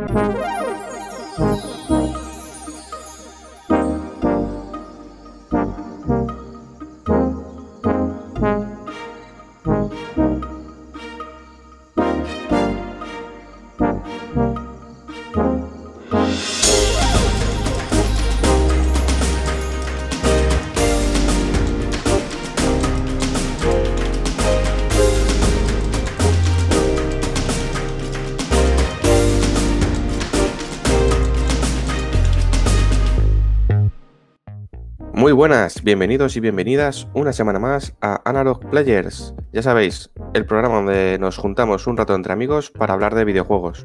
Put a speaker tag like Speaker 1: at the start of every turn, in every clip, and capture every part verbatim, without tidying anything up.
Speaker 1: Muy buenas, bienvenidos y bienvenidas una semana más a Analog Players. Ya sabéis, el programa donde nos juntamos un rato entre amigos para hablar de videojuegos.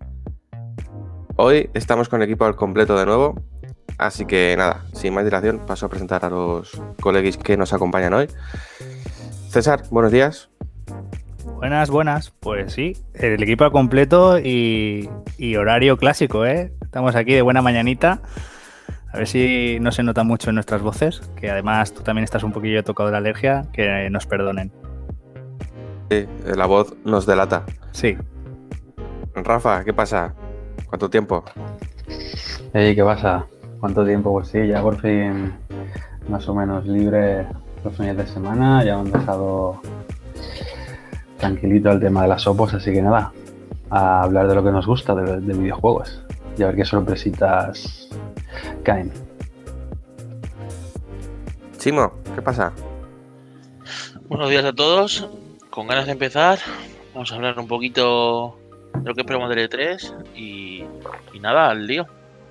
Speaker 1: Hoy estamos con el equipo al completo de nuevo, así que nada, sin más dilación paso a presentar a los coleguis que nos acompañan hoy. César, buenos días.
Speaker 2: Buenas, buenas. Pues sí, el equipo al completo y, y horario clásico, ¿eh? Estamos aquí de buena mañanita. A ver si no se nota mucho en nuestras voces, que además tú también estás un poquillo tocado de la alergia, que nos perdonen.
Speaker 1: Sí, la voz nos delata.
Speaker 2: Sí.
Speaker 1: Rafa, ¿qué pasa? ¿Cuánto tiempo?
Speaker 3: Hey, ¿qué pasa? ¿Cuánto tiempo? Pues sí, ya por fin más o menos libre los fines de semana, ya me han dejado tranquilito el tema de las opos, así que nada, a hablar de lo que nos gusta, de, de videojuegos, y a ver qué sorpresitas caen.
Speaker 1: Chimo, ¿qué pasa?
Speaker 4: Buenos días a todos, con ganas de empezar, vamos a hablar un poquito de lo que esperamos del E tres y, y nada, al lío.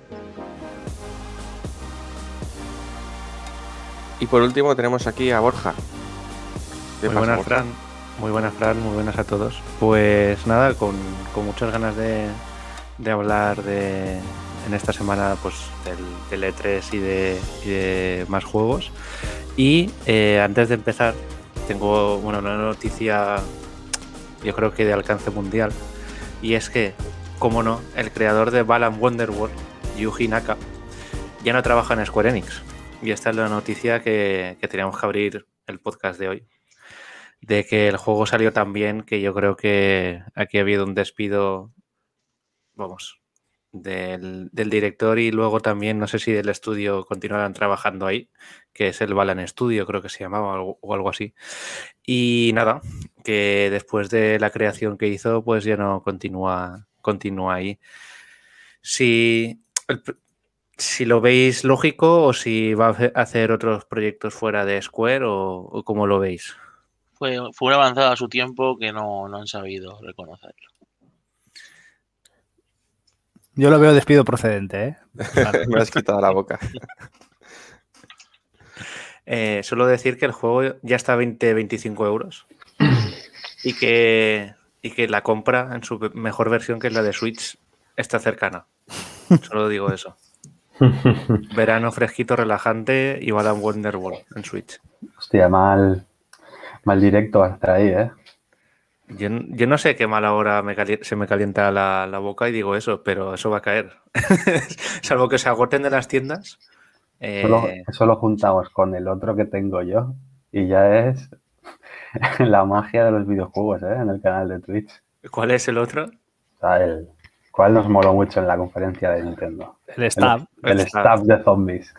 Speaker 1: Y por último tenemos aquí a Borja.
Speaker 5: Muy buenas, Borja? Fran. Muy buenas, Fran. Muy buenas a todos. Pues nada, con, con muchas ganas de, de hablar de en esta semana pues del, del E tres y de, y de más juegos. Y eh, antes de empezar, tengo bueno, una noticia, yo creo que de alcance mundial. Y es que, como no, el creador de Balan Wonderworld, Yuji Naka, ya no trabaja en Square Enix. Y esta es la noticia que, que teníamos que abrir el podcast de hoy. De que el juego salió tan bien que yo creo que aquí ha habido un despido, vamos, del, del director y luego también, no sé si del estudio continuarán trabajando ahí, que es el Balan Studio, creo que se llamaba o, o algo así. Y nada, que después de la creación que hizo, pues ya no continúa, continúa ahí. Si... El, Si lo veis lógico o si va a hacer otros proyectos fuera de Square o, o cómo lo veis.
Speaker 4: Fue, fue una avanzada a su tiempo que no, no han sabido reconocerlo.
Speaker 2: Yo lo veo despido procedente, ¿eh?
Speaker 1: Vale. Me has quitado la boca.
Speaker 5: eh, suelo decir que el juego ya está a veinte a veinticinco euros y que, y que la compra en su mejor versión, que es la de Switch, está cercana. Solo digo eso. Verano fresquito, relajante y Balan Wonderworld en Switch.
Speaker 3: Hostia, mal, mal directo hasta ahí, ¿eh?
Speaker 5: Yo, yo no sé qué mala hora me cali- se me calienta la, la boca y digo eso, pero eso va a caer. Salvo que se agoten de las tiendas. Eh...
Speaker 3: Solo, eso lo juntamos con el otro que tengo yo y ya es la magia de los videojuegos, ¿eh? En el canal de Twitch.
Speaker 5: ¿Cuál es el otro?
Speaker 3: O sea, el... ¿Cuál nos moló mucho en la conferencia de Nintendo?
Speaker 2: El Stab.
Speaker 3: El, el, el Stab de zombies.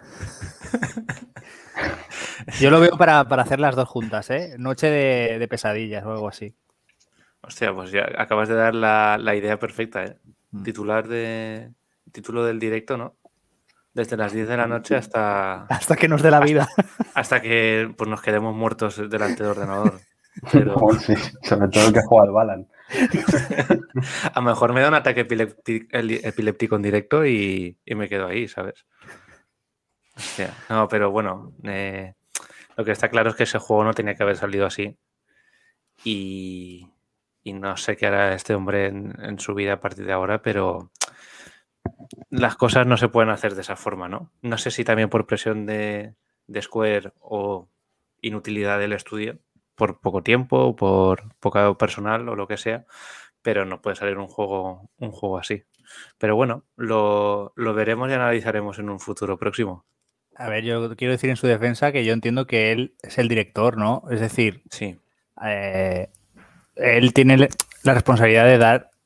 Speaker 2: Yo lo veo para, para hacer las dos juntas, ¿eh? Noche de, de pesadillas o algo así.
Speaker 5: Hostia, pues ya acabas de dar la, la idea perfecta, ¿eh? Mm. Titular de... Título del directo, ¿no? Desde las diez de la noche hasta...
Speaker 2: Hasta que nos dé la vida.
Speaker 5: Hasta, hasta que pues, nos quedemos muertos delante del ordenador. Pero...
Speaker 3: Oh, sí, sobre todo el que juega al Balan.
Speaker 5: A lo mejor me da un ataque epiléptico, epiléptico en directo y, y me quedo ahí, ¿sabes? Hostia. No, pero bueno, eh, lo que está claro es que ese juego no tenía que haber salido así y, y no sé qué hará este hombre en, en su vida a partir de ahora, pero las cosas no se pueden hacer de esa forma, ¿no? No sé si también por presión de, de Square o inutilidad del estudio, por poco tiempo, por poco personal o lo que sea, pero no puede salir un juego, un juego así. Pero bueno, lo, lo veremos y analizaremos en un futuro próximo.
Speaker 2: A ver, yo quiero decir en su defensa que yo entiendo que él es el director, ¿no? Es decir,
Speaker 5: sí.
Speaker 2: eh, él tiene la responsabilidad de dar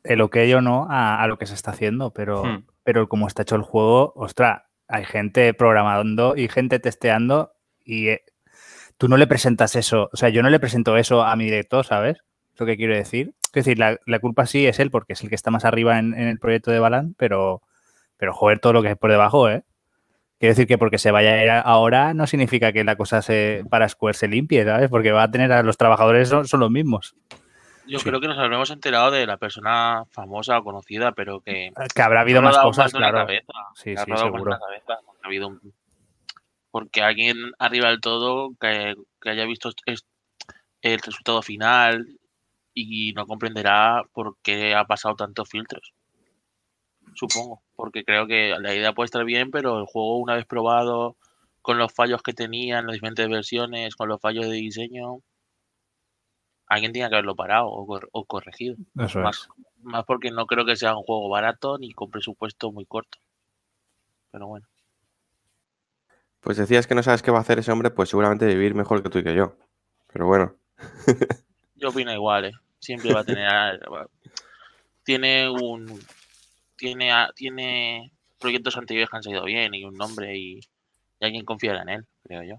Speaker 2: el ok o no a, a lo que se está haciendo, pero,
Speaker 5: Hmm.
Speaker 2: pero como está hecho el juego, ostras, hay gente programando y gente testeando y eh, tú no le presentas eso, o sea, yo no le presento eso a mi director, ¿sabes? Lo que quiero decir. Es decir, la, la culpa sí es él porque es el que está más arriba en, en el proyecto de Balan, pero, pero joder, todo lo que es por debajo, ¿eh? Quiero decir que porque se vaya a ir ahora no significa que la cosa se, para Square se limpie, ¿sabes? Porque va a tener a los trabajadores son, son los mismos.
Speaker 4: Yo
Speaker 5: Sí.
Speaker 4: creo que nos habremos enterado de la persona famosa o conocida, pero que
Speaker 2: Que habrá habido
Speaker 4: no
Speaker 2: más
Speaker 4: le ha dado
Speaker 2: cosas,
Speaker 4: más en la
Speaker 2: claro.
Speaker 4: cabeza.
Speaker 2: Sí,
Speaker 4: Le ha
Speaker 2: sí,
Speaker 4: rodado más en la
Speaker 2: seguro.
Speaker 4: cabeza. porque Ha habido un- porque alguien arriba del todo que, que haya visto est- el resultado final y no comprenderá por qué ha pasado tantos filtros. Supongo, porque creo que la idea puede estar bien, pero el juego una vez probado, con los fallos que tenía en las diferentes versiones, con los fallos de diseño, alguien tenía que haberlo parado o, cor- o corregido.
Speaker 2: Eso
Speaker 4: Más,
Speaker 2: es.
Speaker 4: más porque no creo que sea un juego barato ni con presupuesto muy corto. Pero bueno,
Speaker 1: Pues decías que no sabes qué va a hacer ese hombre, pues seguramente vivir mejor que tú y que yo. Pero bueno,
Speaker 4: yo opino igual, ¿eh? Siempre va a tener... a- va- Tiene un... Tiene, a- tiene proyectos anteriores que han salido bien y un nombre y, y alguien confiará en él, creo yo.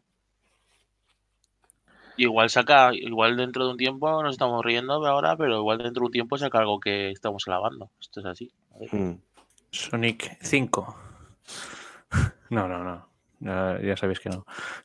Speaker 4: Y igual saca, igual dentro de un tiempo nos estamos riendo ahora, pero igual dentro de un tiempo saca algo que estamos alabando. Esto es así. A ver.
Speaker 1: mm,
Speaker 5: Sonic cinco. No, no, no. Ya, ya sabéis que no.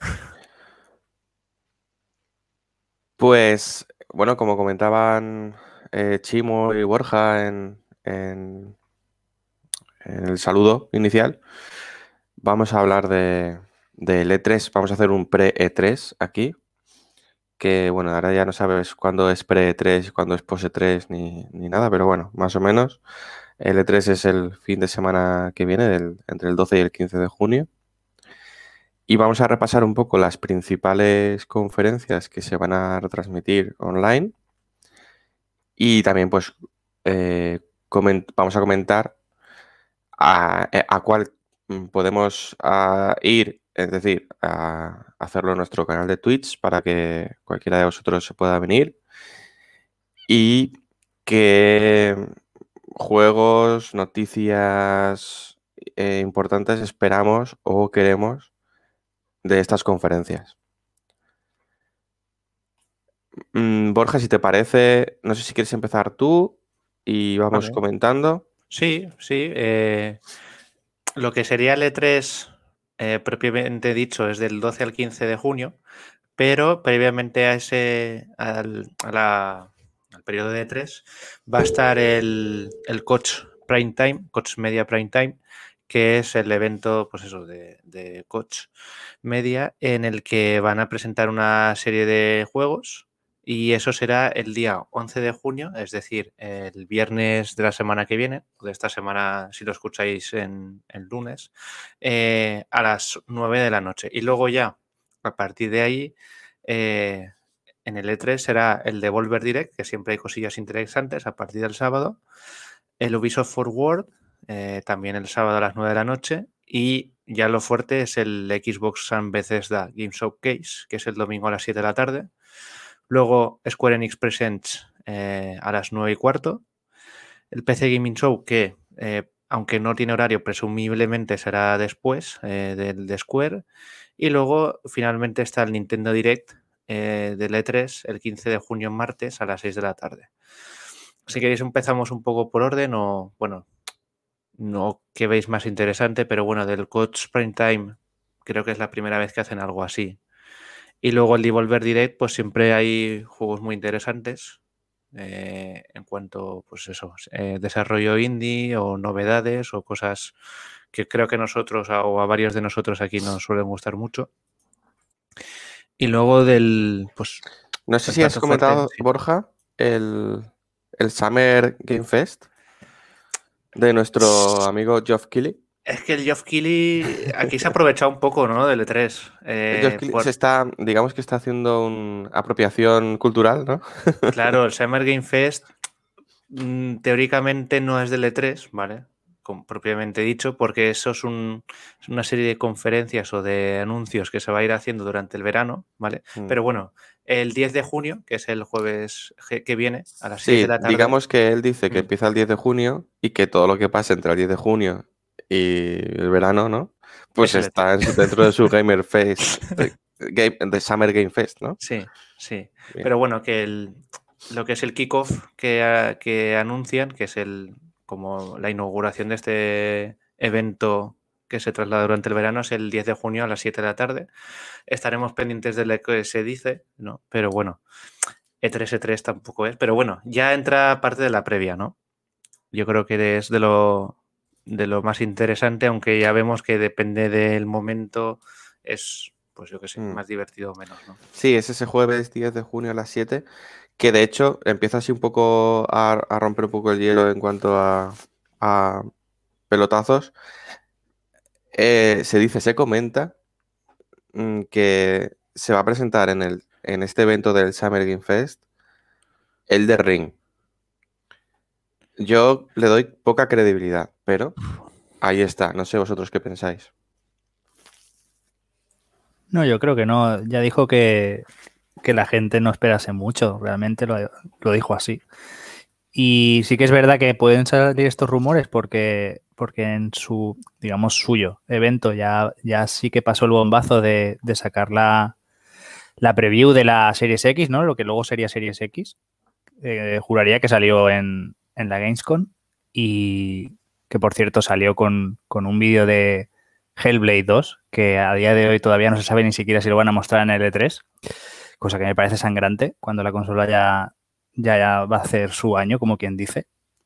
Speaker 1: pues bueno, como comentaban eh, Chimo y Borja en, en- en el saludo inicial, vamos a hablar de, del E tres, vamos a hacer un pre-E tres aquí, que bueno, ahora ya no sabes cuándo es pre-E tres y cuándo es post-E tres ni, ni nada, pero bueno, más o menos. El E tres es el fin de semana que viene, del- entre el doce y el quince de junio. Y vamos a repasar un poco las principales conferencias que se van a retransmitir online. Y también, pues, eh, coment- vamos a comentar a, eh, a cuál mm, podemos ah, ir, es decir, a hacerlo en nuestro canal de Twitch para que cualquiera de vosotros se pueda venir. Y qué juegos, noticias eh, importantes esperamos o queremos de estas conferencias. Mm, Borja, si te parece, no sé si quieres empezar tú y vamos
Speaker 5: Vale.
Speaker 1: comentando.
Speaker 5: Sí, sí. eh, lo que sería el E tres, eh, propiamente dicho, es del doce al quince de junio, pero previamente a ese, al, a la- al periodo de E tres, va a estar el, el Koch Prime Time, Koch Media Prime Time, que es el evento, pues eso, de, de Koch Media, en el que van a presentar una serie de juegos. Y eso será el día once de junio, es decir, el viernes de la semana que viene, o de esta semana si lo escucháis en, en lunes, eh, a las nueve de la noche. Y luego ya, a partir de ahí, eh, en el E tres será el Devolver Direct, que siempre hay cosillas interesantes a partir del sábado, el Ubisoft Forward, eh, también el sábado a las nueve de la noche, y ya lo fuerte es el Xbox and Bethesda Game Showcase, que es el domingo a las siete de la tarde. Luego Square Enix Presents eh, a las nueve y cuarto. El P C Gaming Show, que eh, aunque no tiene horario, presumiblemente será después eh, del de Square. Y luego finalmente está el Nintendo Direct eh, del E tres el quince de junio, martes, a las seis de la tarde. Si queréis empezamos un poco por orden o, bueno, no que veis más interesante, pero bueno, del Coach Prime Time creo que es la primera vez que hacen algo así. Y luego el Devolver Direct, pues siempre hay juegos muy interesantes eh, en cuanto, pues eso, eh, desarrollo indie o novedades o cosas que creo que nosotros o a varios de nosotros aquí nos suelen gustar mucho. Y luego del, pues...
Speaker 1: No sé
Speaker 5: el
Speaker 1: si has
Speaker 5: plato fuerte,
Speaker 1: comentado,
Speaker 5: sí.
Speaker 1: Borja, el, el Summer Game Fest de nuestro amigo Geoff Keighley.
Speaker 5: Es que el Geoff Keighley aquí se ha aprovechado un poco, ¿no? Del E tres.
Speaker 1: El Geoff
Speaker 5: Eh,
Speaker 1: Keighley
Speaker 5: por-
Speaker 1: se está, digamos que está haciendo una apropiación cultural, ¿no?
Speaker 5: Claro, el Summer Game Fest mm, teóricamente no es del E tres, ¿vale? como propiamente dicho, porque eso es, un, es una serie de conferencias o de anuncios que se va a ir haciendo durante el verano, ¿vale? Mm. Pero bueno, el diez de junio, que es el jueves que viene, a las
Speaker 1: sí,
Speaker 5: seis de la tarde.
Speaker 1: Digamos que él dice que mm. empieza el diez de junio y que todo lo que pase entre el diez de junio y el verano, ¿no? Pues es está en su, dentro de su Gamer Fest, de, game, de Summer Game Fest, ¿no?
Speaker 5: Sí, sí. Bien. Pero bueno, que el, lo que es el kickoff que, que anuncian, que es el como la inauguración de este evento que se traslada durante el verano, es el diez de junio a las siete de la tarde. Estaremos pendientes de lo que se dice, ¿no? Pero bueno, E tres E tres tampoco es. Pero bueno, ya entra parte de la previa, ¿no? Yo creo que es de lo, de lo más interesante, aunque ya vemos que depende del momento, es, pues yo qué sé, mm. más divertido o menos, ¿no?
Speaker 1: Sí, es ese jueves diez de junio a las siete, que de hecho empieza así un poco a, a romper un poco el hielo en cuanto a, a pelotazos. Eh, se dice, se comenta mmm, que se va a presentar en, el, en este evento del Summer Game Fest Elden Ring. Yo le doy poca credibilidad, pero ahí está. No sé vosotros qué pensáis.
Speaker 2: No, yo creo que no. Ya dijo que, que la gente no esperase mucho. Realmente lo, lo dijo así. Y sí que es verdad que pueden salir estos rumores porque, porque en su, digamos, suyo evento ya, ya sí que pasó el bombazo de, de sacar la, la preview de la Series X, ¿no? Lo que luego sería Series X. Eh, juraría que salió en, en la Gamescom y que, por cierto, salió con, con un vídeo de Hellblade dos, que a día de hoy todavía no se sabe ni siquiera si lo van a mostrar en el E tres, cosa que me parece sangrante cuando la consola ya... Ya, ya va a hacer su año, como quien dice.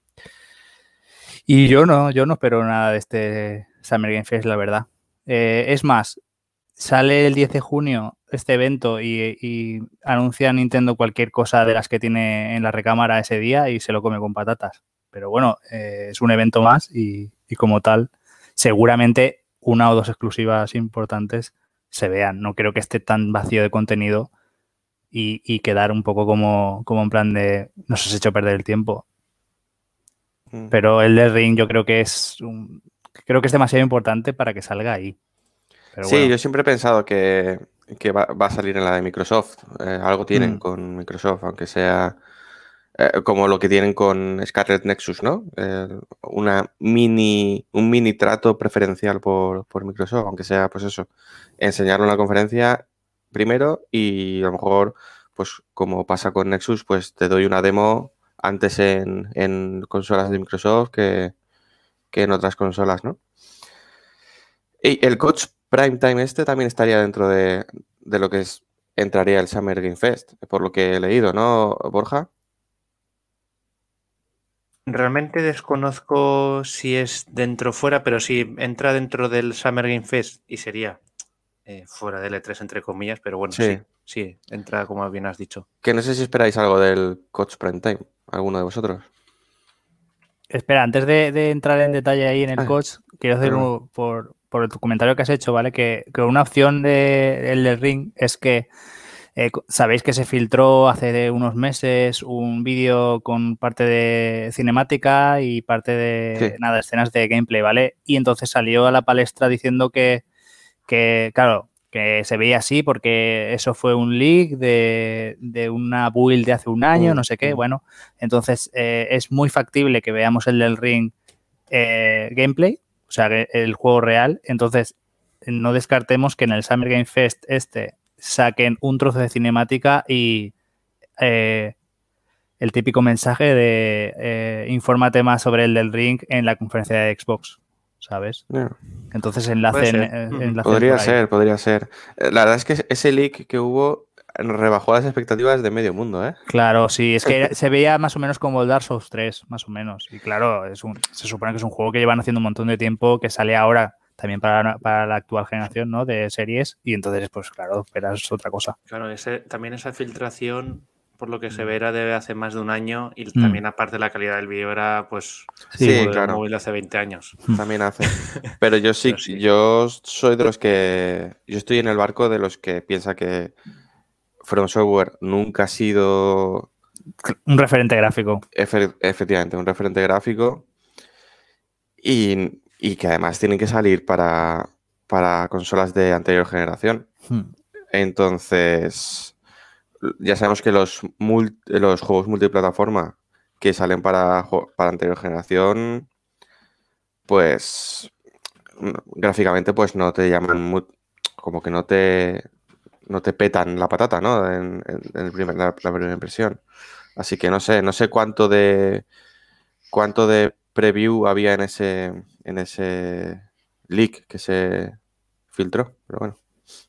Speaker 2: Y yo no, yo no espero nada de este Summer Game Fest, la verdad. Eh, es más, sale el diez de junio este evento y, y anuncia Nintendo cualquier cosa de las que tiene en la recámara ese día y se lo come con patatas. Pero bueno, eh, es un evento más y, y como tal, seguramente una o dos exclusivas importantes se vean. No creo que esté tan vacío de contenido Y, y quedar un poco como, como en plan de nos has hecho perder el tiempo. Mm. Pero el Elden Ring yo creo que es un, creo que es demasiado importante para que salga ahí.
Speaker 1: Pero sí, bueno. Yo siempre he pensado que, que va, va a salir en la de Microsoft. Eh, algo tienen mm. con Microsoft, aunque sea eh, como lo que tienen con Scarlet Nexus, ¿no? Eh, una mini, un mini trato preferencial por, por Microsoft, aunque sea, pues eso, enseñarlo en la conferencia primero y a lo mejor, pues como pasa con Nexus, pues te doy una demo antes en, en consolas de Microsoft que, que en otras consolas, ¿no? Y el Coach Prime Time este también estaría dentro de, de lo que es, entraría el Summer Game Fest, por lo que he leído, ¿no, Borja?
Speaker 5: Realmente desconozco si es dentro o fuera, pero sí entra dentro del Summer Game Fest y sería... Eh, fuera del E tres, entre comillas, pero bueno, sí. sí, sí, entra como bien has dicho.
Speaker 1: Que no sé si esperáis algo del Coach Prime Time, alguno de vosotros.
Speaker 2: Espera, antes de, de entrar en detalle ahí en el ah, Coach, quiero hacer un, por, por el comentario que has hecho, ¿vale? Que, que una opción de el del Ring es que eh, sabéis que se filtró hace unos meses un vídeo con parte de cinemática y parte de, sí. nada, escenas de gameplay, ¿vale? Y entonces salió a la palestra diciendo que que, claro, que se veía así porque eso fue un leak de, de una build de hace un año, no sé qué, bueno, entonces eh, es muy factible que veamos el del Ring eh, gameplay, o sea, el juego real, entonces no descartemos que en el Summer Game Fest este saquen un trozo de cinemática y eh, el típico mensaje de eh, infórmate más sobre el del Ring en la conferencia de Xbox. ¿Sabes? Yeah. Entonces enlacen, enlacen
Speaker 1: podría ser, podría ser. La verdad es que ese leak que hubo rebajó las expectativas de medio mundo, ¿eh?
Speaker 2: Claro, sí, es que se veía más o menos como el Dark Souls tres, más o menos. Y claro, es un, se supone que es un juego que llevan haciendo un montón de tiempo, que sale ahora también para, para la actual generación, ¿no? De series, y entonces, pues claro, esperas otra cosa.
Speaker 5: Claro, ese, también esa filtración, por lo que se ve, era de hace más de un año y mm. también aparte la calidad del vídeo era pues
Speaker 1: sí,
Speaker 5: sí
Speaker 1: claro.
Speaker 5: móvil de hace veinte años.
Speaker 1: También hace. Pero yo sí, Pero sí, yo soy de los que, yo estoy en el barco de los que piensa que From Software nunca ha sido
Speaker 2: un referente gráfico.
Speaker 1: Efe, efectivamente, un referente gráfico y, y que además tienen que salir para, para consolas de anterior generación.
Speaker 2: Hmm.
Speaker 1: Entonces, ya sabemos que los, mul- los juegos multiplataforma que salen para, jo- para anterior generación, pues mm, gráficamente pues no te llaman mu- como que no te no te petan la patata, ¿no? En, en- en el primer- la, la primera impresión. Así que no sé, no sé cuánto de cuánto de preview había en ese en ese leak que se filtró, pero bueno.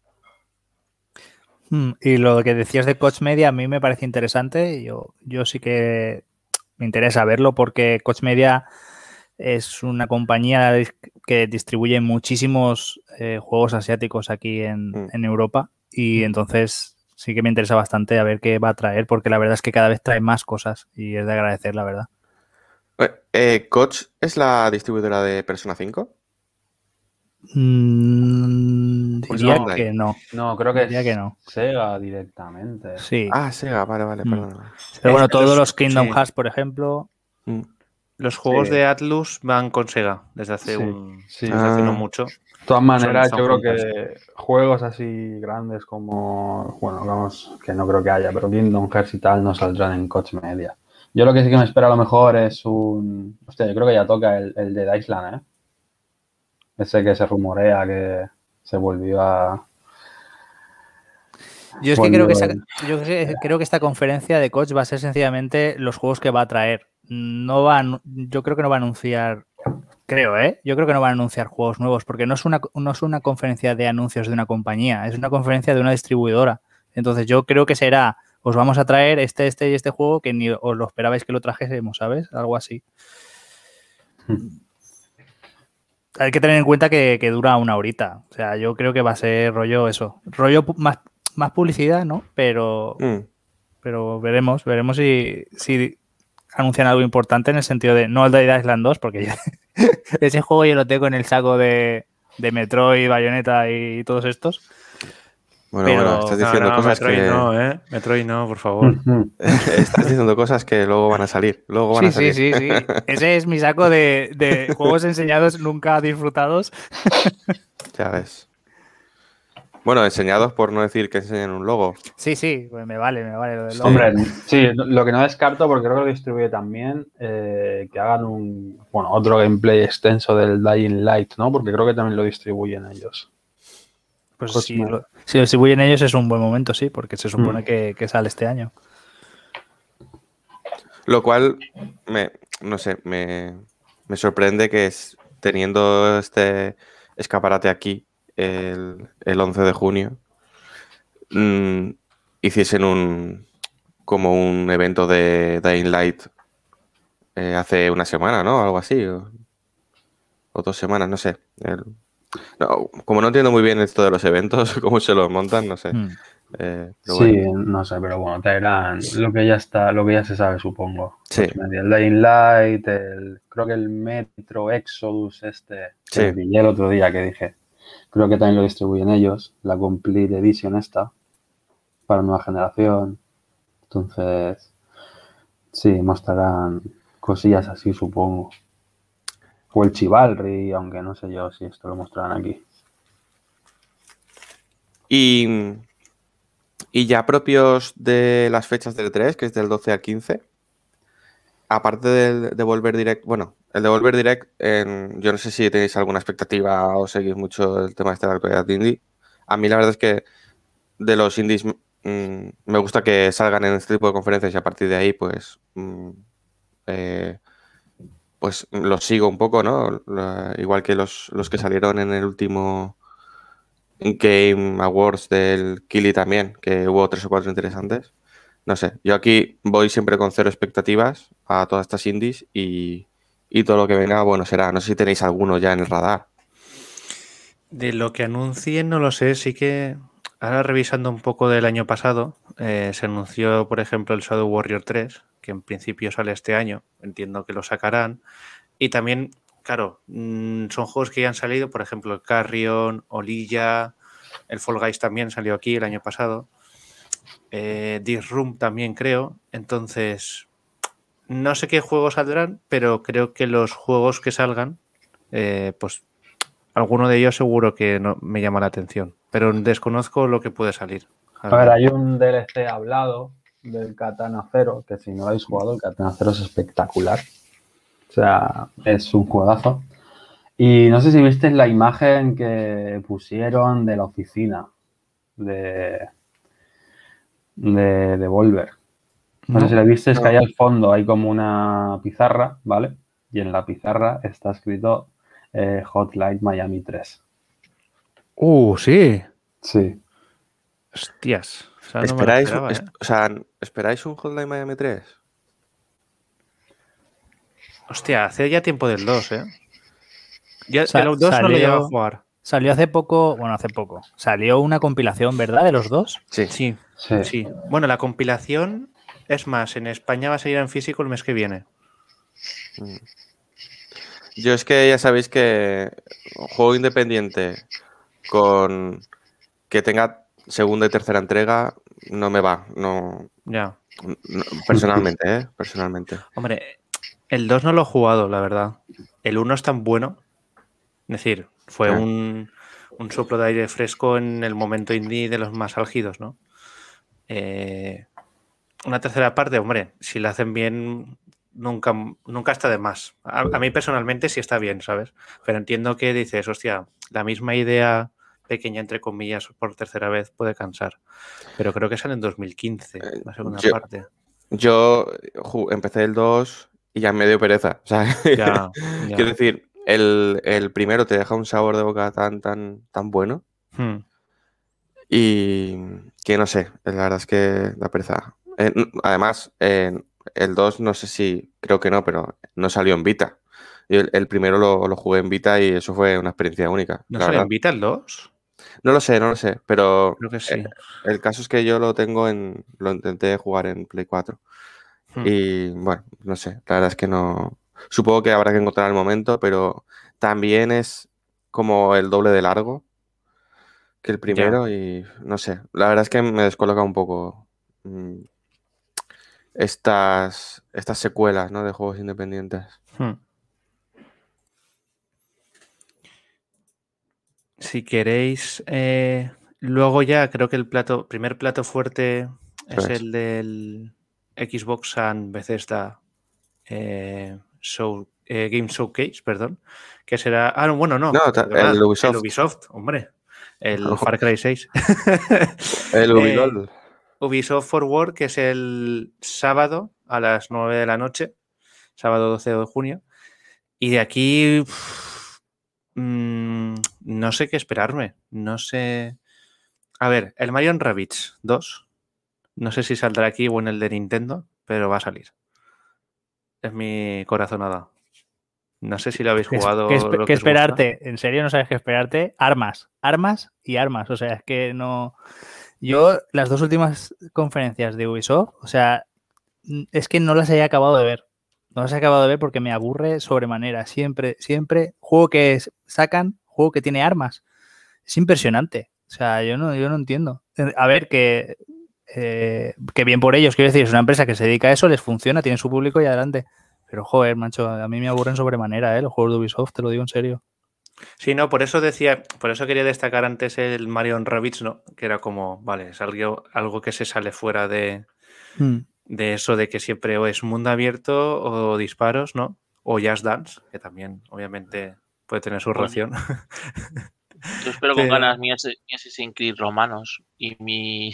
Speaker 2: Hmm, Y lo que decías de Koch Media a mí me parece interesante. Yo, yo sí que me interesa verlo porque Koch Media es una compañía que distribuye muchísimos eh, juegos asiáticos aquí en,
Speaker 1: Mm.
Speaker 2: en Europa y entonces sí que me interesa bastante a ver qué va a traer porque la verdad es que cada vez trae más cosas y es de agradecer, la verdad.
Speaker 1: Eh, ¿Koch es la distribuidora de Persona cinco?
Speaker 2: Mm,
Speaker 1: Pues
Speaker 2: diría
Speaker 1: Bandai.
Speaker 2: que no.
Speaker 3: No, creo que
Speaker 2: Diría
Speaker 3: es
Speaker 2: que no.
Speaker 3: Sega directamente.
Speaker 2: Sí.
Speaker 1: Ah, Sega, vale, vale,
Speaker 2: Mm.
Speaker 1: perdón.
Speaker 2: Pero bueno,
Speaker 5: Es-
Speaker 2: todos
Speaker 5: los-
Speaker 2: los Kingdom
Speaker 5: sí.
Speaker 2: Hearts, por ejemplo.
Speaker 1: Mm.
Speaker 5: Los juegos
Speaker 3: Sí.
Speaker 5: de Atlus van con Sega desde hace,
Speaker 3: Sí,
Speaker 5: un,
Speaker 3: sí.
Speaker 5: desde hace no
Speaker 1: Ah.
Speaker 5: mucho.
Speaker 3: De todas maneras,
Speaker 5: son
Speaker 3: yo creo
Speaker 5: juntas.
Speaker 3: que juegos así grandes como, bueno, vamos, que no creo que haya, pero Kingdom Hearts y tal no saldrán en Koch Media. Yo lo que sí que me espero a lo mejor es un... Hostia, yo creo que ya toca el, el de Island, ¿eh? Ese que se rumorea que se volvió a...
Speaker 2: Yo es que creo que, esa-
Speaker 3: volvió-
Speaker 2: yo cre- creo que esta conferencia de Koch va a ser sencillamente los juegos que va a traer. No va a anu- yo creo que no va a anunciar, creo, ¿eh? Yo creo que no va a anunciar juegos nuevos porque no es una, no es una conferencia de anuncios de una compañía, es una conferencia de una distribuidora. Entonces yo creo que será, os vamos a traer este, este y este juego que ni os lo esperabais que lo trajésemos, ¿sabes? Algo así. Hay que tener en cuenta que, que dura una horita. O sea, yo creo que va a ser rollo eso. Rollo pu- más, más publicidad, ¿no? Pero,
Speaker 1: Mm.
Speaker 2: pero veremos, veremos si, si anuncian algo importante en el sentido de no el Dead Island dos, porque ya- ese juego yo lo tengo en el saco de, de Metroid, Bayonetta y todos estos.
Speaker 1: Bueno,
Speaker 2: Pero-
Speaker 1: bueno, estás
Speaker 5: No,
Speaker 1: diciendo
Speaker 5: no,
Speaker 1: cosas
Speaker 5: Metroid
Speaker 1: que
Speaker 5: no, ¿eh? Metroid no, por favor.
Speaker 1: estás diciendo cosas que luego van a salir, luego van
Speaker 2: Sí,
Speaker 1: a salir.
Speaker 2: sí, sí, sí. Ese es mi saco de, de juegos enseñados nunca disfrutados.
Speaker 1: Ya ves. Bueno, enseñados por no decir que enseñan un logo.
Speaker 2: Sí, sí, pues me vale, me vale lo del
Speaker 1: Sí.
Speaker 2: logo.
Speaker 3: Hombre, sí, lo que no descarto, porque creo que lo distribuye también, eh, que hagan un, bueno, otro gameplay extenso del Dying Light, ¿no? Porque creo que también lo distribuyen ellos.
Speaker 2: Pues
Speaker 3: Koch
Speaker 2: si
Speaker 3: Media.
Speaker 2: lo, si lo distribuyen ellos es un buen momento, sí, porque se supone
Speaker 3: Mm.
Speaker 2: que, que sale este año.
Speaker 1: Lo cual, me, no sé, me, me sorprende que es, teniendo este escaparate aquí el, el once de junio, mm, hiciesen un como un evento de Dying Light eh, hace una semana, ¿no? Algo así. O, o dos semanas, no sé. El- no, como no entiendo muy bien esto de los eventos, cómo se los montan, no sé.
Speaker 2: Mm.
Speaker 1: Eh, pero
Speaker 3: Sí,
Speaker 1: bueno.
Speaker 3: no sé, pero bueno, traerán lo que ya está, lo que ya se sabe, supongo.
Speaker 1: Sí.
Speaker 3: Koch Media, el Dying Light, el, creo que el Metro Exodus este,
Speaker 1: Sí.
Speaker 3: que pillé el otro día que dije, creo que también lo distribuyen ellos, la Complete Edition esta, para nueva generación. Entonces, sí, mostrarán cosillas así, supongo. O el Chivalry, aunque no sé yo si esto lo mostrarán aquí.
Speaker 1: Y, y ya propios de las fechas del E tres, que es del doce al quince, aparte del Devolver Direct, bueno, el Devolver Direct, en- yo no sé si tenéis alguna expectativa o seguís mucho el tema este de la actualidad indie. A mí la verdad es que de los indies mm, me gusta que salgan en este tipo de conferencias y a partir de ahí pues mm, eh, pues los sigo un poco, ¿no? La- igual que los, los que salieron en el último Game Awards del Kili también, que hubo tres o cuatro interesantes. No sé, yo aquí voy siempre con cero expectativas a todas estas indies y, y todo lo que venga, bueno, será. No sé si tenéis alguno ya en el radar.
Speaker 5: De lo que anuncien no lo sé, sí que ahora revisando un poco del año pasado, eh, se anunció, por ejemplo, el Shadow Warrior tres, que en principio sale este año, entiendo que lo sacarán, y también, claro, mmm, son juegos que ya han salido, por ejemplo, el Carrion, Olilla, el Fall Guys también salió aquí el año pasado, eh, This Room también creo, entonces no sé qué juegos saldrán, pero creo que los juegos que salgan eh, pues alguno de ellos seguro que no, me llama la atención, pero desconozco lo que puede salir.
Speaker 3: A ver, hay un D L C hablado del Katana Zero, que si no lo habéis jugado, el Katana Zero es espectacular. O sea, es un juegazo. Y no sé si viste la imagen que pusieron de la oficina de, de, de Volver. No, no sé si la viste, es no. que ahí al fondo hay como una pizarra, ¿vale? Y en la pizarra está escrito eh, Hotline Miami tres.
Speaker 5: Uh, sí.
Speaker 3: Sí.
Speaker 5: Hostias. O sea,
Speaker 1: ¿Esperáis,
Speaker 5: no me lo esperaba,
Speaker 1: es,
Speaker 5: ¿eh?
Speaker 1: o sea, ¿esperáis un Hotline Miami tres?
Speaker 5: Hostia, hace ya tiempo del dos, ¿eh? Ya,
Speaker 2: Sa-
Speaker 5: el dos
Speaker 2: salió,
Speaker 5: no lo lleva a jugar.
Speaker 2: Salió hace poco, bueno, hace poco. Salió una compilación, ¿verdad? De los dos.
Speaker 1: Sí.
Speaker 5: Sí,
Speaker 3: Sí.
Speaker 5: sí. Bueno, la compilación, es más, en España va a salir en físico el mes que viene.
Speaker 1: Yo es que ya sabéis que un juego independiente con que tenga segunda y tercera entrega no me va. No,
Speaker 5: Ya.
Speaker 1: no personalmente, ¿eh? Personalmente.
Speaker 5: Hombre, el dos no lo he jugado, la verdad. El uno es tan bueno. Es decir, fue
Speaker 1: Claro.
Speaker 5: un, un soplo de aire fresco en el momento indie de los más álgidos, ¿no? Eh, una tercera parte, hombre, si la hacen bien, nunca, nunca está de más. A, a mí personalmente sí está bien, ¿sabes? Pero entiendo que dices, hostia, la misma idea pequeña, entre comillas, por tercera vez puede cansar. Pero creo que sale en dos mil quince, la segunda
Speaker 1: yo,
Speaker 5: parte.
Speaker 1: Yo ju- empecé el dos y ya me dio pereza. O sea,
Speaker 5: Ya, ya.
Speaker 1: quiero decir, el, el primero te deja un sabor de boca tan, tan, tan bueno.
Speaker 5: Hmm.
Speaker 1: Y que no sé, la verdad es que da pereza. Eh, n- además, eh, el dos no sé si, creo que no, pero no salió en Vita. Yo el, el primero lo, lo jugué en Vita y eso fue una experiencia única,
Speaker 5: ¿No
Speaker 1: la
Speaker 5: se le
Speaker 1: verdad.
Speaker 5: invita el dos?
Speaker 1: No lo sé, no lo sé, pero
Speaker 5: Creo que sí.
Speaker 1: eh, el caso es que yo lo tengo en, lo intenté jugar en Play cuatro.
Speaker 5: Hmm.
Speaker 1: Y bueno, no sé, la verdad es que no. Supongo que habrá que encontrar el momento, pero también es como el doble de largo que el primero y no sé, la verdad es que me descoloca un poco mmm, estas, estas secuelas, ¿no? De juegos independientes.
Speaker 5: Hmm. Si queréis, eh, luego ya creo que el plato, primer plato fuerte es,
Speaker 1: Eso es.
Speaker 5: el del Xbox and Bethesda eh, Show, eh, Game Showcase, perdón, que será, ah, no, bueno, no,
Speaker 1: No, ta-
Speaker 5: perdonad,
Speaker 1: el Ubisoft.
Speaker 5: el Ubisoft, hombre, el Far Cry seis.
Speaker 1: El
Speaker 5: Eh,
Speaker 1: Ubidol.
Speaker 5: Ubisoft Forward, que es el sábado a las nueve de la noche, sábado doce de junio, y de aquí uf, mmm, no sé qué esperarme, no sé. A ver, el Mario Rabbids dos, no sé si saldrá aquí o en el de Nintendo, pero va a salir. Es mi corazonada. No sé si lo habéis
Speaker 2: ¿Qué,
Speaker 5: jugado.
Speaker 2: qué,
Speaker 5: Lo
Speaker 2: qué
Speaker 5: que os gusta.
Speaker 2: esperarte? ¿En serio no sabes qué esperarte? Armas, armas y armas. O sea, es que no. Yo, las dos últimas conferencias de Ubisoft, o sea, es que no las he acabado de ver. No las he acabado de ver porque me aburre sobremanera. Siempre, siempre, juego que es- sacan, juego que tiene armas. Es impresionante. O sea, yo no, yo no entiendo. A ver, que, eh, que bien por ellos, quiero decir, es una empresa que se dedica a eso, les funciona, tiene su público y adelante. Pero, joder, macho, a mí me aburren sobremanera, ¿eh? Los juegos de Ubisoft, te lo digo en serio.
Speaker 5: Sí, no, por eso decía, por eso quería destacar antes el Mario Rabbids, ¿no? Que era como, vale, es algo, algo que se sale fuera de,
Speaker 2: Mm.
Speaker 5: de eso de que siempre o es mundo abierto o disparos, ¿no? O Just Dance, que también, obviamente, puede tener su
Speaker 4: Coño.
Speaker 5: ración.
Speaker 4: Yo espero con
Speaker 5: Pero-
Speaker 4: ganas mi, Assa- mi Assassin's Creed romanos y mi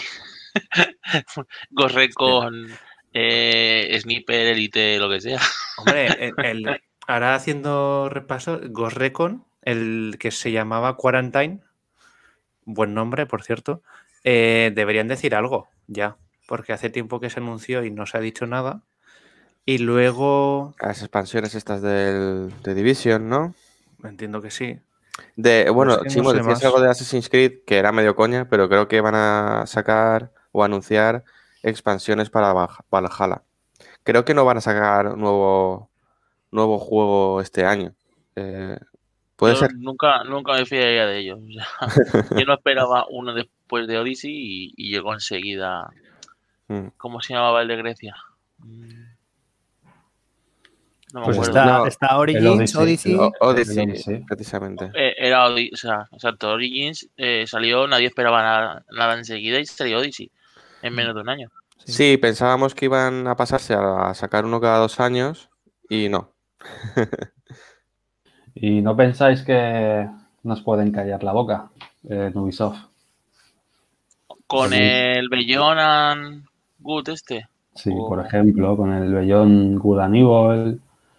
Speaker 4: Ghost Recon, eh, Sniper, Elite, lo que sea.
Speaker 5: Hombre, el, el- ahora haciendo repaso, Ghost Recon, el que se llamaba Quarantine, buen nombre, por cierto, eh, deberían decir algo ya, porque hace tiempo que se anunció y no se ha dicho nada. Y luego,
Speaker 1: Las expansiones estas del, de Division, ¿no?
Speaker 5: entiendo que sí.
Speaker 1: De,
Speaker 5: Pero
Speaker 1: bueno,
Speaker 5: es que no
Speaker 1: Chimo,
Speaker 5: sé
Speaker 1: decías
Speaker 5: más.
Speaker 1: algo de Assassin's Creed que era medio coña, pero creo que van a sacar o anunciar expansiones para Val- Valhalla. Creo que no van a sacar nuevo, nuevo juego este año. Eh, ¿puede
Speaker 4: Yo
Speaker 1: ser?
Speaker 4: nunca, nunca me fiaría de ellos. O sea, yo no esperaba uno después de Odyssey y, y llegó enseguida.
Speaker 1: Mm.
Speaker 4: ¿Cómo se llamaba el de Grecia? Mm, No me
Speaker 2: Pues
Speaker 4: acuerdo.
Speaker 2: está,
Speaker 1: No,
Speaker 2: está Origins,
Speaker 3: Odyssey.
Speaker 2: Odyssey.
Speaker 1: O- Odyssey,
Speaker 3: El Odyssey.
Speaker 1: precisamente.
Speaker 4: Eh, era Odyssey, o sea, exacto, Origins eh, salió, nadie esperaba nada, nada enseguida y salió Odyssey en menos de un año.
Speaker 1: Sí, pensábamos que iban a pasarse a sacar uno cada dos años y no.
Speaker 3: ¿Y no pensáis que nos pueden callar la boca en Ubisoft?
Speaker 4: Con
Speaker 3: Tenéis-
Speaker 4: el Beyond and Good este.
Speaker 3: Sí,
Speaker 4: O-
Speaker 3: por ejemplo, con el Beyond Good and Evil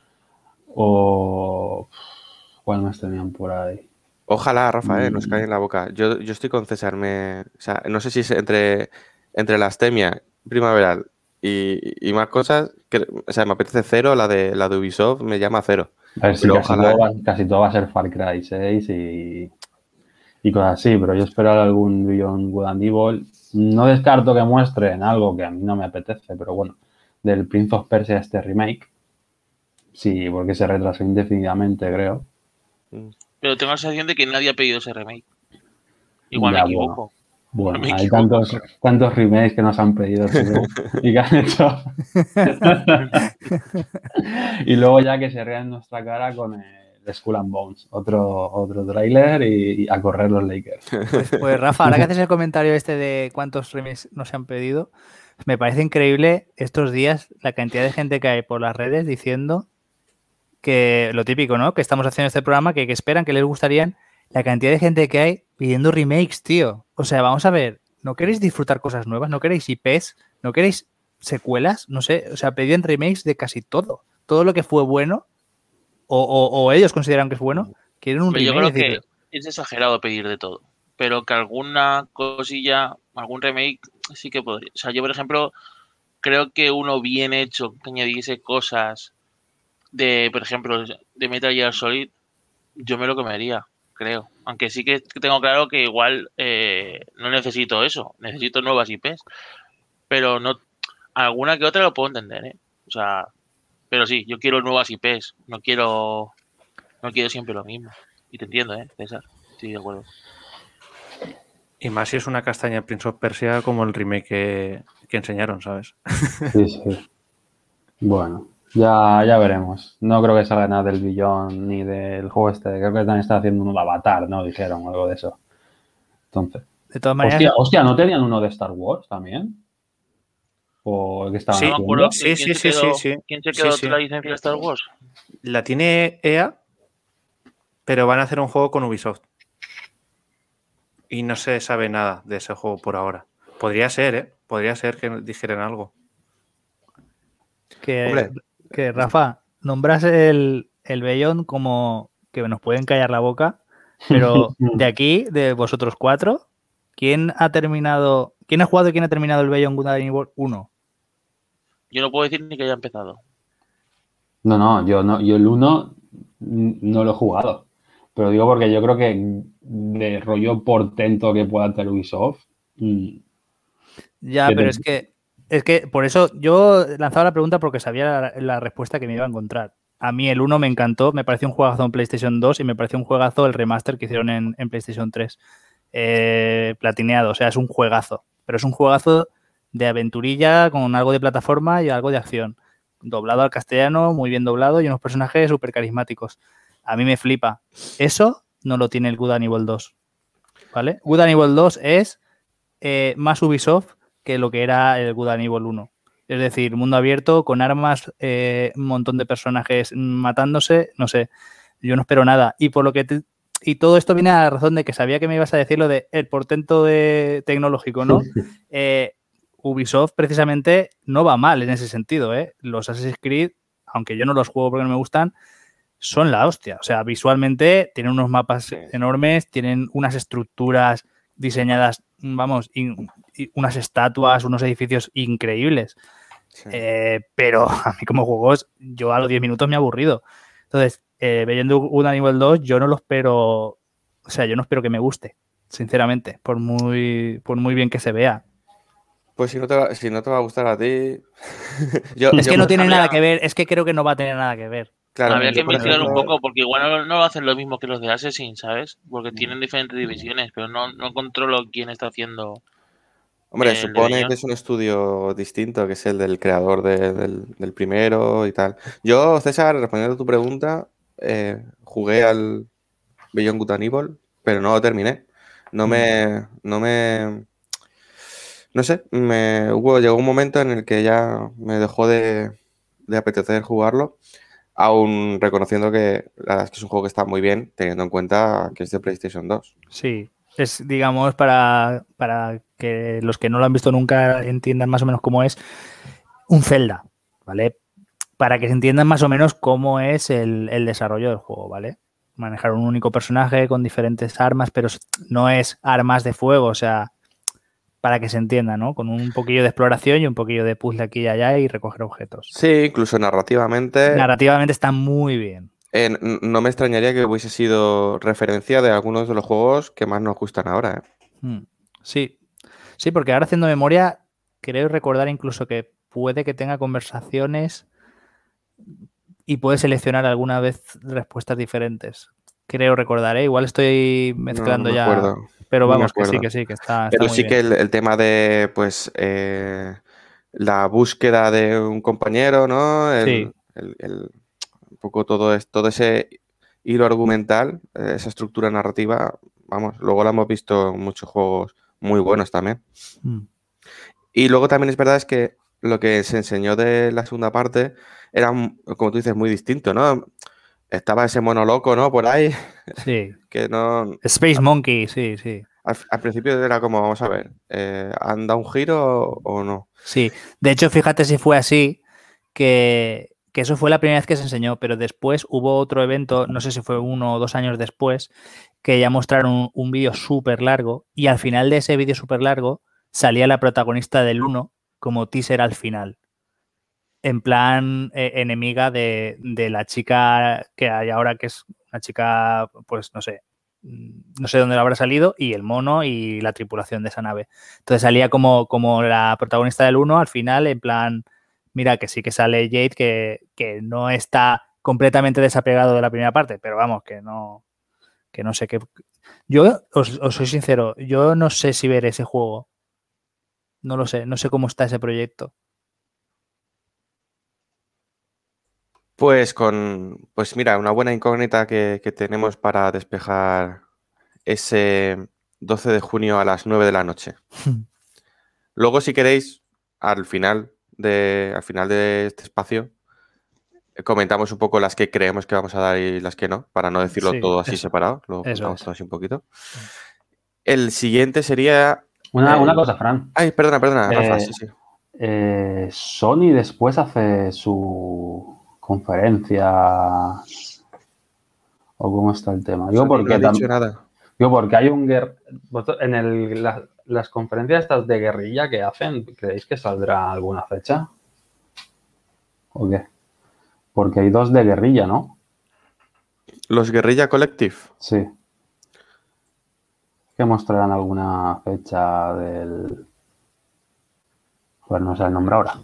Speaker 3: o... ¿Cuál más tenían por ahí?
Speaker 1: Ojalá, Rafa, eh, nos
Speaker 3: Mm.
Speaker 1: cae en la boca. Yo, yo estoy con César. Me, o sea, no sé si es entre, entre la astemia primaveral y, y más cosas. Que, o sea, me apetece cero. La de, la de Ubisoft me llama cero.
Speaker 3: A ver si
Speaker 1: Pero
Speaker 3: casi
Speaker 1: ojalá,
Speaker 3: todo, va, casi todo va a ser Far Cry seis y, y cosas así, pero yo espero algún Beyond Good and Evil. No descarto que muestren algo que a mí no me apetece, pero bueno, del Prince of Persia este remake. Sí, porque se retrasó indefinidamente, creo.
Speaker 4: Pero tengo la sensación de que nadie ha pedido ese remake. Igual
Speaker 3: Ya,
Speaker 4: me equivoco.
Speaker 3: Bueno,
Speaker 4: Me
Speaker 3: hay
Speaker 4: equivoco.
Speaker 3: tantos, tantos remakes que nos han pedido tú, y que han hecho. Y luego ya que se rían en nuestra cara con el Skull and Bones, otro, otro tráiler y, y a correr los Lakers.
Speaker 2: Pues, pues, Rafa, ahora que haces el comentario este de cuántos remakes nos han pedido, me parece increíble estos días la cantidad de gente que hay por las redes diciendo que lo típico, ¿no? Que estamos haciendo este programa, que, que esperan, que les gustarían, la cantidad de gente que hay pidiendo remakes, tío. O sea, vamos a ver, ¿no queréis disfrutar cosas nuevas? ¿No queréis I Ps? ¿No queréis secuelas? No sé, o sea, pedían remakes de casi todo. Todo lo que fue bueno, o, o, o ellos consideran que es bueno, quieren un
Speaker 4: Pero yo
Speaker 2: remake.
Speaker 4: creo
Speaker 2: Es decir,
Speaker 4: que es exagerado pedir de todo. Pero que alguna cosilla, algún remake, sí que podría. O sea, yo, por ejemplo, creo que uno bien hecho que añadiese cosas de, por ejemplo, de Metal Gear Solid, yo me lo comería, creo. Aunque sí que tengo claro que igual eh, no necesito eso, necesito nuevas I Ps. Pero no, alguna que otra lo puedo entender, ¿eh? O sea, pero sí, yo quiero nuevas I Ps, no quiero, no quiero siempre lo mismo. Y te entiendo, ¿eh, César? Sí, de acuerdo.
Speaker 5: Y más si es una castaña Prince of Persia como el remake que, que enseñaron, ¿sabes?
Speaker 3: Sí, sí. Bueno, ya, ya veremos. No creo que salga nada del Beyond ni del juego este. Creo que también está haciendo uno de Avatar, ¿no? Dijeron algo de eso. Entonces.
Speaker 2: de todas maneras,
Speaker 3: Hostia, hostia, ¿no tenían uno de Star Wars también? ¿O qué estaban
Speaker 5: Sí,
Speaker 4: No me
Speaker 3: haciendo?
Speaker 4: acuerdo
Speaker 5: sí,
Speaker 4: quién
Speaker 5: sí,
Speaker 4: se
Speaker 5: sí,
Speaker 4: quedó,
Speaker 5: sí, sí.
Speaker 4: quién se
Speaker 5: Sí,
Speaker 4: quedó
Speaker 5: sí.
Speaker 4: la licencia de Star Wars.
Speaker 5: La tiene E A, pero van a hacer un juego con Ubisoft. Y no se sabe nada de ese juego por ahora. Podría ser, ¿eh? Podría ser que dijeran algo.
Speaker 2: que,
Speaker 1: Hombre.
Speaker 2: que Rafa, nombras el, el Beyond como que nos pueden callar la boca, pero de aquí, de vosotros cuatro, ¿quién ha terminado, quién ha jugado y quién ha terminado el Beyond Good and Evil uno?
Speaker 4: Yo no puedo decir ni que haya empezado.
Speaker 3: No, no, yo no, yo el uno no lo he jugado. Pero digo porque yo creo que de rollo portento que pueda tener Ubisoft. mm,
Speaker 2: Ya,
Speaker 3: que
Speaker 2: pero
Speaker 3: te-
Speaker 2: es que es que por eso yo lanzaba la pregunta porque sabía la, la respuesta que me iba a encontrar. A mí el uno me encantó, me pareció un juegazo en PlayStation dos y me pareció un juegazo el remaster que hicieron en, en PlayStation tres. Eh, platineado, o sea, es un juegazo, pero es un juegazo de aventurilla con algo de plataforma y algo de acción. Doblado al castellano, muy bien doblado y unos personajes súper carismáticos. A mí me flipa. Eso no lo tiene el Good and Evil dos. ¿Vale? Good and Evil dos es eh, más Ubisoft que lo que era el Good and Evil uno. Es decir, mundo abierto, con armas, eh, un montón de personajes matándose, no sé, yo no espero nada. Y por lo que te, y todo esto viene a la razón de que sabía que me ibas a decir lo de el portento de tecnológico, ¿no? Eh, Ubisoft precisamente no va mal en ese sentido, ¿eh? Los Assassin's Creed, aunque yo no los juego porque no me gustan, son la hostia. O sea, visualmente tienen unos mapas
Speaker 1: Sí.
Speaker 2: enormes, tienen unas estructuras diseñadas, vamos, y, y unas estatuas, unos edificios increíbles.
Speaker 1: Sí.
Speaker 2: Eh, pero a mí como juegos, yo a los diez minutos me he aburrido. Entonces, eh, Beyond Good and Evil dos, yo no lo espero, o sea, yo no espero que me guste, sinceramente, por muy, por muy bien que se vea.
Speaker 1: Pues si no te va, si no te va a gustar a ti. yo,
Speaker 2: Es
Speaker 1: yo,
Speaker 2: que no
Speaker 1: por-
Speaker 2: tiene
Speaker 4: habría-
Speaker 2: nada que ver, es que creo que no va a tener nada que ver.
Speaker 1: claro,
Speaker 4: Habría
Speaker 1: yo,
Speaker 4: que
Speaker 1: por
Speaker 4: investigar un
Speaker 1: ejemplo,
Speaker 4: poco, porque igual no, no hacen lo mismo que los de Assassin, ¿sabes? Porque tienen diferentes divisiones, pero no, no controlo quién está haciendo.
Speaker 1: Hombre,
Speaker 4: el de
Speaker 1: supone
Speaker 4: Beyond.
Speaker 1: que es un estudio distinto, que es el del creador de- del, del primero y tal. Yo, César, respondiendo a tu pregunta, eh, jugué al Beyond Good and Evil, pero no lo terminé. No me, no me, no sé, me hubo, llegó un momento en el que ya me dejó de, de apetecer jugarlo, aún reconociendo que la verdad es que es un juego que está muy bien, teniendo en cuenta que es de PlayStation dos.
Speaker 2: Sí, es, digamos, para, para que los que no lo han visto nunca entiendan más o menos cómo es un Zelda, ¿vale? Para que se entiendan más o menos cómo es el, el desarrollo del juego, ¿vale? Manejar un único personaje con diferentes armas, pero no es armas de fuego, o sea, para que se entienda, ¿no? Con un poquillo de exploración y un poquillo de puzzle aquí y allá y recoger objetos.
Speaker 1: Sí, incluso narrativamente.
Speaker 2: Narrativamente está muy bien.
Speaker 1: Eh, n- no me extrañaría que hubiese sido referencia de algunos de los juegos que más nos gustan ahora. ¿eh?
Speaker 2: Mm, sí, sí, porque ahora haciendo memoria, creo recordar incluso que puede que tenga conversaciones y puede seleccionar alguna vez respuestas diferentes. Creo recordar, ¿eh? Igual estoy
Speaker 1: No, no
Speaker 2: mezclando
Speaker 1: me
Speaker 2: ya,
Speaker 1: acuerdo.
Speaker 2: pero
Speaker 1: No me
Speaker 2: vamos, que sí,
Speaker 1: acuerdo.
Speaker 2: que sí, que está, está
Speaker 1: Pero
Speaker 2: muy
Speaker 1: sí que
Speaker 2: bien.
Speaker 1: el, el tema de, pues, eh, la búsqueda de un compañero, ¿no?
Speaker 2: Sí,
Speaker 1: El, el- el- un poco todo, es, todo ese hilo argumental, eh, esa estructura narrativa, vamos, luego la hemos visto en muchos juegos muy buenos también.
Speaker 2: mm,
Speaker 1: Y luego también es verdad es que lo que se enseñó de la segunda parte era, m- como tú dices, muy distinto, ¿no? Estaba ese mono loco, ¿no? Por ahí,
Speaker 2: sí.
Speaker 1: que no...
Speaker 2: Space Monkey, sí, sí.
Speaker 1: Al, al principio era como, vamos a ver, eh, ¿han dado un giro o, o no?
Speaker 2: Sí, de hecho, fíjate si fue así, que, que eso fue la primera vez que se enseñó, pero después hubo otro evento, no sé si fue uno o dos años después, que ya mostraron un, un vídeo súper largo y al final de ese vídeo súper largo salía la protagonista del uno como teaser al final, en plan eh, enemiga de, de la chica que hay ahora, que es una chica, pues no sé, no sé dónde le habrá salido, y el mono y la tripulación de esa nave. Entonces salía como, como la protagonista del uno al final, en plan, mira que sí que sale Jade, que, que no está completamente desapegado de la primera parte, pero vamos, que no, que no sé qué. Yo os, os soy sincero, yo no sé si ver ese juego. No lo sé, no sé cómo está ese proyecto.
Speaker 1: Pues con, pues mira, una buena incógnita que, que tenemos para despejar ese doce de junio a las nueve de la noche. Luego, si queréis, al final de, al final de este espacio, eh, comentamos un poco las que creemos que vamos a dar y las que no, para no decirlo
Speaker 2: Sí,
Speaker 1: todo así
Speaker 2: eso,
Speaker 1: separado, lo
Speaker 2: eso
Speaker 1: juntamos
Speaker 2: es.
Speaker 1: todo así un poquito. El siguiente sería...
Speaker 3: Una, una
Speaker 1: el-
Speaker 3: cosa, Fran.
Speaker 1: Ay, perdona, perdona, Rafa,
Speaker 3: Eh,
Speaker 1: sí, sí.
Speaker 3: eh, Sony después hace su conferencia. ¿O cómo está el tema? Digo
Speaker 1: Sony no
Speaker 3: porque,
Speaker 1: ha dicho
Speaker 3: tam-
Speaker 1: nada.
Speaker 3: digo porque hay un guer... vosotros- en el, la- las conferencias estas de guerrilla que hacen, ¿creéis que saldrá alguna fecha? ¿O qué? Porque hay dos de guerrilla, ¿no?
Speaker 1: Los Guerrilla Collective.
Speaker 3: Sí. Que mostrarán alguna fecha del... Pues no sé el nombre ahora.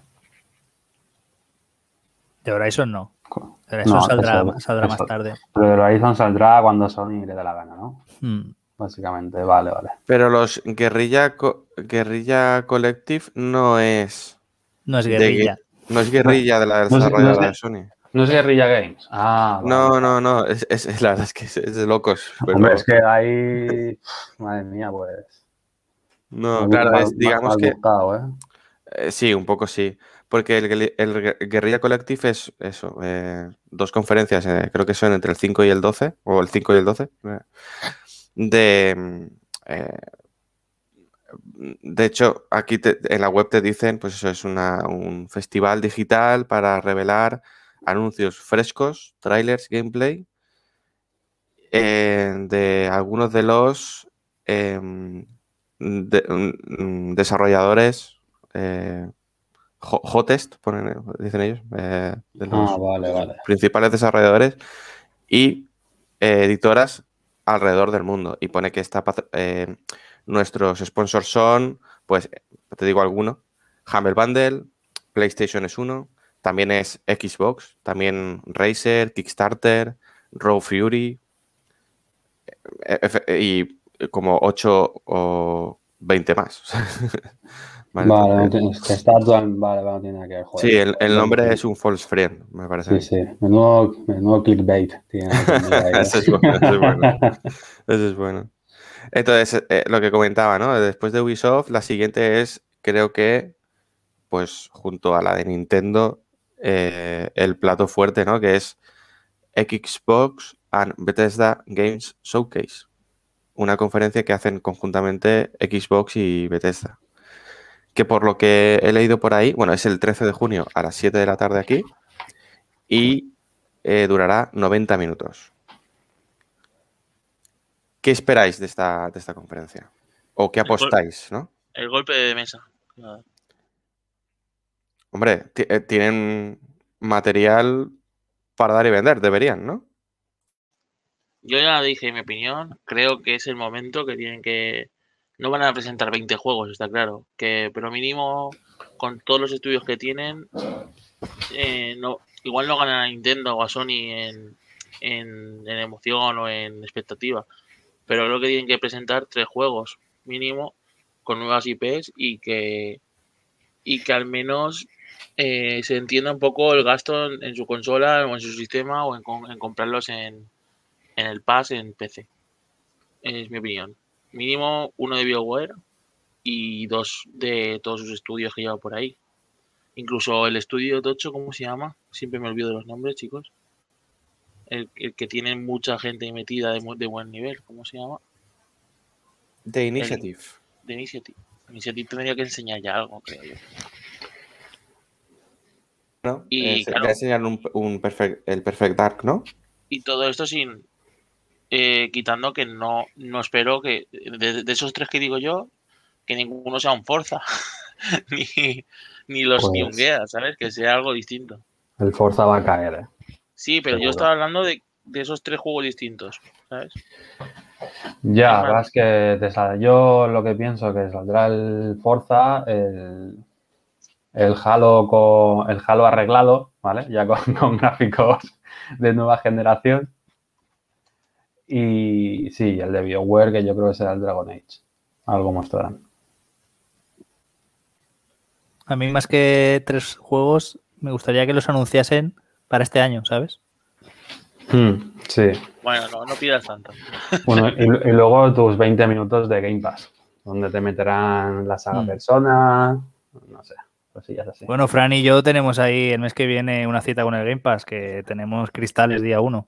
Speaker 2: De Horizon no. De
Speaker 3: No,
Speaker 2: Horizon saldrá,
Speaker 3: eso-
Speaker 2: saldrá
Speaker 3: eso.
Speaker 2: más tarde.
Speaker 3: Pero el Horizon saldrá cuando Sony le dé la gana, ¿no?
Speaker 2: Hmm.
Speaker 3: Básicamente, vale, vale.
Speaker 1: Pero los Guerrilla, Co- Guerrilla Collective no es...
Speaker 2: No es
Speaker 1: de
Speaker 2: guerrilla.
Speaker 1: gue- no es guerrilla de la
Speaker 3: No es- no es
Speaker 1: desarrolladora
Speaker 3: de-
Speaker 1: de Sony.
Speaker 3: No es Guerrilla Games. Ah, vale.
Speaker 1: No, no, no, es, es- es- la verdad es que es, es de locos. Pero
Speaker 3: Hombre, es que ahí... Madre mía, pues...
Speaker 1: no,
Speaker 3: Mal,
Speaker 1: claro,
Speaker 3: mal-
Speaker 1: es,
Speaker 3: mal-
Speaker 1: digamos
Speaker 3: mal
Speaker 1: que
Speaker 3: buscado, ¿eh?
Speaker 1: eh, sí, un poco sí. Porque el, Guerri- el Guer- Guerrilla Collective es eso, eh, dos conferencias, eh, creo que son entre el cinco y el doce, o el cinco y el doce, eh, de... mm, eh, de hecho, aquí te- en la web te dicen, pues eso es una- un festival digital para revelar anuncios frescos, trailers, gameplay eh, de algunos de los em, de- mm, desarrolladores eh, ho- hottest, ponen- dicen ellos, eh, de los
Speaker 3: Ah, vale, vale.
Speaker 1: principales desarrolladores y eh, editoras alrededor del mundo. Y pone que está, patro- eh, nuestros sponsors son, pues, te digo alguno, Humble Bundle, PlayStation es uno, también es Xbox, también Razer, Kickstarter, Raw Fury, F- y como ocho o veinte más.
Speaker 3: Vale, vale no tiene, que está actual, vale, vale, no tiene nada que ver. Joder,
Speaker 1: sí, el, el nombre sí. es un false friend, me parece.
Speaker 3: Sí, sí, menudo, menudo clickbait. Tiene
Speaker 1: eso, es bueno, eso es bueno. Eso es bueno. Entonces, eh, lo que comentaba, ¿no? Después de Ubisoft, la siguiente es, creo que, pues, junto a la de Nintendo, eh, el plato fuerte, ¿no? Que es Xbox and Bethesda Games Showcase. Una conferencia que hacen conjuntamente Xbox y Bethesda. Que por lo que he leído por ahí, bueno, es el trece de junio a las siete de la tarde aquí y eh, durará noventa minutos. ¿Qué esperáis de esta, de esta conferencia? ¿O qué apostáis,
Speaker 4: el
Speaker 1: no?
Speaker 4: El golpe de mesa.
Speaker 1: Hombre, tienen material para dar y vender, deberían, ¿no?
Speaker 4: Yo ya dije mi opinión, creo que es el momento que tienen que... No van a presentar veinte juegos, está claro, que pero mínimo con todos los estudios que tienen, eh, no, igual no ganan a Nintendo o a Sony en, en, en emoción o en expectativa, pero creo que tienen que presentar tres juegos mínimo con nuevas I Pes y que y que al menos eh, se entienda un poco el gasto en, en su consola o en su sistema o en, en comprarlos en, en el Pass en P C. Es mi opinión. Mínimo uno de BioWare y dos de todos sus estudios que lleva por ahí. Incluso el estudio Tocho, ¿cómo se llama? Siempre me olvido de los nombres, chicos. El, el que tiene mucha gente metida de, de buen nivel, ¿cómo se llama?
Speaker 1: The Initiative.
Speaker 4: El, The Initiative. Initiative tendría que enseñar ya algo, creo yo.
Speaker 1: ¿No? Y eh, claro, ya enseñar un, un perfect, el Perfect Dark, ¿no?
Speaker 4: Y todo esto sin eh, quitando que no, no espero que de, de esos tres que digo yo, que ninguno sea un Forza, ni, ni los pues, ni un Gear, ¿sabes? Que sea algo distinto.
Speaker 3: El Forza va a caer, ¿eh?
Speaker 4: Sí, pero Seguro. Yo estaba hablando de, de esos tres juegos distintos, ¿sabes?
Speaker 3: Ya, es, es que te sale. Yo lo que pienso que saldrá el Forza, el, el Halo con el Halo arreglado, ¿vale? Ya con, con gráficos de nueva generación. Y sí, el de BioWare, que yo creo que será el Dragon Age. Algo mostrarán.
Speaker 2: A mí más que tres juegos, me gustaría que los anunciasen para este año, ¿sabes?
Speaker 3: Hmm, sí.
Speaker 4: Bueno, no, no pidas tanto.
Speaker 3: Bueno, y, y luego tus veinte minutos de Game Pass, donde te meterán la saga hmm. Persona, no sé, cosillas así.
Speaker 2: Bueno, Fran y yo tenemos ahí el mes que viene una cita con el Game Pass, que tenemos Cristales día uno.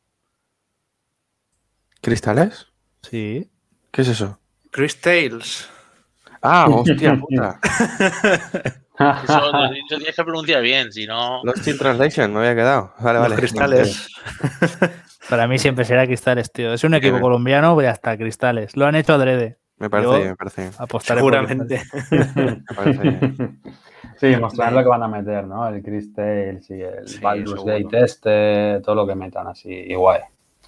Speaker 1: ¿Cristales?
Speaker 2: Sí.
Speaker 1: ¿Qué es eso?
Speaker 5: Crystales.
Speaker 1: Ah, hostia puta.
Speaker 4: Eso lo tienes que pronunciar bien, si no...
Speaker 1: Lost in Translation, me había quedado. Vale,
Speaker 5: Los
Speaker 1: vale.
Speaker 5: Cristales.
Speaker 2: Para mí siempre será Cristales, tío. Es un equipo bien. colombiano, voy hasta Cristales. Lo han hecho adrede.
Speaker 1: Me parece
Speaker 2: Yo
Speaker 1: bien, me parece bien.
Speaker 2: Apostaré
Speaker 5: seguramente.
Speaker 1: Me parece bien.
Speaker 3: Sí, mostrar lo que van a meter, ¿no? El Crystales y el sí, Baldur's Gate este, todo lo que metan así, igual.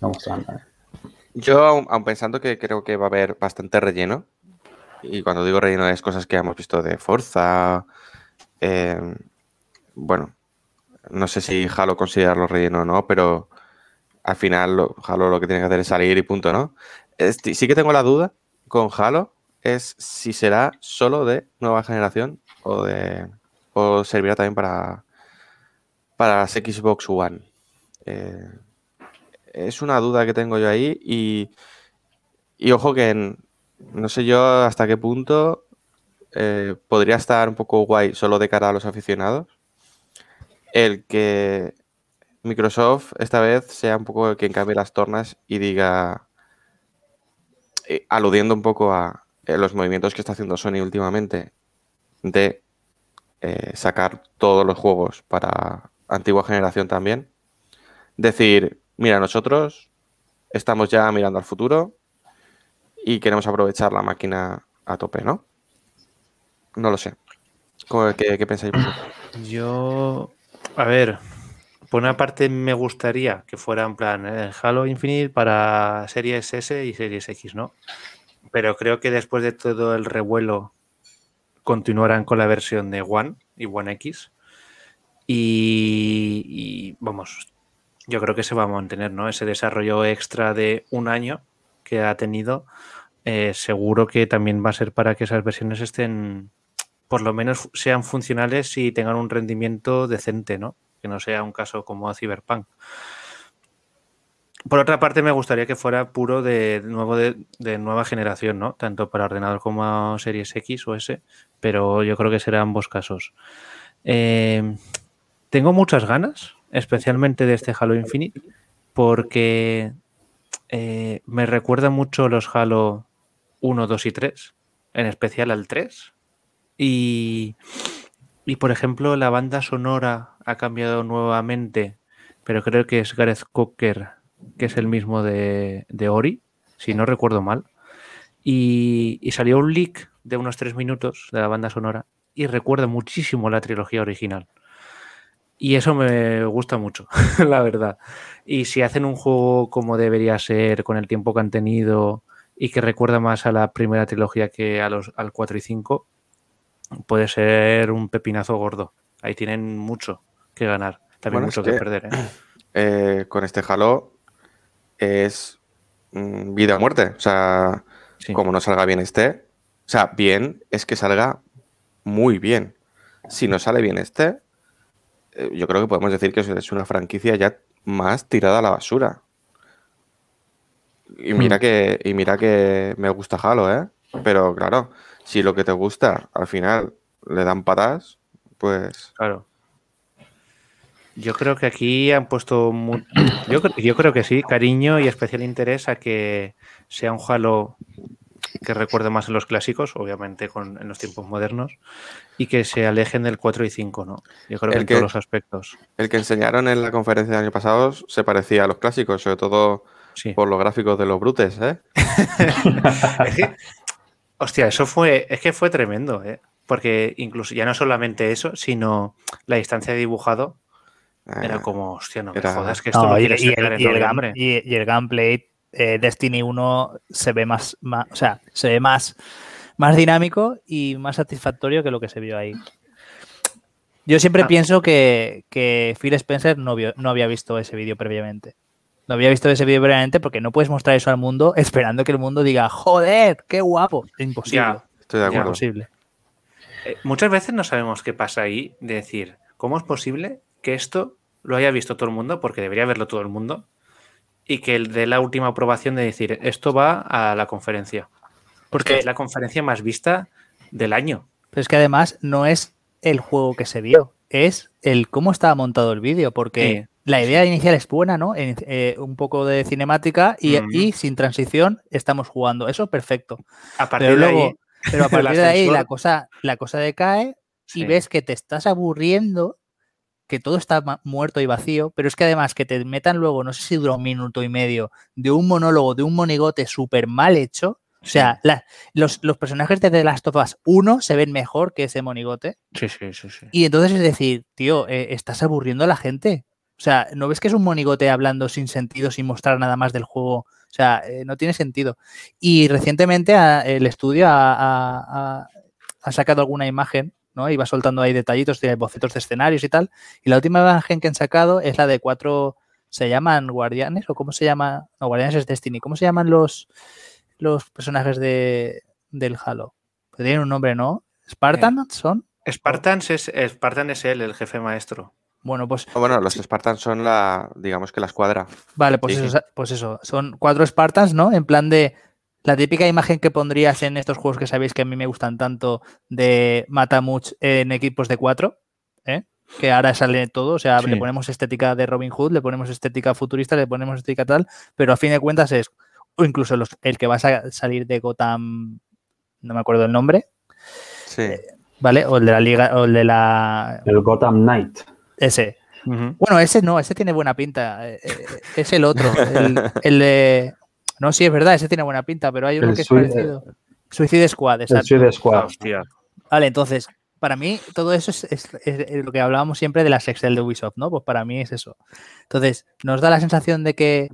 Speaker 1: Yo, aun, aun pensando que creo que va a haber bastante relleno, y cuando digo relleno es cosas que hemos visto de Forza, eh, bueno, no sé si Halo considerarlo relleno o no, pero al final lo, Halo lo que tiene que hacer es salir y punto, ¿no? Este, sí que tengo la duda con Halo, es si será solo de nueva generación o de o servirá también para, para las Xbox One. Eh, es una duda que tengo yo ahí y, y ojo que en, no sé yo hasta qué punto eh, podría estar un poco guay solo de cara a los aficionados el que Microsoft esta vez sea un poco quien cambie las tornas y diga, eh, aludiendo un poco a eh, los movimientos que está haciendo Sony últimamente de eh, sacar todos los juegos para antigua generación también, decir, mira, nosotros estamos ya mirando al futuro y queremos aprovechar la máquina a tope, ¿no? No lo sé. ¿Qué, qué pensáis vosotros?
Speaker 5: Yo, a ver, por una parte me gustaría que fuera en plan el Halo Infinite para Series S y Series X, ¿no? Pero creo que después de todo el revuelo continuarán con la versión de One y One X y, y vamos, yo creo que se va a mantener, ¿no? Ese desarrollo extra de un año que ha tenido eh, seguro que también va a ser para que esas versiones estén, por lo menos sean funcionales y tengan un rendimiento decente, ¿no? Que no sea un caso como a Cyberpunk. Por otra parte, me gustaría que fuera puro de nuevo de, de nueva generación, ¿no? Tanto para ordenador como Series X o S, pero yo creo que serán ambos casos. Eh, tengo muchas ganas, especialmente de este Halo Infinite, porque eh, me recuerda mucho los Halo uno, dos y tres, en especial al tres. Y, y, por ejemplo, la banda sonora ha cambiado nuevamente, pero creo que es Gareth Cocker, que es el mismo de, de Ori, si no recuerdo mal. Y, y salió un leak de unos tres minutos de la banda sonora y recuerda muchísimo la trilogía original. Y eso me gusta mucho, la verdad. Y si hacen un juego como debería ser, con el tiempo que han tenido y que recuerda más a la primera trilogía que a los, al cuatro y cinco, puede ser un pepinazo gordo. Ahí tienen mucho que ganar, también bueno, mucho es que, que perder. ¿eh?
Speaker 1: Eh, con este Halo es mm, vida o muerte. O sea, sí. Como no salga bien este, o sea, bien es que salga muy bien. Si no sale bien este, eh, yo creo que podemos decir que es una franquicia ya más tirada a la basura. Y mira, hmm. que, y mira que me gusta Halo, ¿eh? Pero claro, si lo que te gusta al final le dan patas, pues...
Speaker 5: Claro. Yo creo que aquí han puesto... Muy... Yo, yo creo que sí, cariño y especial interés a que sea un Halo que recuerde más a los clásicos, obviamente con, en los tiempos modernos, y que se alejen del cuatro y cinco, ¿no? Yo creo que, que en todos los aspectos.
Speaker 1: El que enseñaron en la conferencia del año pasado se parecía a los clásicos, sobre todo sí. por los gráficos de los brutes, ¿eh?
Speaker 5: Es que, hostia, eso fue, es que fue tremendo, ¿eh? Porque incluso ya no solamente eso, sino la distancia de dibujado eh, era como, hostia, no me era... jodas que esto
Speaker 2: no,
Speaker 5: lo
Speaker 2: y,
Speaker 5: quieres
Speaker 2: y,
Speaker 5: sacar
Speaker 2: el,
Speaker 5: en
Speaker 2: y, el
Speaker 5: noviembre.
Speaker 2: y, y el gameplay eh, Destiny uno se ve más, más, o sea, se ve más, más dinámico y más satisfactorio que lo que se vio ahí. Yo siempre ah. pienso que, que Phil Spencer no, vio, no había visto ese vídeo previamente. No había visto ese vídeo previamente porque no puedes mostrar eso al mundo esperando que el mundo diga, joder, qué guapo. Es imposible.
Speaker 1: Ya, estoy de acuerdo.
Speaker 2: Es imposible.
Speaker 5: Eh, muchas veces no sabemos qué pasa ahí de decir, ¿cómo es posible que esto lo haya visto todo el mundo? Porque debería verlo todo el mundo. Y que el de la última aprobación de decir, esto va a la conferencia. Porque es la conferencia más vista del año.
Speaker 2: Pero es que además no es el juego que se vio, es el cómo estaba montado el vídeo, porque sí, la idea sí. inicial es buena, ¿no? En, eh, un poco de cinemática y, mm. y sin transición estamos jugando. Eso perfecto.
Speaker 5: A partir
Speaker 2: pero
Speaker 5: de
Speaker 2: luego,
Speaker 5: ahí,
Speaker 2: pero a partir de ahí la cosa, la cosa decae sí. y ves que te estás aburriendo, que todo está muerto y vacío, pero es que además que te metan luego, no sé si dura un minuto y medio, de un monólogo, de un monigote súper mal hecho. O sea, sí. la, los, los personajes de The Last of Us uno se ven mejor que ese monigote.
Speaker 5: Sí, sí, sí. sí.
Speaker 2: Y entonces es decir, tío, eh, estás aburriendo a la gente. O sea, ¿no ves que es un monigote hablando sin sentido, sin mostrar nada más del juego? O sea, eh, no tiene sentido. Y recientemente a, el estudio ha, ha, ha sacado alguna imagen, ¿no? Y va soltando ahí detallitos de bocetos de escenarios y tal. Y la última imagen que han sacado es la de cuatro... ¿Se llaman guardianes? ¿O cómo se llama? No, guardianes es Destiny. ¿Cómo se llaman los... los personajes de, del Halo? Pero tienen un nombre, ¿no? ¿Spartans eh, son?
Speaker 5: Spartans es, Spartan es él, el jefe maestro.
Speaker 2: Bueno, pues...
Speaker 1: Oh, bueno, los Spartans son la, digamos que la escuadra.
Speaker 2: Vale, pues, sí. eso, pues eso, son cuatro Spartans, ¿no? En plan de la típica imagen que pondrías en estos juegos que sabéis que a mí me gustan tanto de Matamuch en equipos de cuatro, ¿eh? Que ahora sale todo, o sea, sí. le ponemos estética de Robin Hood, le ponemos estética futurista, le ponemos estética tal, pero a fin de cuentas es o incluso los, el que va a salir de Gotham, no me acuerdo el nombre.
Speaker 1: Sí.
Speaker 2: Eh, ¿Vale? O el de la Liga, o el de la...
Speaker 3: El Gotham Knight.
Speaker 2: Ese. Uh-huh. Bueno, ese no, ese tiene buena pinta. Eh, eh, es el otro. El, el de... No, sí, es verdad, ese tiene buena pinta, pero hay uno el que es sui- parecido. Suicide Squad, exacto.
Speaker 3: El Suicide Squad.
Speaker 5: Hostia.
Speaker 2: Vale, entonces, para mí todo eso es, es, es lo que hablábamos siempre de las Excel de Ubisoft, ¿no? Pues para mí es eso. Entonces, nos da la sensación de que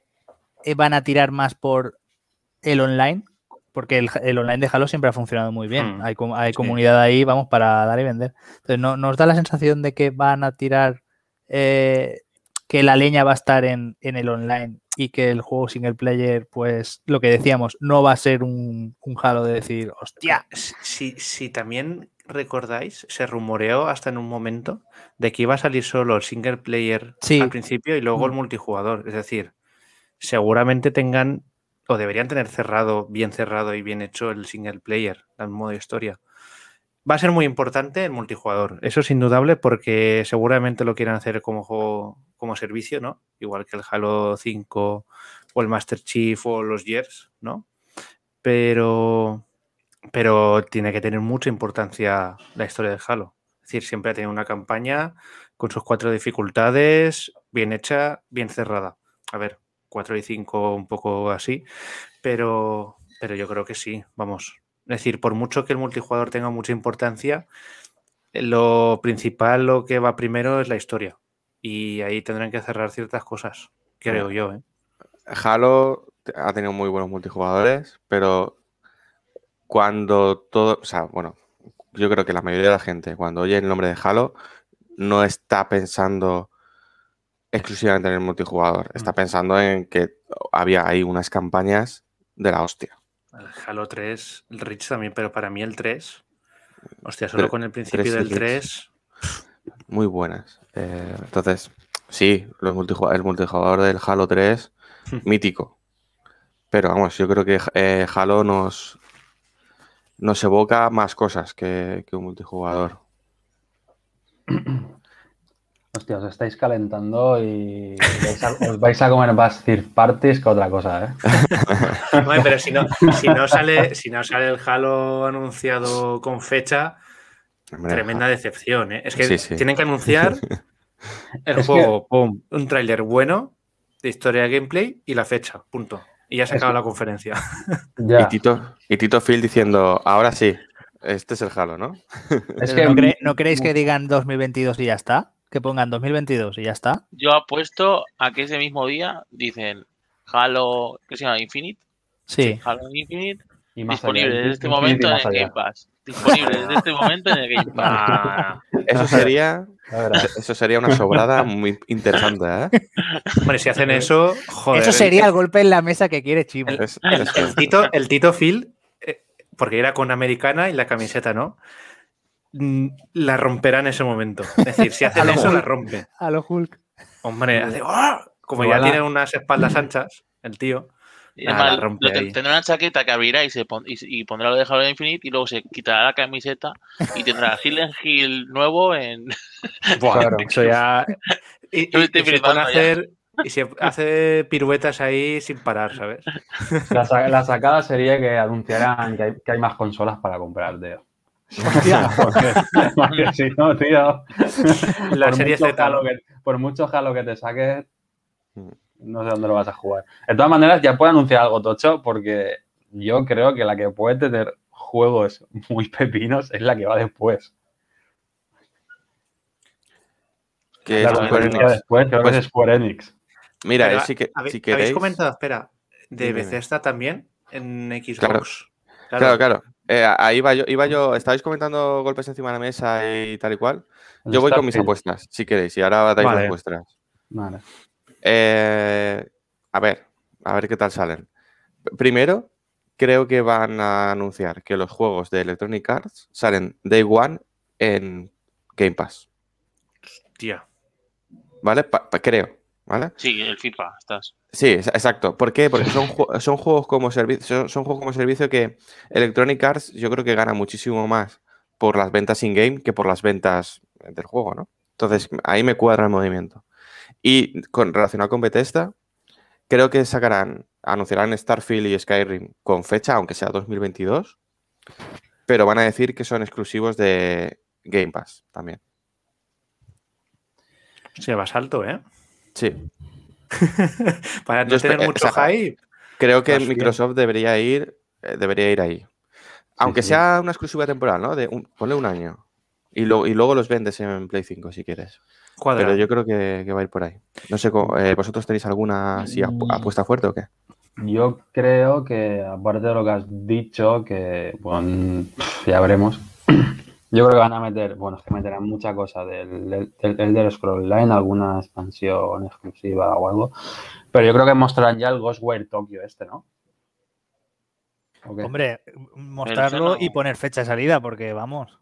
Speaker 2: van a tirar más por el online, porque el, el online de Halo siempre ha funcionado muy bien. Hmm. Hay, hay comunidad sí. ahí, vamos, para dar y vender. Entonces, no, nos da la sensación de que van a tirar, eh, que la leña va a estar en, en el online y que el juego single player, pues lo que decíamos, no va a ser un, un Halo de decir, hostia.
Speaker 5: Si, si también recordáis, se rumoreó hasta en un momento de que iba a salir solo el single player
Speaker 2: sí.
Speaker 5: al principio y luego el multijugador. Es decir, seguramente tengan o deberían tener cerrado, bien cerrado y bien hecho el single player, el modo historia. Va a ser muy importante el multijugador, eso es indudable, porque seguramente lo quieran hacer como juego, como servicio, ¿no? Igual que el Halo cinco o el Master Chief o los Gears, ¿no? Pero, pero tiene que tener mucha importancia la historia del Halo. Es decir, siempre ha tenido una campaña con sus cuatro dificultades, bien hecha, bien cerrada. A ver, cuatro y cinco un poco así, pero, pero yo creo que sí, vamos. Es decir, por mucho que el multijugador tenga mucha importancia, lo principal, lo que va primero es la historia. Y ahí tendrán que cerrar ciertas cosas, creo yo. ¿eh?
Speaker 1: Halo ha tenido muy buenos multijugadores, pero cuando todo... O sea, bueno, yo creo que la mayoría de la gente, cuando oye el nombre de Halo, no está pensando exclusivamente en el multijugador. Está pensando en que había ahí unas campañas de la hostia.
Speaker 5: El Halo tres, el Reach también, pero para mí el tres, hostia, solo con el principio del tres...
Speaker 1: Muy buenas. Eh, entonces, sí, los multijugador, el multijugador del Halo tres, mítico. Pero vamos, yo creo que eh, Halo nos, nos evoca más cosas que, que un multijugador.
Speaker 3: Hostia, os estáis calentando y vais a, os vais a comer más third parties que otra cosa, ¿eh?
Speaker 5: Bueno, pero si no, si no sale, si no sale el Halo anunciado con fecha, Hombre, tremenda decepción, ¿eh? Es que sí, sí. tienen que anunciar el es juego, que... pum, un tráiler bueno de historia de gameplay y la fecha, punto. Y ya se acaba que... la conferencia.
Speaker 1: Ya. Y, Tito, y Tito Phil diciendo, ahora sí, este es el Halo, ¿no?
Speaker 2: Es que ¿No, cre ¿No creéis que digan dos mil veintidós y ya está? Que pongan dos mil veintidós y ya está.
Speaker 4: Yo apuesto a que ese mismo día dicen Halo, ¿qué se llama? Infinite.
Speaker 2: Sí.
Speaker 4: Halo Infinite.
Speaker 3: Y más
Speaker 4: disponible
Speaker 3: allá.
Speaker 4: desde este momento en el Game Pass. Disponible desde este momento en el Game Pass.
Speaker 1: Ah, eso sería, eso sería una sobrada muy interesante, ¿eh?
Speaker 5: Hombre, si hacen eso, joder.
Speaker 2: Eso sería el golpe en la mesa que quiere Chimo.
Speaker 5: El, el, el, Tito, el Tito Phil, eh, porque era con americana y la camiseta, ¿no? La romperá en ese momento. Es decir, si hacen eso, Hulk. La rompe.
Speaker 2: A lo Hulk.
Speaker 5: Hombre, hace, ¡oh! Como ya tiene unas espaldas anchas, el tío.
Speaker 4: Y además, la rompe lo, tendrá una chaqueta que abrirá y, se pon, y, y pondrá lo de Halo Infinite y luego se quitará la camiseta y tendrá Silent Hill nuevo en.
Speaker 5: Buah, claro, eso ya. Y, y, y se pone a hacer. Y se hace piruetas ahí sin parar, ¿sabes?
Speaker 3: La, la sacada sería que anunciaran que hay, que hay más consolas para comprar, tío.
Speaker 2: Hostia,
Speaker 3: porque, porque si no, tío.
Speaker 5: La
Speaker 3: por
Speaker 5: serie
Speaker 3: mucho
Speaker 5: Z.
Speaker 3: Halo que, por mucho Halo que te saques, no sé dónde lo vas a jugar. De todas maneras, ya puedo anunciar algo tocho, porque yo creo que la que puede tener juegos muy pepinos es la que va después.
Speaker 1: Que
Speaker 3: la
Speaker 1: es Square Enix.
Speaker 3: Después, creo pues, que es Square Enix.
Speaker 1: Mira,
Speaker 5: Pero,
Speaker 1: sí que,
Speaker 5: ¿habéis,
Speaker 1: si queréis...
Speaker 5: ¿habéis comentado, espera, de Dime. Bethesda también en Xbox?
Speaker 1: Claro, claro. claro, claro. Eh, ahí iba yo, iba yo, estabais comentando golpes encima de la mesa y tal y cual. Yo El voy Starfield. Con mis apuestas, si queréis, y ahora dais
Speaker 3: vale.
Speaker 1: las vuestras.
Speaker 3: Vale.
Speaker 1: Eh, a ver, a ver qué tal salen. Primero, creo que van a anunciar que los juegos de Electronic Arts salen Day One en Game Pass.
Speaker 5: Tía.
Speaker 1: ¿Vale? Pa pa creo, ¿vale?
Speaker 4: Sí, el FIFA, estás.
Speaker 1: Sí, exacto. ¿Por qué? Porque son, son juegos como servicio, son, son juegos como servicio que Electronic Arts yo creo que gana muchísimo más por las ventas in-game que por las ventas del juego, ¿no? Entonces, ahí me cuadra el movimiento. Y con, relacionado con Bethesda, creo que sacarán, anunciarán Starfield y Skyrim con fecha, aunque sea dos mil veintidós, pero van a decir que son exclusivos de Game Pass también.
Speaker 5: Se va salto, ¿eh?
Speaker 1: Sí.
Speaker 5: Para no Yo tener mucho o sea, hype.
Speaker 1: Creo que Microsoft debería ir, eh, debería ir ahí. Aunque sí, sí. sea una exclusiva temporal, ¿no? De un, ponle un año. Y, lo, y luego los vendes en Play cinco si quieres. Cuadra. Pero yo creo que, que va a ir por ahí. No sé, eh, ¿vosotros tenéis alguna así, apuesta fuerte o qué?
Speaker 3: Yo creo que, aparte de lo que has dicho, que, bueno, ya veremos. Yo creo que van a meter, bueno, es que meterán mucha cosa del, del, del Elder Scrolls Online, alguna expansión exclusiva o algo. Pero yo creo que mostrarán ya el Ghostwire Tokyo este, ¿no?
Speaker 2: ¿Okay? Hombre, mostrarlo no... y poner fecha de salida, porque vamos.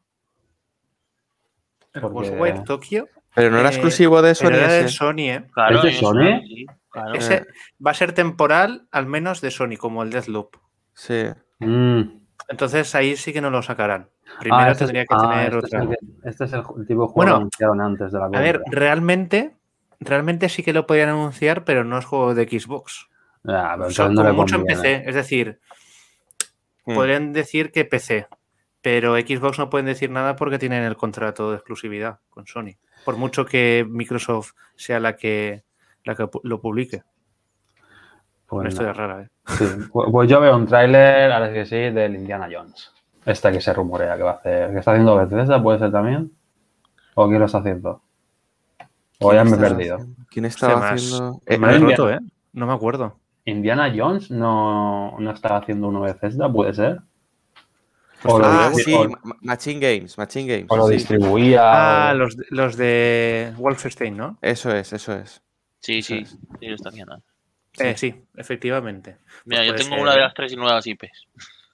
Speaker 5: El porque... Ghostwire Tokyo.
Speaker 1: Pero no era eh, exclusivo de Sony.
Speaker 5: Era
Speaker 1: ese.
Speaker 5: de Sony, ¿eh?
Speaker 3: Claro, ¿es de Sony?
Speaker 4: Sí, claro.
Speaker 5: Ese va a ser temporal, al menos de Sony, como el Deathloop.
Speaker 1: Sí.
Speaker 3: Mm.
Speaker 5: Entonces ahí sí que no lo sacarán. Primero ah, este tendría
Speaker 3: es,
Speaker 5: que
Speaker 3: ah,
Speaker 5: tener
Speaker 3: este
Speaker 5: otra.
Speaker 3: Es el, este es el, el tipo de juego
Speaker 5: bueno,
Speaker 3: que anunciaron antes de la compra.
Speaker 5: A ver, realmente, realmente sí que lo podían anunciar, pero no es juego de Xbox.
Speaker 3: Ah, pero
Speaker 5: Son
Speaker 3: no
Speaker 5: como
Speaker 3: le
Speaker 5: mucho en
Speaker 3: conviene.
Speaker 5: P C. Es decir,
Speaker 1: Mm.
Speaker 5: podrían decir que P C, pero Xbox no pueden decir nada porque tienen el contrato de exclusividad con Sony. Por mucho que Microsoft sea la que, la que lo publique.
Speaker 3: Pues
Speaker 5: Una historia
Speaker 3: no.
Speaker 5: rara, ¿eh?
Speaker 3: Sí. Pues yo veo un tráiler, ahora que sí, del Indiana Jones. Esta que se rumorea que va a hacer. ¿Que está haciendo Bethesda? ¿Puede ser también? ¿O quién lo está haciendo? O ya me he perdido.
Speaker 1: Haciendo? ¿Quién estaba
Speaker 5: Hostia,
Speaker 1: haciendo?
Speaker 5: Eh, me he roto, ¿eh? No me acuerdo.
Speaker 3: ¿Indiana Jones no, no estaba haciendo uno de Bethesda? ¿Puede ser?
Speaker 1: Pues o ah, lo, sí, o, Machine Games, Machine Games.
Speaker 3: O lo
Speaker 1: sí.
Speaker 3: distribuía.
Speaker 5: Ah,
Speaker 3: o...
Speaker 5: los, los de Wolfenstein, ¿no?
Speaker 1: Eso es, eso es.
Speaker 4: Sí,
Speaker 1: eso
Speaker 4: sí,
Speaker 1: es.
Speaker 4: sí, lo está haciendo.
Speaker 5: Sí. Eh, sí, efectivamente.
Speaker 4: Mira,
Speaker 5: pues
Speaker 4: yo tengo
Speaker 5: ser,
Speaker 4: una de las tres nuevas I Ps.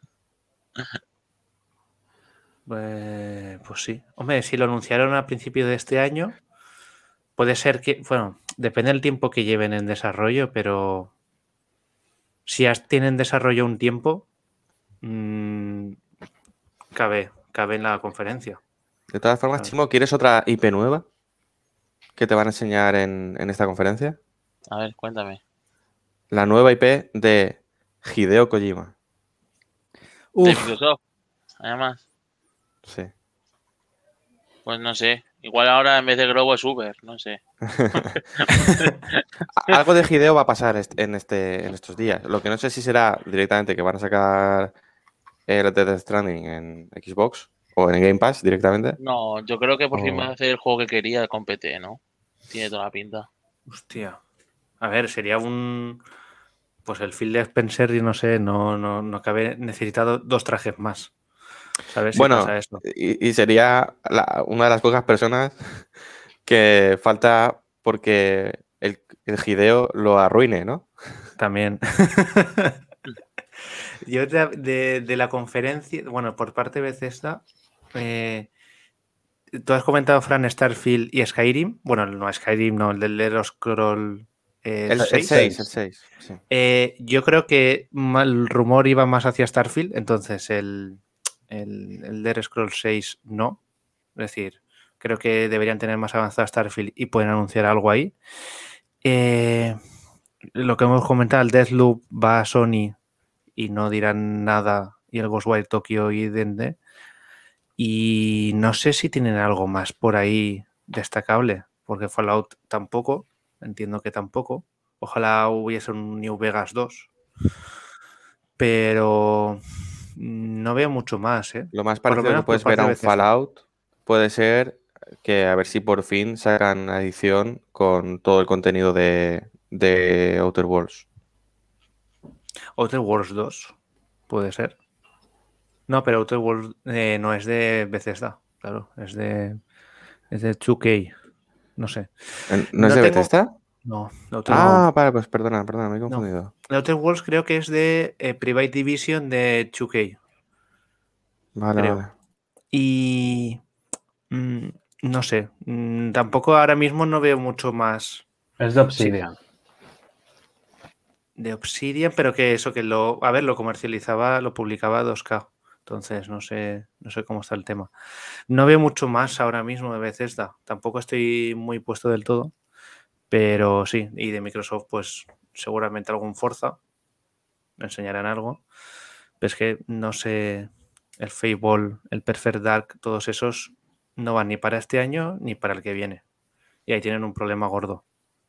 Speaker 5: Pues, pues sí. Hombre, si lo anunciaron a principios de este año, puede ser que, bueno, depende del tiempo que lleven en desarrollo, pero si ya tienen desarrollo un tiempo, mmm, cabe, cabe en la conferencia.
Speaker 1: De todas formas, ¿sabes? Chimo, ¿quieres otra I P nueva que te van a enseñar en, en esta conferencia?
Speaker 4: A ver, cuéntame.
Speaker 1: La nueva I P de Hideo Kojima.
Speaker 4: Uf. ¿De Microsoft? Además.
Speaker 1: Sí.
Speaker 4: Pues no sé. Igual ahora en vez de Globo es Uber, no sé.
Speaker 1: Algo de Hideo va a pasar en, este, en estos días. Lo que no sé si será directamente que van a sacar el Death Stranding en Xbox o en Game Pass directamente.
Speaker 4: No, yo creo que por
Speaker 1: o...
Speaker 4: fin va a hacer el juego que quería con P T, ¿no? Tiene toda la pinta.
Speaker 5: Hostia. A ver, sería un... Pues el Phil Spencer, yo no sé, no, no, no cabe necesitado dos trajes más. ¿Sabes?
Speaker 1: Bueno,
Speaker 5: si pasa esto.
Speaker 1: Y, y sería la, una de las pocas personas que falta porque el, el Hideo lo arruine, ¿no?
Speaker 5: También. Yo de, de, de la conferencia, bueno, por parte de Bethesda, eh, tú has comentado, Fran, Starfield y Skyrim. Bueno, no, Skyrim no, el del Elder Scroll eh,
Speaker 1: el seis. El seis, sí.
Speaker 5: eh, yo creo que el rumor iba más hacia Starfield, entonces el, el, el Elder Scroll seis no. Es decir, creo que deberían tener más avanzado Starfield y pueden anunciar algo ahí. Eh, lo que hemos comentado, el Deathloop va a Sony y no dirán nada, y el Ghostwire Tokyo y Dende. Y no sé si tienen algo más por ahí destacable, porque Fallout tampoco, entiendo que tampoco. Ojalá hubiese un New Vegas dos. Pero no veo mucho más, ¿eh?
Speaker 1: Lo más parecido que puedes ver a un Fallout puede ser que a ver si por fin sacan una edición con todo el contenido de, de Outer Worlds.
Speaker 5: Outer Worlds dos, puede ser. No, pero Outer Worlds eh, no es de Bethesda, claro, es de es de dos K, no sé.
Speaker 1: ¿No, no es
Speaker 5: no
Speaker 1: de
Speaker 5: tengo...
Speaker 1: Bethesda?
Speaker 5: No.
Speaker 1: Outer ah, World... vale, pues perdona, perdona, me he confundido.
Speaker 5: No. Outer Worlds creo que es de eh, Private Division de dos K.
Speaker 1: Vale,
Speaker 5: creo.
Speaker 1: vale.
Speaker 5: Y mmm, no sé, mmm, tampoco ahora mismo no veo mucho más.
Speaker 3: Es de Obsidian.
Speaker 5: Sí. De Obsidian, pero que eso que lo, a ver, lo comercializaba, lo publicaba a dos K. Entonces no sé, no sé cómo está el tema. No veo mucho más ahora mismo de Bethesda. Tampoco estoy muy puesto del todo. Pero sí, y de Microsoft, pues seguramente algún Forza. Me enseñarán algo. Pero es que no sé, el Fable, el Perfect Dark, todos esos no van ni para este año ni para el que viene. Y ahí tienen un problema gordo.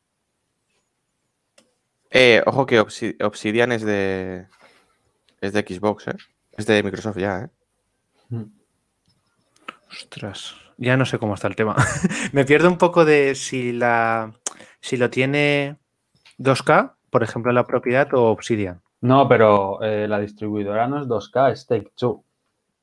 Speaker 1: Eh, ojo que Obsidian es de es de Xbox, ¿eh? Es de Microsoft ya, ¿eh?
Speaker 5: Mm. Ostras, ya no sé cómo está el tema. Me pierdo un poco de si la si lo tiene dos K, por ejemplo, la propiedad o Obsidian.
Speaker 3: No, pero eh, la distribuidora no es dos K, es Take-Two.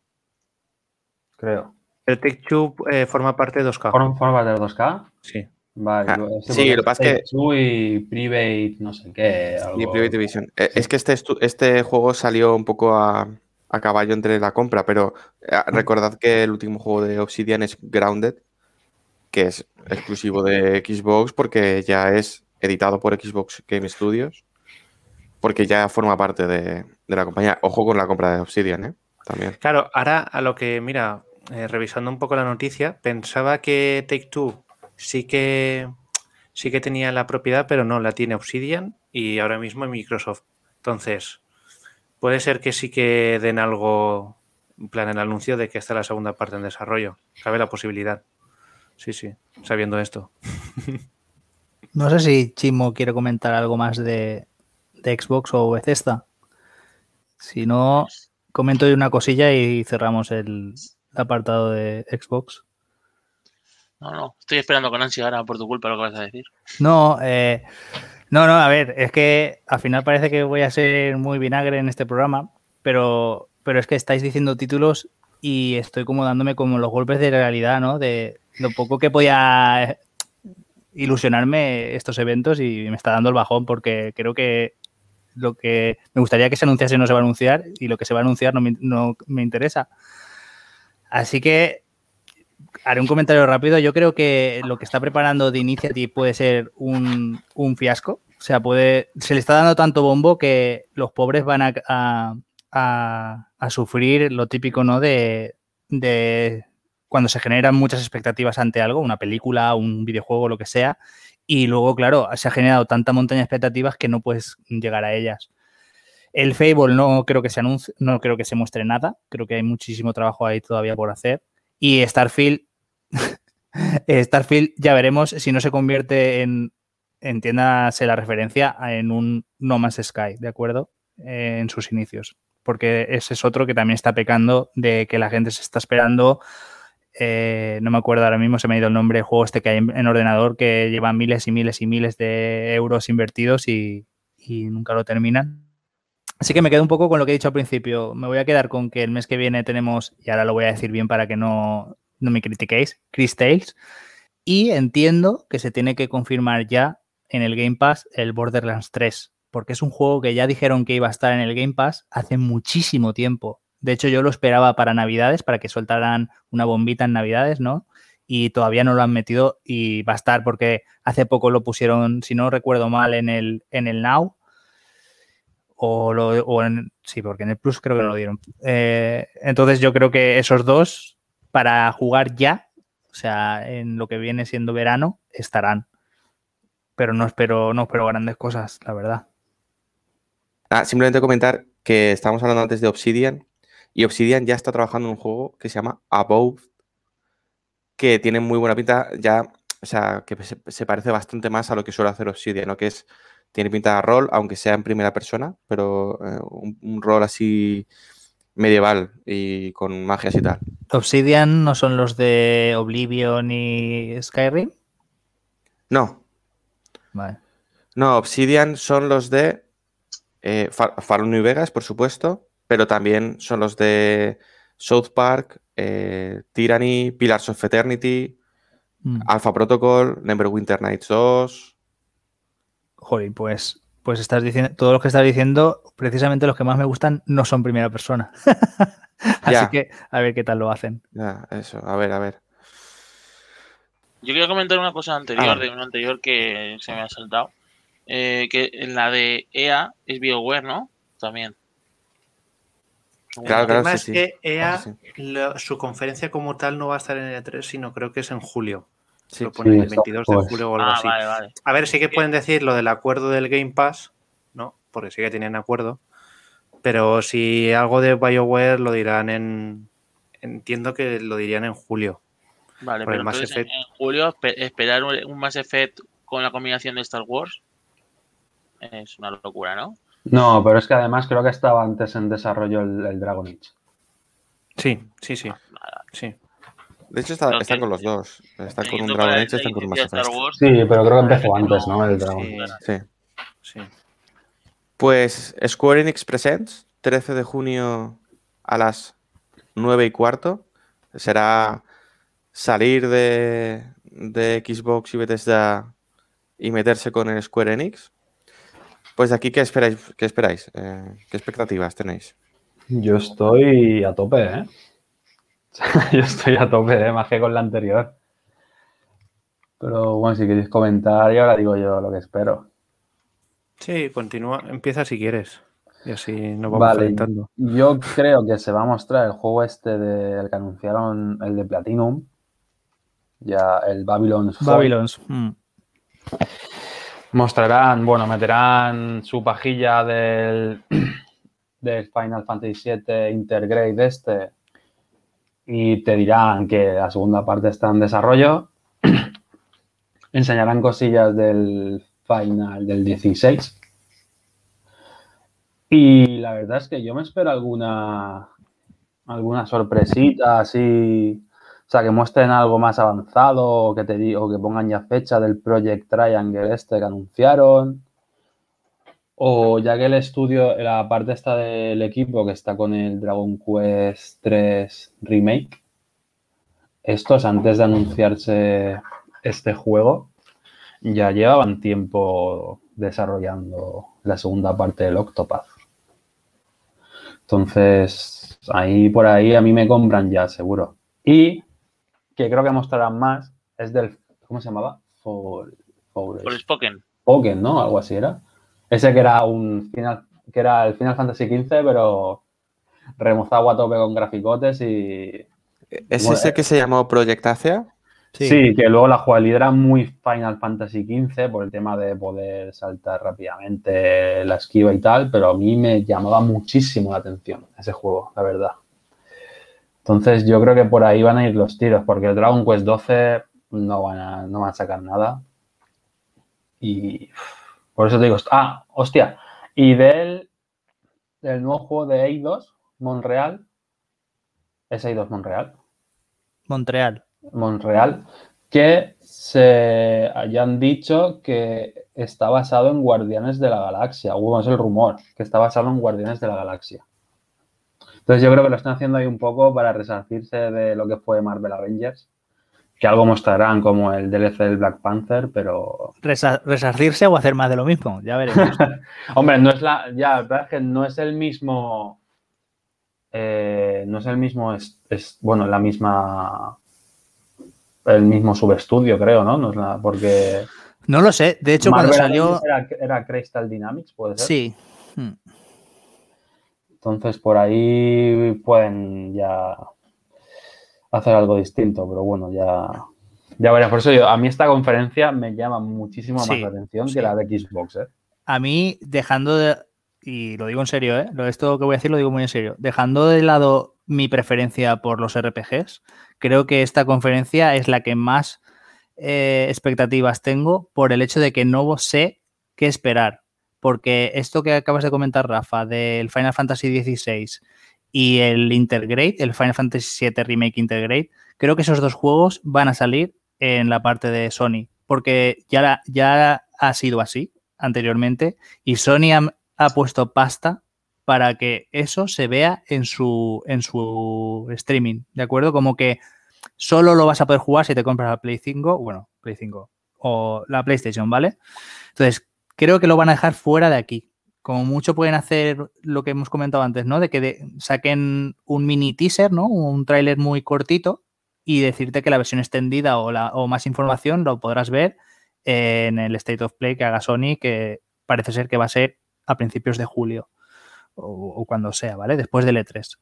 Speaker 3: Creo.
Speaker 5: ¿El Take-Two eh, forma parte de dos K?
Speaker 3: ¿Forma parte de dos K?
Speaker 5: Sí.
Speaker 3: Vale,
Speaker 1: Ah,
Speaker 3: luego ese
Speaker 1: sí,
Speaker 3: porque
Speaker 1: lo que pasa es que-
Speaker 3: Take-Two y Private, no sé qué. Algo...
Speaker 1: Y Private Division. Eh, Es que este, estu- este juego salió un poco a, a caballo entre la compra, pero eh, recordad que el último juego de Obsidian es Grounded, que es exclusivo de Xbox porque ya es editado por Xbox Game Studios, porque ya forma parte de, de la compañía. Ojo con la compra de Obsidian, ¿eh? También.
Speaker 5: Claro, ahora a lo que, mira, eh, revisando un poco la noticia, pensaba que Take-Two sí que sí que tenía la propiedad, pero no, la tiene Obsidian y ahora mismo Microsoft. Entonces, puede ser que sí que den algo, en plan el anuncio de que está la segunda parte en desarrollo. Cabe la posibilidad. Sí, sí, sabiendo esto.
Speaker 2: No sé si Chimo quiere comentar algo más de, de Xbox o Bethesda. Si no, comento yo una cosilla y cerramos el apartado de Xbox.
Speaker 4: No, no, estoy esperando con ansia ahora por tu culpa lo que vas a decir.
Speaker 2: No, eh, no, no, a ver, es que al final parece que voy a ser muy vinagre en este programa, pero, pero es que estáis diciendo títulos y estoy como dándome como los golpes de realidad, ¿no? De lo poco que podía ilusionarme estos eventos y me está dando el bajón porque creo que lo que me gustaría que se anunciase no se va a anunciar y lo que se va a anunciar no me, no me interesa. Así que haré un comentario rápido. Yo creo que lo que está preparando The Initiative puede ser un, un fiasco. O sea, puede, se le está dando tanto bombo que los pobres van a, a, a, a sufrir lo típico, ¿no? De, de cuando se generan muchas expectativas ante algo, una película, un videojuego, lo que sea, y luego, claro, se ha generado tanta montaña de expectativas que no puedes llegar a ellas. El Fable no creo que se anuncie, no creo que se muestre nada. Creo que hay muchísimo trabajo ahí todavía por hacer. Y Starfield, Starfield ya veremos si no se convierte en, entiéndase la referencia, en un No Man's Sky, ¿de acuerdo? Eh, en sus inicios. Porque ese es otro que también está pecando de que la gente se está esperando. Eh, no me acuerdo ahora mismo, se me ha ido el nombre, el juego este que hay en, en ordenador que lleva miles y miles y miles de euros invertidos y, y nunca lo terminan. Así que me quedo un poco con lo que he dicho al principio. Me voy a quedar con que el mes que viene tenemos, y ahora lo voy a decir bien para que no, no me critiquéis, Chris Tales. Y entiendo que se tiene que confirmar ya en el Game Pass el Borderlands tres, porque es un juego que ya dijeron que iba a estar en el Game Pass hace muchísimo tiempo. De hecho, yo lo esperaba para Navidades, para que soltaran una bombita en Navidades, ¿no? Y todavía no lo han metido y va a estar porque hace poco lo pusieron, si no recuerdo mal, en el, en el Now. O, lo, o en, sí, porque en el Plus creo que no lo dieron. Eh, entonces yo creo que esos dos, para jugar ya, o sea, en lo que viene siendo verano, estarán. Pero no espero, no espero grandes cosas, la verdad.
Speaker 1: Ah, simplemente comentar que estábamos hablando antes de Obsidian y Obsidian ya está trabajando en un juego que se llama Above, que tiene muy buena pinta ya, o sea, que se, se parece bastante más a lo que suele hacer Obsidian, ¿no? Que es, tiene pinta de rol, aunque sea en primera persona, pero eh, un, un rol así medieval y con magias y tal.
Speaker 2: ¿Obsidian no son los de Oblivion y Skyrim?
Speaker 1: No,
Speaker 2: Vale.
Speaker 1: no, Obsidian son los de eh, Fa- Fallout New Vegas, por supuesto, pero también son los de South Park, eh, Tyranny, Pillars of Eternity,
Speaker 2: Mm.
Speaker 1: Alpha Protocol, Neverwinter Nights dos.
Speaker 2: Joder, pues, pues estás diciendo, todo lo que estás diciendo, precisamente los que más me gustan no son primera persona. Así
Speaker 1: Ya.
Speaker 2: que a ver qué tal lo hacen.
Speaker 1: Ya, eso, a ver, a ver.
Speaker 4: Yo quería comentar una cosa anterior,
Speaker 1: Ah.
Speaker 4: de una anterior que se me ha saltado. Eh, que en la de E A es BioWare, ¿no? También.
Speaker 1: Claro,
Speaker 5: El
Speaker 1: claro,
Speaker 5: tema
Speaker 1: sí,
Speaker 5: es
Speaker 1: sí.
Speaker 5: que E A,
Speaker 1: Sí, sí.
Speaker 5: la- su conferencia como tal no va a estar en el E tres, sino creo que es en julio.
Speaker 1: Sí.
Speaker 5: Lo ponen
Speaker 3: Sí,
Speaker 5: el veintidós de
Speaker 3: pues.
Speaker 5: julio o algo
Speaker 4: Ah,
Speaker 5: así.
Speaker 4: vale, vale.
Speaker 5: A ver, sí que pueden decir lo del acuerdo del Game Pass, ¿no? Porque sí que tienen acuerdo. Pero si algo de BioWare lo dirán en... Entiendo que lo dirían en julio.
Speaker 4: Vale,
Speaker 5: Por el
Speaker 4: pero
Speaker 5: Mass
Speaker 4: entonces en,
Speaker 5: Effect.
Speaker 4: en julio espe- esperar un, un Mass Effect con la combinación de Star Wars es una locura, ¿no?
Speaker 3: No, pero es que además creo que estaba antes en desarrollo el, el Dragon Age.
Speaker 5: Sí, sí, sí.
Speaker 4: Nada.
Speaker 5: sí.
Speaker 1: De hecho, está-
Speaker 4: Creo
Speaker 1: están
Speaker 4: que-
Speaker 1: con los dos. Están con un
Speaker 4: Teniendo
Speaker 1: Dragon
Speaker 4: para
Speaker 1: Age,
Speaker 4: la
Speaker 1: están con un
Speaker 4: licencia
Speaker 1: Mass
Speaker 4: de Star
Speaker 1: Effect.
Speaker 4: Wars,
Speaker 3: Sí, pero creo que
Speaker 4: parece
Speaker 3: empezó
Speaker 4: que
Speaker 3: antes,
Speaker 4: no-
Speaker 3: ¿no? El Dragon
Speaker 5: Sí,
Speaker 3: Age.
Speaker 1: Sí.
Speaker 5: sí.
Speaker 1: Pues Square Enix Presents, trece de junio a las nueve y cuarto. Será salir de, de Xbox y Bethesda y meterse con el Square Enix. Pues de aquí, ¿qué esperáis? ¿Qué esperáis? Eh, ¿Qué expectativas tenéis?
Speaker 3: Yo estoy a tope, ¿eh? Yo estoy a tope, ¿eh? Más que con la anterior. Pero bueno, si queréis comentar, y ahora digo yo lo que espero.
Speaker 5: Sí, continúa, empieza si quieres. Y así nos vamos
Speaker 3: Vale,
Speaker 5: calentando.
Speaker 3: yo creo que se va a mostrar el juego este de, el que anunciaron, el de Platinum. Ya, el Babylon's Fall.
Speaker 2: Babylon's. Mm.
Speaker 3: Mostrarán, bueno, meterán su pajilla del, del Final Fantasy siete Intergrade este y te dirán que la segunda parte está en desarrollo. Enseñarán cosillas del Final del dieciséis. Y la verdad es que yo me espero alguna, alguna sorpresita así, o sea, que muestren algo más avanzado o que, te, di- o que pongan ya fecha del Project Triangle este que anunciaron. O ya que el estudio, la parte esta del equipo que está con el Dragon Quest tres Remake, estos antes de anunciarse este juego ya llevaban tiempo desarrollando la segunda parte del Octopath. Entonces, ahí por ahí a mí me compran ya, seguro. Y que creo que mostrarán más es del, ¿cómo se llamaba? For, for,
Speaker 4: Forspoken.
Speaker 3: Pokémon, ¿no? Algo así era. Ese que era un final, que era el Final Fantasy quince, pero remozado a tope con graficotes y...
Speaker 1: ¿Es
Speaker 3: bueno,
Speaker 1: ese que se llamó Project Athia?
Speaker 3: Sí.
Speaker 2: Sí.
Speaker 3: que luego la jugabilidad era muy Final Fantasy quince por el tema de poder saltar rápidamente la esquiva y tal, pero a mí me llamaba muchísimo la atención ese juego, la verdad. Entonces yo creo que por ahí van a ir los tiros, porque el Dragon Quest doce no van a, no van a sacar nada. Y por eso te digo, ah, hostia, y del, del nuevo juego de Eidos, Montreal, es Eidos Montreal.
Speaker 2: Montreal.
Speaker 3: Montreal, que se hayan dicho que está basado en Guardianes de la Galaxia. Hubo es el rumor, que está basado en Guardianes de la Galaxia. Entonces yo creo que lo están haciendo ahí un poco para resarcirse de lo que fue Marvel Avengers, que algo mostrarán como el D L C del Black Panther, pero...
Speaker 2: Resa- resarcirse o hacer más de lo mismo, ya veremos.
Speaker 3: Hombre, no es la... Ya, la verdad es que no es el mismo... Eh, no es el mismo... Es, es, bueno, la misma... El mismo subestudio, creo, ¿no? No es la, porque...
Speaker 2: No lo sé. De hecho,
Speaker 3: Marvel
Speaker 2: cuando salió...
Speaker 3: Era, era Crystal Dynamics, ¿puede ser?
Speaker 2: Sí. Hmm.
Speaker 3: Entonces, por ahí pueden ya hacer algo distinto, pero bueno, ya, ya veremos. Por eso yo, a mí esta conferencia me llama muchísimo más
Speaker 2: Sí,
Speaker 3: la atención
Speaker 2: sí.
Speaker 3: que la de Xbox, ¿eh?
Speaker 2: A mí, dejando de... Y lo digo en serio, ¿eh? Lo- Esto que voy a decir lo digo muy en serio. Dejando de lado mi preferencia por los R P Gs, creo que esta conferencia es la que más eh, expectativas tengo por el hecho de que no sé qué esperar. Porque esto que acabas de comentar, Rafa, del Final Fantasy dieciséis y el Intergrade, el Final Fantasy siete Remake Intergrade, creo que esos dos juegos van a salir en la parte de Sony. Porque ya, ya ha sido así anteriormente y Sony ha, ha puesto pasta para que eso se vea en su, en su streaming, ¿de acuerdo? Como que solo lo vas a poder jugar si te compras la Play cinco, bueno, Play cinco o la PlayStation, ¿vale? Entonces, creo que lo van a dejar fuera de aquí. Como mucho pueden hacer lo que hemos comentado antes, ¿no? De que de, saquen un mini teaser, ¿no? Un tráiler muy cortito y decirte que la versión extendida o, la, o más información lo podrás ver en el State of Play que haga Sony, que parece ser que va a ser a principios de julio o, o cuando sea, ¿vale? Después del E tres.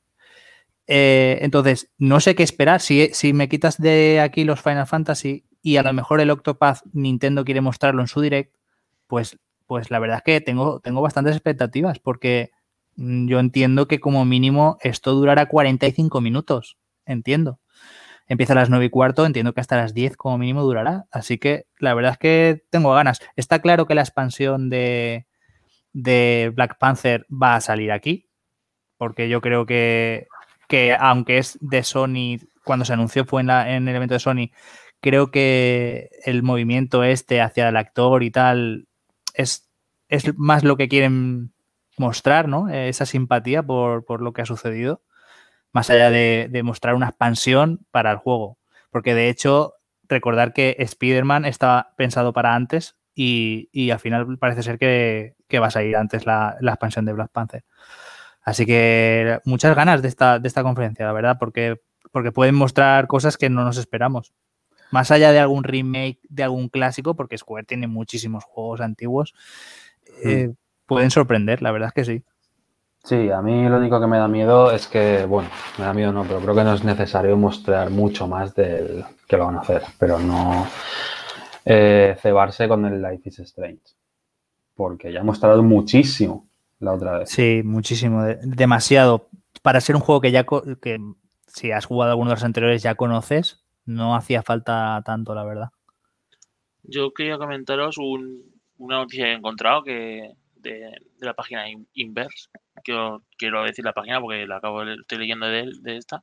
Speaker 2: Eh, entonces, no sé qué esperar. Si, si me quitas de aquí los Final Fantasy y a lo mejor el Octopath Nintendo quiere mostrarlo en su Direct, pues, pues la verdad es que tengo, tengo bastantes expectativas porque yo entiendo que como mínimo esto durará cuarenta y cinco minutos. Entiendo. Empieza a las nueve y cuarto, entiendo que hasta las diez como mínimo durará. Así que la verdad es que tengo ganas. Está claro que la expansión de, de Black Panther va a salir aquí, porque yo creo que, que aunque es de Sony, cuando se anunció fue en, la, en el evento de Sony, creo que el movimiento este hacia el actor y tal es, es más lo que quieren mostrar, ¿no? Esa simpatía por, por lo que ha sucedido, más allá de, de mostrar una expansión para el juego. Porque de hecho, recordar que Spider-Man estaba pensado para antes y, y al final parece ser que, que va a salir antes la, la expansión de Black Panther. Así que muchas ganas de esta, de esta conferencia, la verdad, porque, porque pueden mostrar cosas que no nos esperamos. Más allá de algún remake de algún clásico, porque Square tiene muchísimos juegos antiguos, eh, mm. pueden sorprender, la verdad es que sí.
Speaker 3: Sí, a mí lo único que me da miedo es que, bueno, me da miedo no, pero creo que no es necesario mostrar mucho más del que lo van a hacer, pero no eh, cebarse con el Life is Strange, porque ya hemos mostrado muchísimo la otra vez.
Speaker 2: Sí, muchísimo, de, demasiado. Para ser un juego que ya, que si has jugado alguno de los anteriores ya conoces, no hacía falta tanto, la verdad.
Speaker 4: Yo quería comentaros un, una noticia que he encontrado que de, de la página Inverse. Quiero, quiero decir la página porque la acabo de, estoy leyendo de, de esta.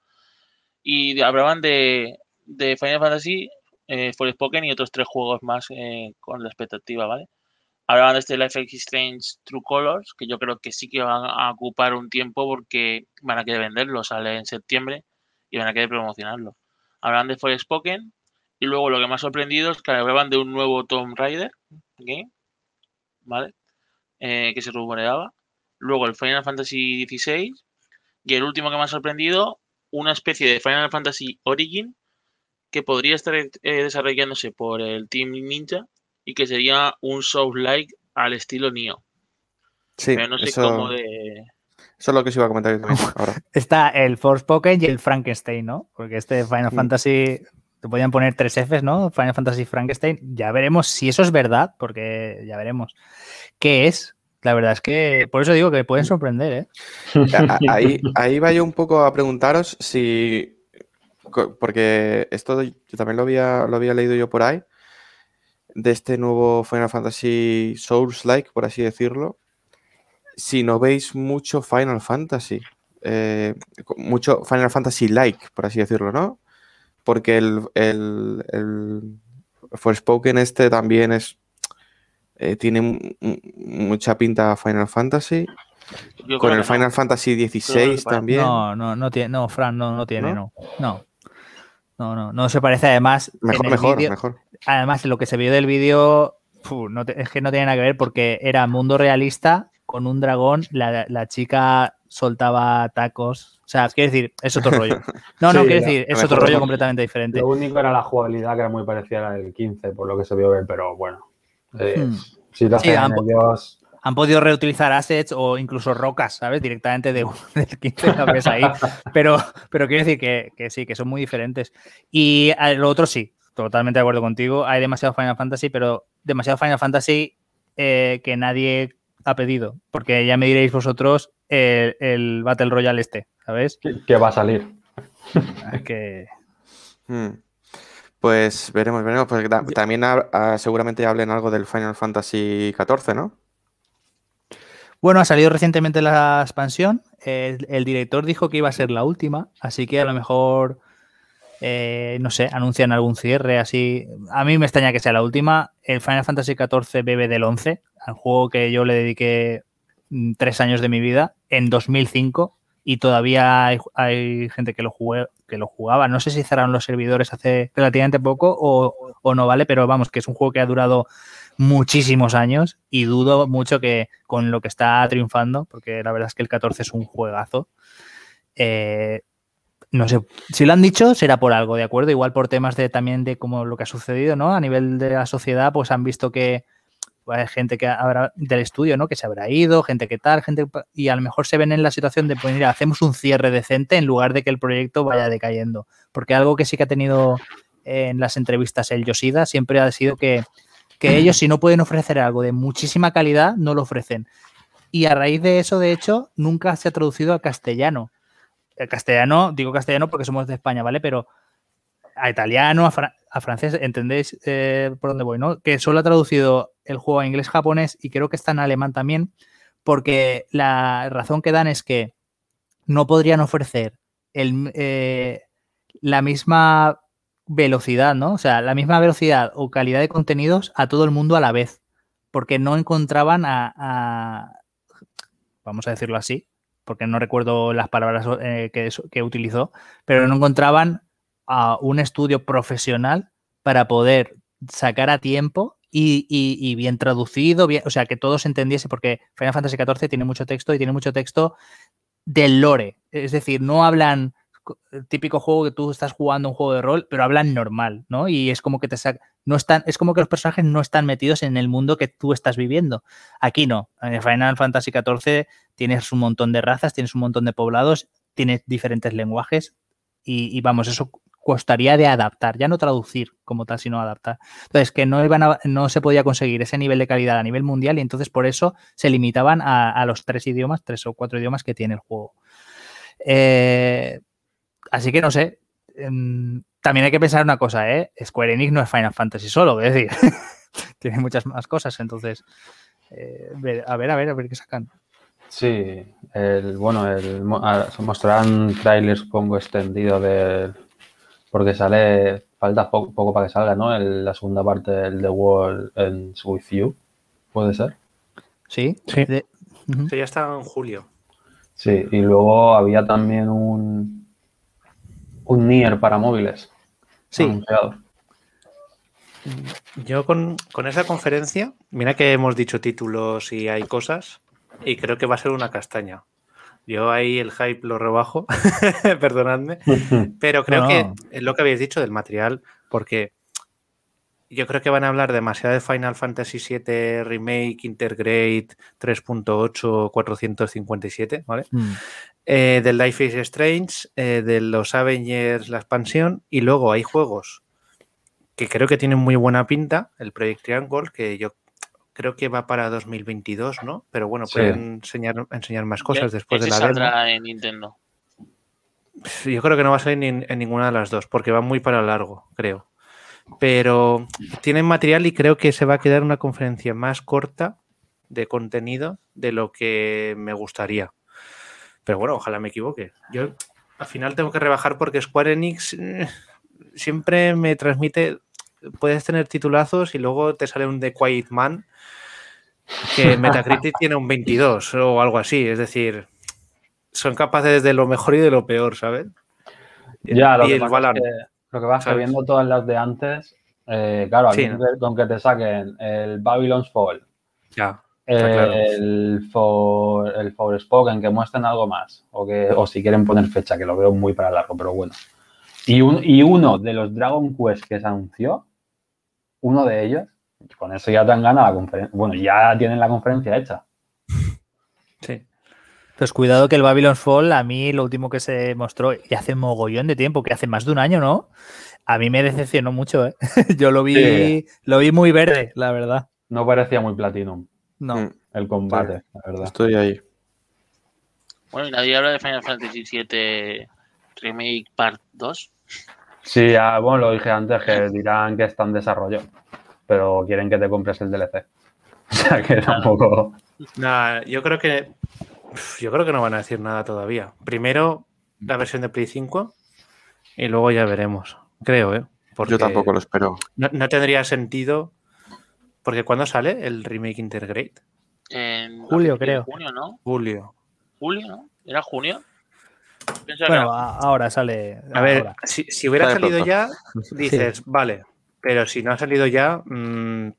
Speaker 4: Y hablaban de, de Final Fantasy, eh, Forspoken y otros tres juegos más eh, con la expectativa, ¿vale? Hablaban de este Life is Strange True Colors, que yo creo que sí que van a ocupar un tiempo porque van a querer venderlo, sale en septiembre y van a querer promocionarlo. Hablaban de Forspoken y luego lo que me ha sorprendido es que hablaban de un nuevo Tomb Raider game, ¿vale? Eh, que se rumoreaba. Luego el Final Fantasy dieciséis y el último que me ha sorprendido, una especie de Final Fantasy Origin que podría estar eh, desarrollándose por el Team Ninja y que sería un Souls-like al estilo Nioh.
Speaker 1: Sí,
Speaker 4: pero no sé
Speaker 1: eso,
Speaker 4: cómo de...
Speaker 1: Eso es lo que se iba a comentar yo también ahora.
Speaker 2: Está el Forspoken y el Frankenstein, ¿no? Porque este Final mm. Fantasy... Te podían poner tres Fs, ¿no? Final Fantasy Frankenstein. Ya veremos si eso es verdad, porque ya veremos qué es. La verdad es que por eso digo que pueden sorprender, ¿eh?
Speaker 1: Ahí, ahí va yo un poco a preguntaros si... Porque esto yo también lo había, lo había leído yo por ahí, de este nuevo Final Fantasy Souls-like, por así decirlo. Si no veis mucho Final Fantasy, eh, mucho Final Fantasy-like, por así decirlo, ¿no? Porque el, el, el Forspoken este también es eh, tiene m- mucha pinta a Final Fantasy.
Speaker 4: Yo
Speaker 1: Con
Speaker 4: creo
Speaker 1: el
Speaker 4: que no.
Speaker 1: Final Fantasy dieciséis
Speaker 4: Creo que
Speaker 1: también.
Speaker 2: No, no, no tiene, no, Fran, no, no tiene,
Speaker 1: ¿No?
Speaker 2: no. No, no, no, no se parece además.
Speaker 1: Mejor,
Speaker 2: en el
Speaker 1: mejor,
Speaker 2: vídeo,
Speaker 1: mejor.
Speaker 2: Además, lo que se vio del vídeo, no te, es que no tiene nada que ver porque era mundo realista con un dragón, la, la chica soltaba tacos. O sea, quiero decir, es otro rollo. No,
Speaker 3: Sí,
Speaker 2: no, quiero
Speaker 3: la-
Speaker 2: decir, es
Speaker 1: la
Speaker 2: otro
Speaker 1: mejor-
Speaker 2: rollo completamente diferente.
Speaker 3: Lo único era la jugabilidad, que era muy parecida a la del quince, por lo que se vio ver, pero bueno. eh,
Speaker 2: Hmm.
Speaker 3: Si lo
Speaker 2: Sí,
Speaker 3: hacen
Speaker 2: han-
Speaker 3: ellos...
Speaker 2: Han podido reutilizar assets o incluso rocas, ¿sabes? Directamente de, del quince la ves ahí. Pero, pero quiero decir que, que sí, que son muy diferentes. Y eh, lo otro sí, totalmente de acuerdo contigo. Hay demasiado Final Fantasy, pero demasiado Final Fantasy eh, que nadie ha pedido. Porque ya me diréis vosotros el, el Battle Royale este, ¿sabes?
Speaker 3: que, que va a salir.
Speaker 2: Es que...
Speaker 1: Hmm. Pues veremos, veremos. Pues ta- también ha- ha- seguramente hablen algo del Final Fantasy catorce, ¿no?
Speaker 2: Bueno, ha salido recientemente la expansión. El, el director dijo que iba a ser la última, así que a lo mejor, eh, no sé, anuncian algún cierre así. A mí me extraña que sea la última. El Final Fantasy catorce bebe del once, al juego que yo le dediqué mm, tres años de mi vida, en dos mil cinco, y todavía hay, hay gente que lo, jugué, que lo jugaba. No sé si cerraron los servidores hace relativamente poco o, o no, ¿vale? Pero vamos, que es un juego que ha durado muchísimos años y dudo mucho que con lo que está triunfando, porque la verdad es que el catorce es un juegazo. Eh, no sé, si lo han dicho será por algo, ¿de acuerdo? Igual por temas de también de como lo que ha sucedido, ¿no? A nivel de la sociedad, pues han visto que pues, hay gente que habrá del estudio, ¿no? Que se habrá ido, gente que tal, gente y a lo mejor se ven en la situación de pues mira, hacemos un cierre decente en lugar de que el proyecto vaya decayendo. Porque algo que sí que ha tenido en las entrevistas el Yoshida siempre ha sido que que ellos, si no pueden ofrecer algo de muchísima calidad, no lo ofrecen. Y a raíz de eso, de hecho, nunca se ha traducido al castellano. El castellano, digo castellano porque somos de España, ¿vale? Pero a italiano, a, fra a francés, ¿entendéis eh, por dónde voy, no? Que solo ha traducido el juego a inglés, japonés y creo que está en alemán también, porque la razón que dan es que no podrían ofrecer el, eh, la misma velocidad, ¿no? O sea, la misma velocidad o calidad de contenidos a todo el mundo a la vez, porque no encontraban a, a vamos a decirlo así, porque no recuerdo las palabras eh, que, que utilizó, pero no encontraban a un estudio profesional para poder sacar a tiempo y, y, y bien traducido, bien, o sea, que todo se entendiese, porque Final Fantasy catorce tiene mucho texto y tiene mucho texto del lore. Es decir, no hablan el típico juego que tú estás jugando un juego de rol, pero hablan normal, ¿no? Y es como que te saca, no están, es como que los personajes no están metidos en el mundo que tú estás viviendo. Aquí no. En Final Fantasy catorce tienes un montón de razas, tienes un montón de poblados, tienes diferentes lenguajes y, y vamos, eso costaría de adaptar, ya no traducir como tal, sino adaptar. Entonces, que no iban a, no se podía conseguir ese nivel de calidad a nivel mundial y entonces por eso se limitaban a, a los tres idiomas, tres o cuatro idiomas que tiene el juego. Eh, así que no sé. Eh, también hay que pensar una cosa, ¿eh? Square Enix no es Final Fantasy solo, es decir, tiene muchas más cosas, entonces eh, a ver, a ver, a ver qué sacan.
Speaker 3: Sí, el, bueno, el, mostrarán trailers, supongo, extendido de... Porque sale, falta poco, poco para que salga, ¿no? El, la segunda parte del The World Ends With You, ¿puede ser?
Speaker 2: Sí,
Speaker 5: sí.
Speaker 2: De,
Speaker 5: uh-huh. Sí, ya está en julio.
Speaker 3: Sí, y luego había también un un Nier para móviles.
Speaker 2: Sí.
Speaker 3: Anunciado.
Speaker 5: Yo con, con esa conferencia, mira que hemos dicho títulos y hay cosas, y creo que va a ser una castaña. Yo ahí el hype lo rebajo, perdonadme, pero creo no, no. que es lo que habéis dicho del material, porque yo creo que van a hablar demasiado de Final Fantasy siete Remake, Intergrade tres punto ocho, cuatrocientos cincuenta y siete, ¿vale? Mm. Eh, del Life is Strange, eh, de los Avengers, la expansión, y luego hay juegos que creo que tienen muy buena pinta, el Project Triangle, que yo creo que va para dos mil veintidós, ¿no? Pero bueno, sí. pueden enseñar, enseñar más cosas después de la demo.
Speaker 4: Saldrá en Nintendo?
Speaker 5: Yo creo que no va a salir ni en, en ninguna de las dos, porque va muy para largo, creo. Pero tienen material y creo que se va a quedar una conferencia más corta de contenido de lo que me gustaría. Pero bueno, ojalá me equivoque. Yo al final tengo que rebajar porque Square Enix eh, siempre me transmite... Puedes tener titulazos y luego te sale un The Quiet Man que Metacritic tiene un veintidós o algo así. Es decir, son capaces de lo mejor y de lo peor, ¿sabes?
Speaker 3: Ya, lo y que, el pasa es que, lo que vas que viendo todas las de antes, eh, claro, sí, ¿no? Con que te saquen el Babylon's Fall,
Speaker 5: ya,
Speaker 3: eh, claro. el, for, el Forspoken, que muestren algo más, o, que, o si quieren poner fecha, que lo veo muy para largo, pero bueno. Y, un, y uno de los Dragon Quest que se anunció, uno de ellos, con eso ya te han ganado la conferencia. Bueno, ya tienen la conferencia hecha.
Speaker 2: Sí. Pues cuidado que el Babylon's Fall, a mí lo último que se mostró, y hace mogollón de tiempo, que hace más de un año, ¿no? A mí me decepcionó mucho, ¿eh? Yo lo vi, sí. lo vi muy verde, la verdad.
Speaker 3: No parecía muy Platinum.
Speaker 2: No.
Speaker 3: El combate, la verdad.
Speaker 1: Estoy ahí.
Speaker 4: Bueno, y nadie habla de Final Fantasy siete Remake Part dos.
Speaker 3: Sí, ya, bueno, lo dije antes, que dirán que está en desarrollo, pero quieren que te compres el D L C. O sea, que tampoco...
Speaker 5: Nah, yo creo que yo creo que no van a decir nada todavía. Primero la versión de Play cinco y luego ya veremos. Creo, ¿eh? Porque
Speaker 1: yo tampoco lo espero.
Speaker 5: No, no tendría sentido, porque ¿cuándo sale el Remake Intergrade?
Speaker 4: En
Speaker 2: julio, creo.
Speaker 4: Junio, ¿no?
Speaker 5: Julio.
Speaker 4: ¿Julio, no? ¿Era junio?
Speaker 2: Bueno, ahora sale.
Speaker 5: A ver,
Speaker 2: ahora.
Speaker 5: Si, si hubiera sale salido pronto. ya, dices, sí. Vale, pero si no ha salido ya, mmm,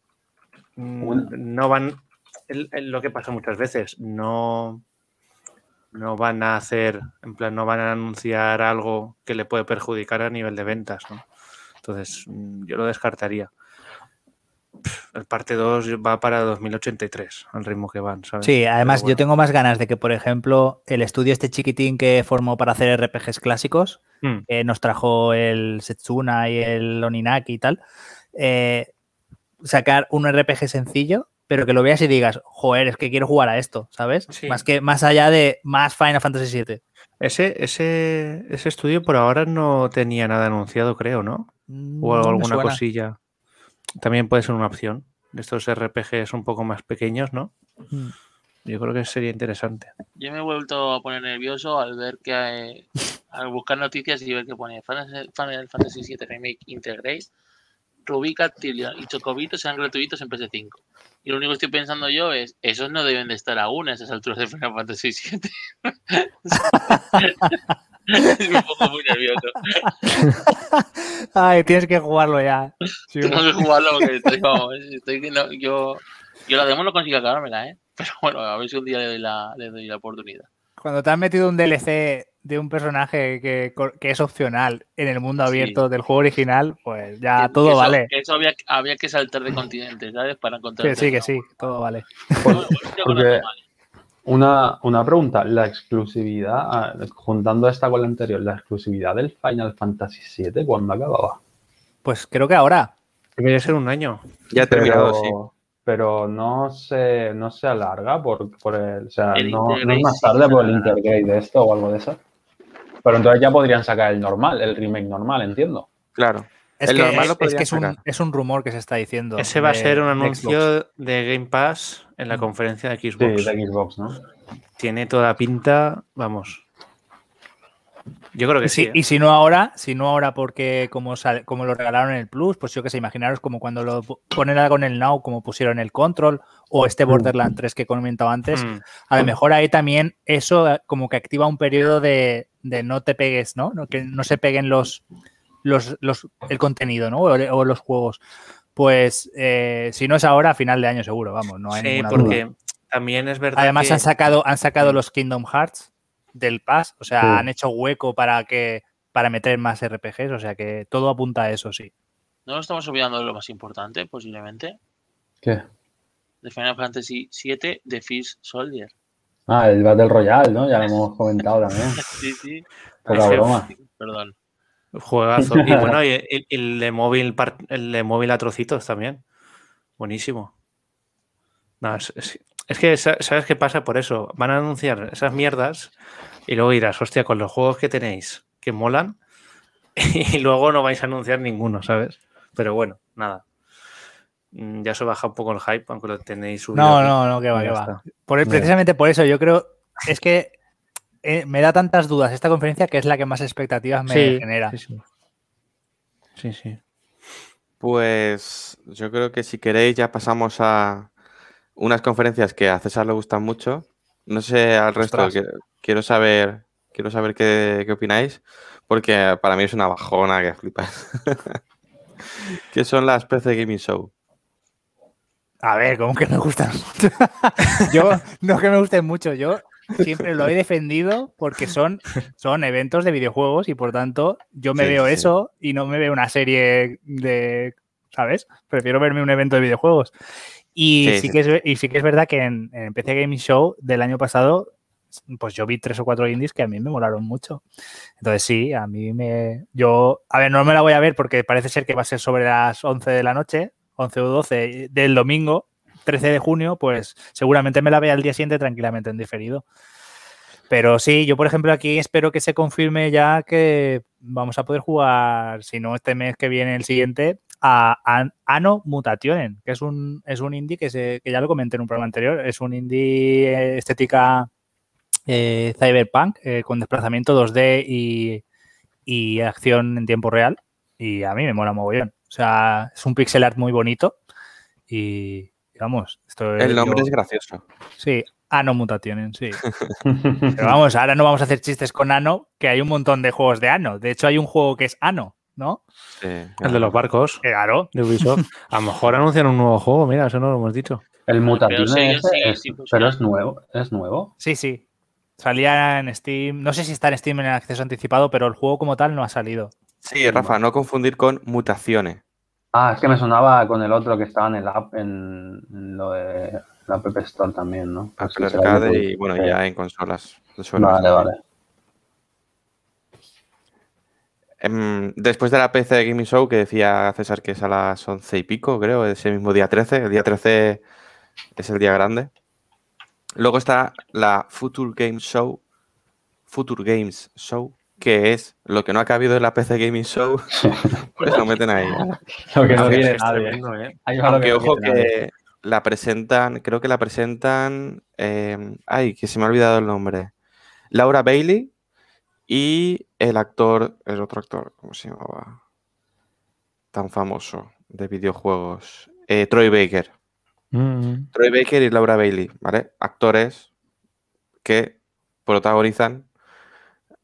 Speaker 5: no van. Es lo que pasa muchas veces, no, no van a hacer, en plan, no van a anunciar algo que le puede perjudicar a nivel de ventas, ¿no? Entonces, yo lo descartaría. El parte dos va para dos mil ochenta y tres, al ritmo que van, ¿sabes?
Speaker 2: Sí, además bueno. Yo tengo más ganas de que, por ejemplo, el estudio este chiquitín que formó para hacer R P Gs clásicos, mm. que nos trajo el Setsuna y el Oninaki y tal, eh, sacar un R P G sencillo, pero que lo veas y digas, joder, es que quiero jugar a esto, ¿sabes? Sí. Más que más allá de más Final Fantasy siete.
Speaker 5: Ese, ese, ese estudio por ahora no tenía nada anunciado, creo, ¿no? O no alguna cosilla. También puede ser una opción de estos R P Gs un poco más pequeños, ¿no? Mm. Yo creo que sería interesante.
Speaker 4: Yo me he vuelto a poner nervioso al ver que hay, al buscar noticias y ver que pone Final Fantasy siete Remake Intergrade, Ruby, Captillion y Chocobito sean gratuitos en P S cinco. Y lo único que estoy pensando yo es, esos no deben de estar aún a esas alturas de Final Fantasy siete. Estoy un poco muy nervioso.
Speaker 2: Ay, tienes que jugarlo ya. Sí,
Speaker 4: Tengo que jugarlo porque estoy, vamos, estoy que no, yo, yo la demo no consigo acabármela, ¿eh? Pero bueno, a ver si un día le doy la, le doy la oportunidad.
Speaker 2: Cuando te han metido un D L C de un personaje que, que es opcional en el mundo abierto sí. del juego original, pues ya
Speaker 4: que,
Speaker 2: todo
Speaker 4: que eso,
Speaker 2: vale.
Speaker 4: Que eso había, había que saltar de continente, ¿sabes? Para encontrar.
Speaker 2: Que sí, que sí, todo vale.
Speaker 3: Porque, porque una, una pregunta, la exclusividad, juntando esta con la anterior, la exclusividad del Final Fantasy siete, ¿cuándo acababa?
Speaker 2: Pues creo que ahora.
Speaker 5: Debería ser un año.
Speaker 1: Ya ha terminado, sí.
Speaker 3: Pero no se, no se alarga por, por el... O sea,
Speaker 4: el
Speaker 3: no, no es más tarde por el Intergrade de esto o algo de eso. Pero entonces ya podrían sacar el normal, el remake normal, entiendo.
Speaker 1: Claro.
Speaker 2: Es
Speaker 1: el
Speaker 2: que,
Speaker 1: normal lo
Speaker 2: es, que es,
Speaker 1: sacar.
Speaker 2: un, es un rumor que se está diciendo.
Speaker 5: Ese va
Speaker 2: de,
Speaker 5: a ser un anuncio
Speaker 2: Xbox.
Speaker 5: de Game Pass en la conferencia de Xbox.
Speaker 3: Sí, de Xbox, ¿no?
Speaker 5: Tiene toda pinta, vamos. Yo creo que
Speaker 2: y
Speaker 5: sí.
Speaker 2: Si,
Speaker 5: ¿eh?
Speaker 2: Y si no ahora, si no ahora porque como, sale, como lo regalaron en el Plus, pues yo que sé, imaginaros como cuando lo ponen algo en el Now, como pusieron el Control o este Borderlands tres que he comentado antes, mm. a lo mejor ahí también eso como que activa un periodo de, de no te pegues, ¿no? Que no se peguen los, los, los el contenido, ¿no? O, o los juegos. Pues eh, si no es ahora, a final de año seguro, vamos, no hay
Speaker 5: sí,
Speaker 2: ninguna
Speaker 5: porque
Speaker 2: duda.
Speaker 5: También es verdad
Speaker 2: Además
Speaker 5: que...
Speaker 2: han sacado, han sacado
Speaker 5: mm.
Speaker 2: los Kingdom Hearts del Pass, o sea, sí. han hecho hueco para que para meter más R P Gs, o sea que todo apunta a eso, sí.
Speaker 4: ¿No nos estamos olvidando de lo más importante, posiblemente?
Speaker 3: ¿Qué?
Speaker 4: De Final Fantasy siete, de Fist Soldier.
Speaker 3: Ah, el Battle Royale, ¿no? Ya lo hemos comentado también.
Speaker 4: Sí, sí.
Speaker 3: Poca
Speaker 5: Ese,
Speaker 3: broma.
Speaker 4: Perdón.
Speaker 5: Juegazo. Y bueno, y el, el, de móvil, el de móvil a trocitos también. Buenísimo. No, es, es, es que, ¿sabes qué pasa? Por eso van a anunciar esas mierdas y luego dirás, hostia, con los juegos que tenéis que molan y luego no vais a anunciar ninguno, ¿sabes? Pero bueno, nada. Ya se baja un poco el hype, aunque lo tenéis subido.
Speaker 2: No,
Speaker 5: aquí.
Speaker 2: no, no, que va, que va. Por el, precisamente por eso, yo creo, es que eh, me da tantas dudas esta conferencia que es la que más expectativas me
Speaker 5: sí,
Speaker 2: genera.
Speaker 5: Sí, sí. sí, sí.
Speaker 1: Pues yo creo que si queréis ya pasamos a unas conferencias que a César le gustan mucho. No sé al resto, que, quiero saber, quiero saber qué, qué opináis, porque para mí es una bajona que flipas. ¿Qué son las P C Gaming Show?
Speaker 2: A ver, ¿cómo que me gustan mucho? Yo, no que me gusten mucho, yo siempre lo he defendido porque son, son eventos de videojuegos y por tanto yo me sí, veo sí. eso y no me veo una serie de, ¿sabes? Prefiero verme un evento de videojuegos. Y sí, sí, sí. Que, es, y sí que es verdad que en, en P C Gaming Show del año pasado, pues yo vi tres o cuatro indies que a mí me molaron mucho. Entonces sí, a mí me... Yo, a ver, no me la voy a ver porque parece ser que va a ser sobre las once de la noche, once o doce del domingo, trece de junio, pues seguramente me la vea al día siguiente tranquilamente en diferido. Pero sí, yo por ejemplo aquí espero que se confirme ya que vamos a poder jugar, si no este mes que viene, el siguiente, a, a Anno Mutationen, que es un, es un indie que, se, que ya lo comenté en un programa anterior, es un indie estética eh, cyberpunk eh, con desplazamiento dos D y, y acción en tiempo real y a mí me mola mogollón. O sea, es un pixel art muy bonito y, vamos, esto
Speaker 1: el nombre
Speaker 2: yo,
Speaker 1: es gracioso.
Speaker 2: Sí, Anno Mutationen, sí. Pero vamos, ahora no vamos a hacer chistes con Anno, que hay un montón de juegos de Anno. De hecho, hay un juego que es Anno, ¿no?
Speaker 5: Sí, claro. El de los barcos.
Speaker 2: Claro.
Speaker 5: De Ubisoft. A lo mejor anuncian un nuevo juego, mira, eso no lo hemos dicho.
Speaker 3: El Mutationen
Speaker 4: sí,
Speaker 3: ese,
Speaker 4: sí,
Speaker 3: es,
Speaker 4: sí, pues,
Speaker 3: pero
Speaker 4: ya.
Speaker 3: es nuevo, es nuevo.
Speaker 2: Sí, sí. Salía en Steam, no sé si está en Steam en acceso anticipado, pero el juego como tal no ha salido.
Speaker 1: Sí, Rafa, no confundir con Mutaciones.
Speaker 3: Ah, es que me sonaba con el otro que estaba en el app, en, en lo de la App Store también, ¿no?
Speaker 1: Apple pues Arcade y, bueno, sí. ya en consolas.
Speaker 3: Vale, vale.
Speaker 1: Um, después de la P C Gaming Show, que decía César que es a las once y pico, creo, ese mismo día trece. El día trece es el día grande. Luego está la Future Games Show, Future Games Show, que es lo que no ha cabido en la P C Gaming Show, pues lo meten ahí.
Speaker 3: Lo que no
Speaker 1: aunque,
Speaker 3: quiere nadie. ¿eh?
Speaker 1: Aunque,
Speaker 3: que
Speaker 1: ojo,
Speaker 3: no
Speaker 1: que
Speaker 3: nadie.
Speaker 1: la presentan, creo que la presentan, eh, ay, que se me ha olvidado el nombre, Laura Bailey y el actor, el otro actor, ¿cómo se llamaba? Tan famoso de videojuegos, eh, Troy Baker.
Speaker 5: Mm-hmm.
Speaker 1: Troy Baker y Laura Bailey, ¿vale? Actores que protagonizan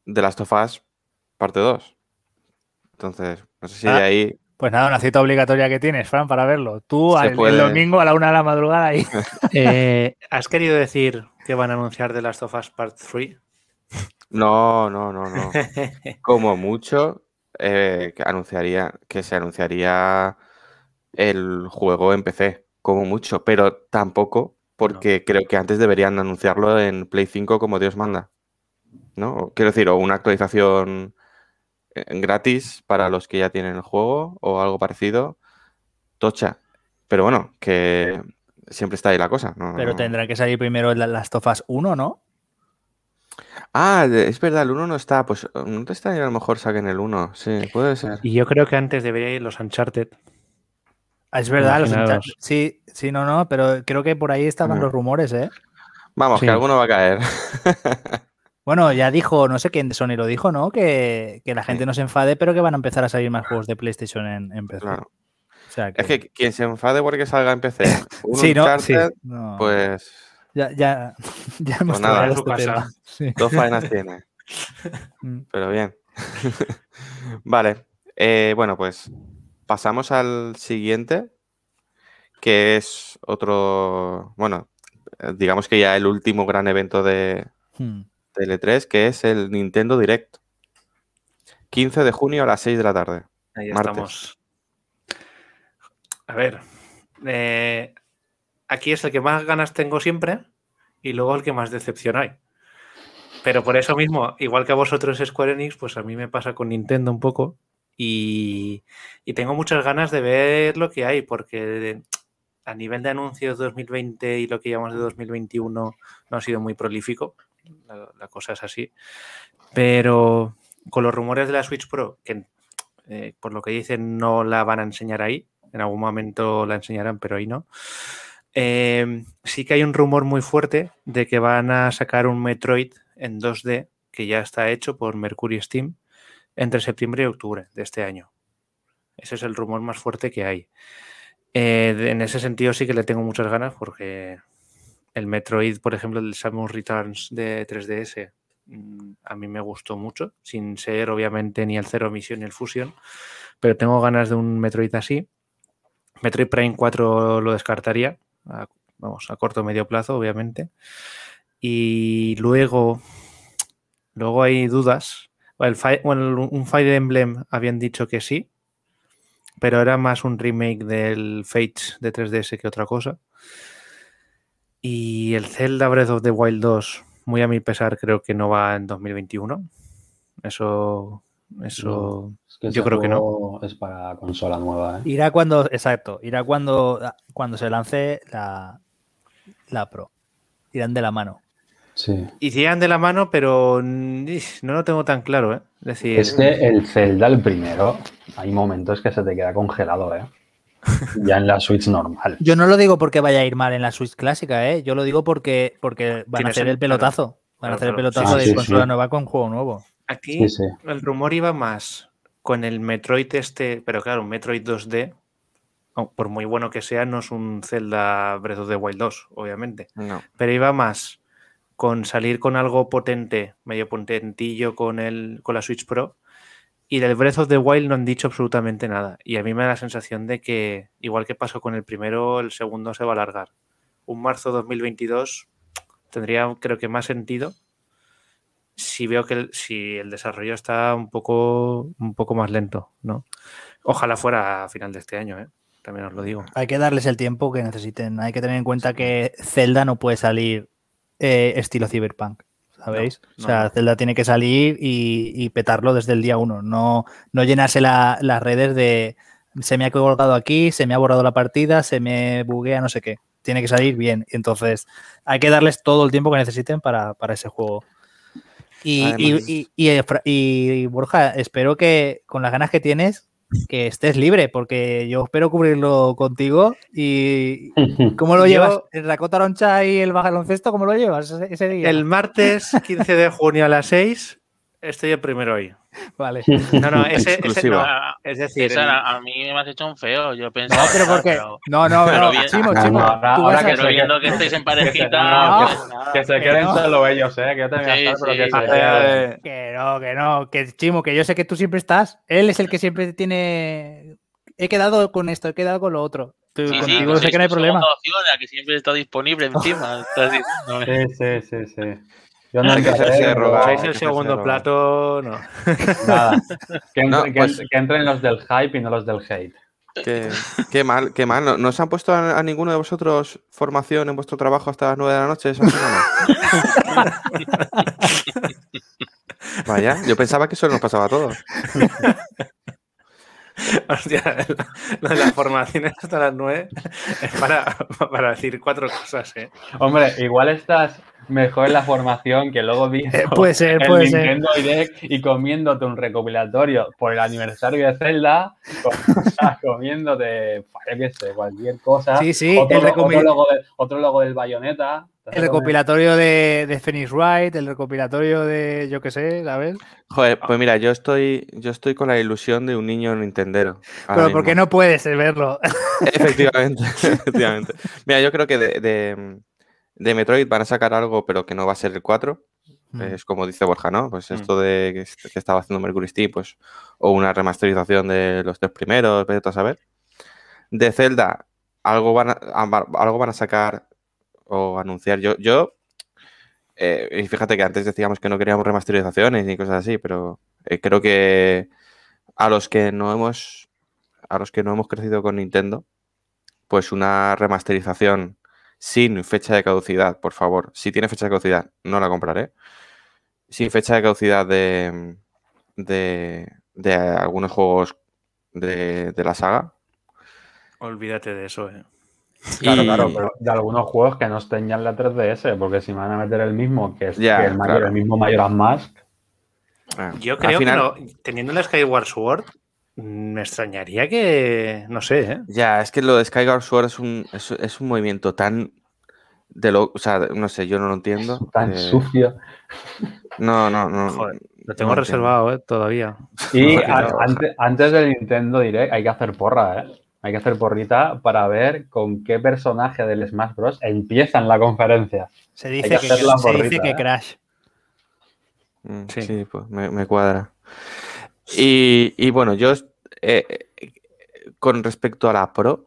Speaker 1: The Last of Us parte dos. Entonces, no sé si
Speaker 2: Ah,
Speaker 1: de ahí
Speaker 2: Pues nada, una cita obligatoria que tienes, Fran, para verlo. Tú
Speaker 1: se
Speaker 2: el,
Speaker 1: puede...
Speaker 2: el domingo a la una de la madrugada ahí.
Speaker 5: Eh, ¿Has querido decir que van a anunciar The Last of Us Part tres?
Speaker 1: No, no, no, no. Como mucho, eh, que anunciaría, que se anunciaría el juego en P C, como mucho, pero tampoco porque creo que antes deberían anunciarlo en Play cinco como Dios manda, ¿no? Quiero decir, o una actualización eh, gratis para los que ya tienen el juego o algo parecido, tocha. Pero bueno, que siempre está ahí la cosa, ¿no?
Speaker 2: Pero tendrá que salir primero el Last of Us uno, ¿no?
Speaker 1: Ah, de- es verdad, el uno no está, pues no te está, a lo mejor saquen el uno, sí, puede ser.
Speaker 5: Y yo creo que antes debería ir los Uncharted.
Speaker 2: Ah, es verdad, los
Speaker 5: Imaginaos.
Speaker 2: Uncha- sí, sí, no, no, pero creo que por ahí estaban
Speaker 1: Ajá.
Speaker 2: los rumores, ¿eh?
Speaker 1: Vamos,
Speaker 5: Sí.
Speaker 1: que alguno va a caer.
Speaker 2: Bueno, ya dijo, no sé quién de Sony lo dijo, ¿no? Que, que la gente
Speaker 1: Sí.
Speaker 2: no se enfade, pero que van a empezar a salir más juegos de PlayStation en, en P C.
Speaker 1: Claro.
Speaker 2: O sea que...
Speaker 1: Es que quien se enfade porque salga en P C, un
Speaker 2: Sí, ¿no?
Speaker 1: Uncharted,
Speaker 2: Sí. No.
Speaker 1: pues
Speaker 2: Ya, ya, ya hemos
Speaker 1: Pues nada,
Speaker 2: tratado
Speaker 5: a su
Speaker 2: este
Speaker 5: casa.
Speaker 2: tema. Sí.
Speaker 1: dos faenas tiene,
Speaker 2: Mm.
Speaker 1: pero bien. Vale, eh, bueno, pues pasamos al siguiente, que es otro, bueno, eh, digamos que ya el último gran evento de,
Speaker 2: Hmm.
Speaker 1: de L tres, que es el Nintendo Direct. quince de junio a las seis de la tarde.
Speaker 5: Ahí
Speaker 1: martes.
Speaker 5: estamos. A ver, eh, aquí es el que más ganas tengo siempre y luego el que más decepción hay. Pero por eso mismo, igual que a vosotros Square Enix, pues a mí me pasa con Nintendo un poco y, y tengo muchas ganas de ver lo que hay porque de, a nivel de anuncios dos mil veinte y lo que llamamos de dos mil veintiuno no ha sido muy prolífico, la, la cosa es así, pero con los rumores de la Switch Pro, que eh, por lo que dicen no la van a enseñar ahí, en algún momento la enseñarán, pero ahí no. Eh, sí que hay un rumor muy fuerte de que van a sacar un Metroid en dos D que ya está hecho por Mercury Steam entre septiembre y octubre de este año. Ese es el rumor más fuerte que hay. Eh, en ese sentido sí que le tengo muchas ganas porque el Metroid, por ejemplo, el Samus Returns de tres D S, a mí me gustó mucho, sin ser obviamente ni el Zero Mission ni el Fusion, pero tengo ganas de un Metroid así. Metroid Prime cuatro lo descartaría, a, vamos, a corto o medio plazo, obviamente. Y luego, luego hay dudas. El Fire, bueno, un Fire Emblem habían dicho que sí, pero era más un remake del Fates de tres D S que otra cosa. Y el Zelda Breath of the Wild dos, muy a mi pesar, creo que no va en dos mil veintiuno. Eso, eso
Speaker 3: No, es que
Speaker 5: yo
Speaker 3: ese
Speaker 5: creo que no.
Speaker 3: juego es para consola nueva, ¿eh?
Speaker 2: Irá cuando, exacto, irá cuando, cuando se lance la, la Pro. Irán de la mano.
Speaker 3: Sí.
Speaker 5: Irían de la mano, pero no lo tengo tan claro, ¿eh? Es decir,
Speaker 3: Es que el Zelda, el primero, hay momentos que se te queda congelado, ¿eh? Ya en la Switch normal.
Speaker 2: Yo no lo digo porque vaya a ir mal en la Switch clásica, ¿eh? Yo lo digo porque, porque van a
Speaker 5: Tienes
Speaker 2: hacer
Speaker 5: el-
Speaker 2: el pelotazo. Van
Speaker 5: claro,
Speaker 2: a hacer el
Speaker 5: claro.
Speaker 2: pelotazo
Speaker 3: Ah,
Speaker 2: de
Speaker 3: sí,
Speaker 2: consola
Speaker 3: sí.
Speaker 2: nueva con juego nuevo.
Speaker 5: aquí
Speaker 3: Sí, sí.
Speaker 5: el rumor iba más con el Metroid este, pero claro, un Metroid dos D, oh, por muy bueno que sea, no es un Zelda Breath of the Wild dos, obviamente.
Speaker 1: No.
Speaker 5: Pero iba más con salir con algo potente, medio potentillo con, el, con la Switch Pro. Y del Breath of the Wild no han dicho absolutamente nada. Y a mí me da la sensación de que, igual que pasó con el primero, el segundo se va a alargar. Un marzo dos mil veintidós tendría, creo que, más sentido si veo que el, si el desarrollo está un poco, un poco más lento, ¿no? Ojalá fuera a final de este año, ¿eh? También os lo digo.
Speaker 2: Hay que darles el tiempo que necesiten. Hay que tener en cuenta que Zelda no puede salir eh, estilo Cyberpunk, ¿sabéis?
Speaker 5: No, no,
Speaker 2: o sea,
Speaker 5: no.
Speaker 2: Zelda tiene que salir y, y petarlo desde el día uno. No, no llenarse la, las redes de se me ha colgado aquí, se me ha borrado la partida, se me buguea, no sé qué. Tiene que salir bien. Y entonces hay que darles todo el tiempo que necesiten para, para ese juego. Y,
Speaker 1: Además-
Speaker 2: y, y, y, y, Borja, espero que con las ganas que tienes, que estés libre, porque yo espero cubrirlo contigo. ¿Y cómo lo
Speaker 5: Yo-
Speaker 2: llevas? ¿El Rakota Roncha y el baloncesto, cómo lo llevas ese, ese día?
Speaker 5: El martes quince de junio a las seis estoy el primero ahí.
Speaker 2: Vale.
Speaker 5: No, no, ese, ese no. Es decir,
Speaker 4: Esa,
Speaker 5: el...
Speaker 4: a mí me has hecho un feo. Yo pensaba.
Speaker 2: No, pero porque.
Speaker 4: Pero...
Speaker 2: No, no,
Speaker 4: pero
Speaker 2: no.
Speaker 4: bien...
Speaker 2: Chimo,
Speaker 3: no,
Speaker 2: Chimo.
Speaker 3: no, ahora,
Speaker 2: tú
Speaker 3: ahora
Speaker 2: vas
Speaker 3: que
Speaker 2: a...
Speaker 4: Pero viendo que estáis en parejita.
Speaker 3: No,
Speaker 4: no,
Speaker 3: que,
Speaker 4: nada,
Speaker 3: que se
Speaker 4: que
Speaker 3: queden
Speaker 2: no.
Speaker 3: solo ellos, ¿eh? Que yo también
Speaker 4: Sí,
Speaker 3: voy a estar,
Speaker 4: sí.
Speaker 3: pero que se
Speaker 2: Eh,
Speaker 3: queden.
Speaker 2: Que no, que no. Que Chimo, que yo sé que tú siempre estás. Él es el que siempre tiene. He quedado con esto, he quedado con lo otro. Tú,
Speaker 4: Sí,
Speaker 2: contigo
Speaker 4: sí,
Speaker 2: sé que no hay problema.
Speaker 4: Opción, la que siempre está disponible encima.
Speaker 3: Sí, sí, sí, sí. Yo no
Speaker 1: Hay que hacerse
Speaker 3: entraré,
Speaker 1: rogar.
Speaker 5: ¿Sois
Speaker 1: hay
Speaker 5: el
Speaker 1: que
Speaker 5: segundo
Speaker 1: hacerse
Speaker 5: plato? No.
Speaker 3: nada. Que, entre-
Speaker 1: No,
Speaker 3: que
Speaker 1: pues-
Speaker 3: entre- que entren los del hype y no los del hate.
Speaker 1: Qué, qué mal, qué mal. ¿No, ¿no os han puesto a, a ninguno de vosotros formación en vuestro trabajo hasta las nueve de la noche esa semana? Vaya, yo pensaba que eso nos pasaba a todos.
Speaker 5: Hostia, lo de la formación hasta las nueve es para, para decir cuatro cosas, ¿eh?
Speaker 3: Hombre, igual estás mejor en la formación que luego viendo
Speaker 2: Eh, puede ser,
Speaker 3: el
Speaker 2: puede ser.
Speaker 3: Nintendo Direct y comiéndote un recopilatorio por el aniversario de Zelda, o sea, comiéndote, yo qué sé, cualquier cosa.
Speaker 2: Sí, sí,
Speaker 3: Otro,
Speaker 2: el
Speaker 3: lo-
Speaker 2: recopi-
Speaker 3: otro, logo, de, otro logo del Bayonetta.
Speaker 2: El recopilatorio de, de Phoenix Wright, el recopilatorio de, yo qué sé, ¿sabes?
Speaker 1: Joder, pues mira, yo estoy, yo estoy con la ilusión de un niño nintendero. ahora
Speaker 2: Pero ¿por qué
Speaker 1: mismo.
Speaker 2: no puedes verlo?
Speaker 1: Efectivamente, efectivamente. Mira, yo creo que de, de, de Metroid van a sacar algo, pero que no va a ser el cuatro.
Speaker 2: Mm.
Speaker 1: Es como dice Borja, ¿no? Pues
Speaker 5: Mm.
Speaker 1: esto de que, est- que estaba haciendo Mercury Steam, pues, o una remasterización de los tres primeros, vete a saber. De Zelda, algo van a, a- algo van a sacar o anunciar. Yo, yo eh, y fíjate que antes decíamos que no queríamos remasterizaciones ni cosas así, pero eh, creo que a los que no hemos, a los que no hemos crecido con Nintendo, pues una remasterización sin fecha de caducidad, por favor. Si tiene fecha de caducidad, no la compraré. Sin fecha de caducidad de, de, de algunos juegos de, de la saga.
Speaker 5: Olvídate de eso, ¿eh?
Speaker 3: Claro,
Speaker 1: Y-
Speaker 3: claro, pero de algunos juegos que no estén ya en la tres D S, porque si me van a meter el mismo, que es
Speaker 1: Ya,
Speaker 3: que el, mayor,
Speaker 1: claro.
Speaker 3: el mismo Majora's Mask,
Speaker 1: Ah,
Speaker 5: Yo
Speaker 1: al
Speaker 5: creo
Speaker 1: final-
Speaker 5: que no, teniendo el Skyward Sword, me extrañaría que, no sé, ¿eh?
Speaker 1: Ya, es que lo de Skyward Sword es un, es, es un movimiento tan de lo, o sea, no sé, yo no lo entiendo.
Speaker 3: tan
Speaker 1: Eh,
Speaker 3: sucio.
Speaker 1: No, no, no.
Speaker 5: Joder, lo
Speaker 1: no
Speaker 5: tengo
Speaker 1: entiendo.
Speaker 5: reservado, ¿eh? Todavía.
Speaker 3: Y
Speaker 1: Joder,
Speaker 3: a-
Speaker 1: no,
Speaker 3: antes, antes del Nintendo Direct hay que hacer porra, ¿eh? Hay que hacer porrita para ver con qué personaje del Smash Bros. Empiezan la conferencia.
Speaker 2: Se
Speaker 3: Hay
Speaker 2: dice
Speaker 3: que
Speaker 2: que,
Speaker 3: hacer la
Speaker 2: se dice
Speaker 3: porrita,
Speaker 2: que
Speaker 3: ¿eh?
Speaker 2: Crash.
Speaker 1: Mm,
Speaker 5: Sí.
Speaker 1: Sí, pues me, me cuadra. Y, y bueno, yo eh, eh, con respecto a la Pro,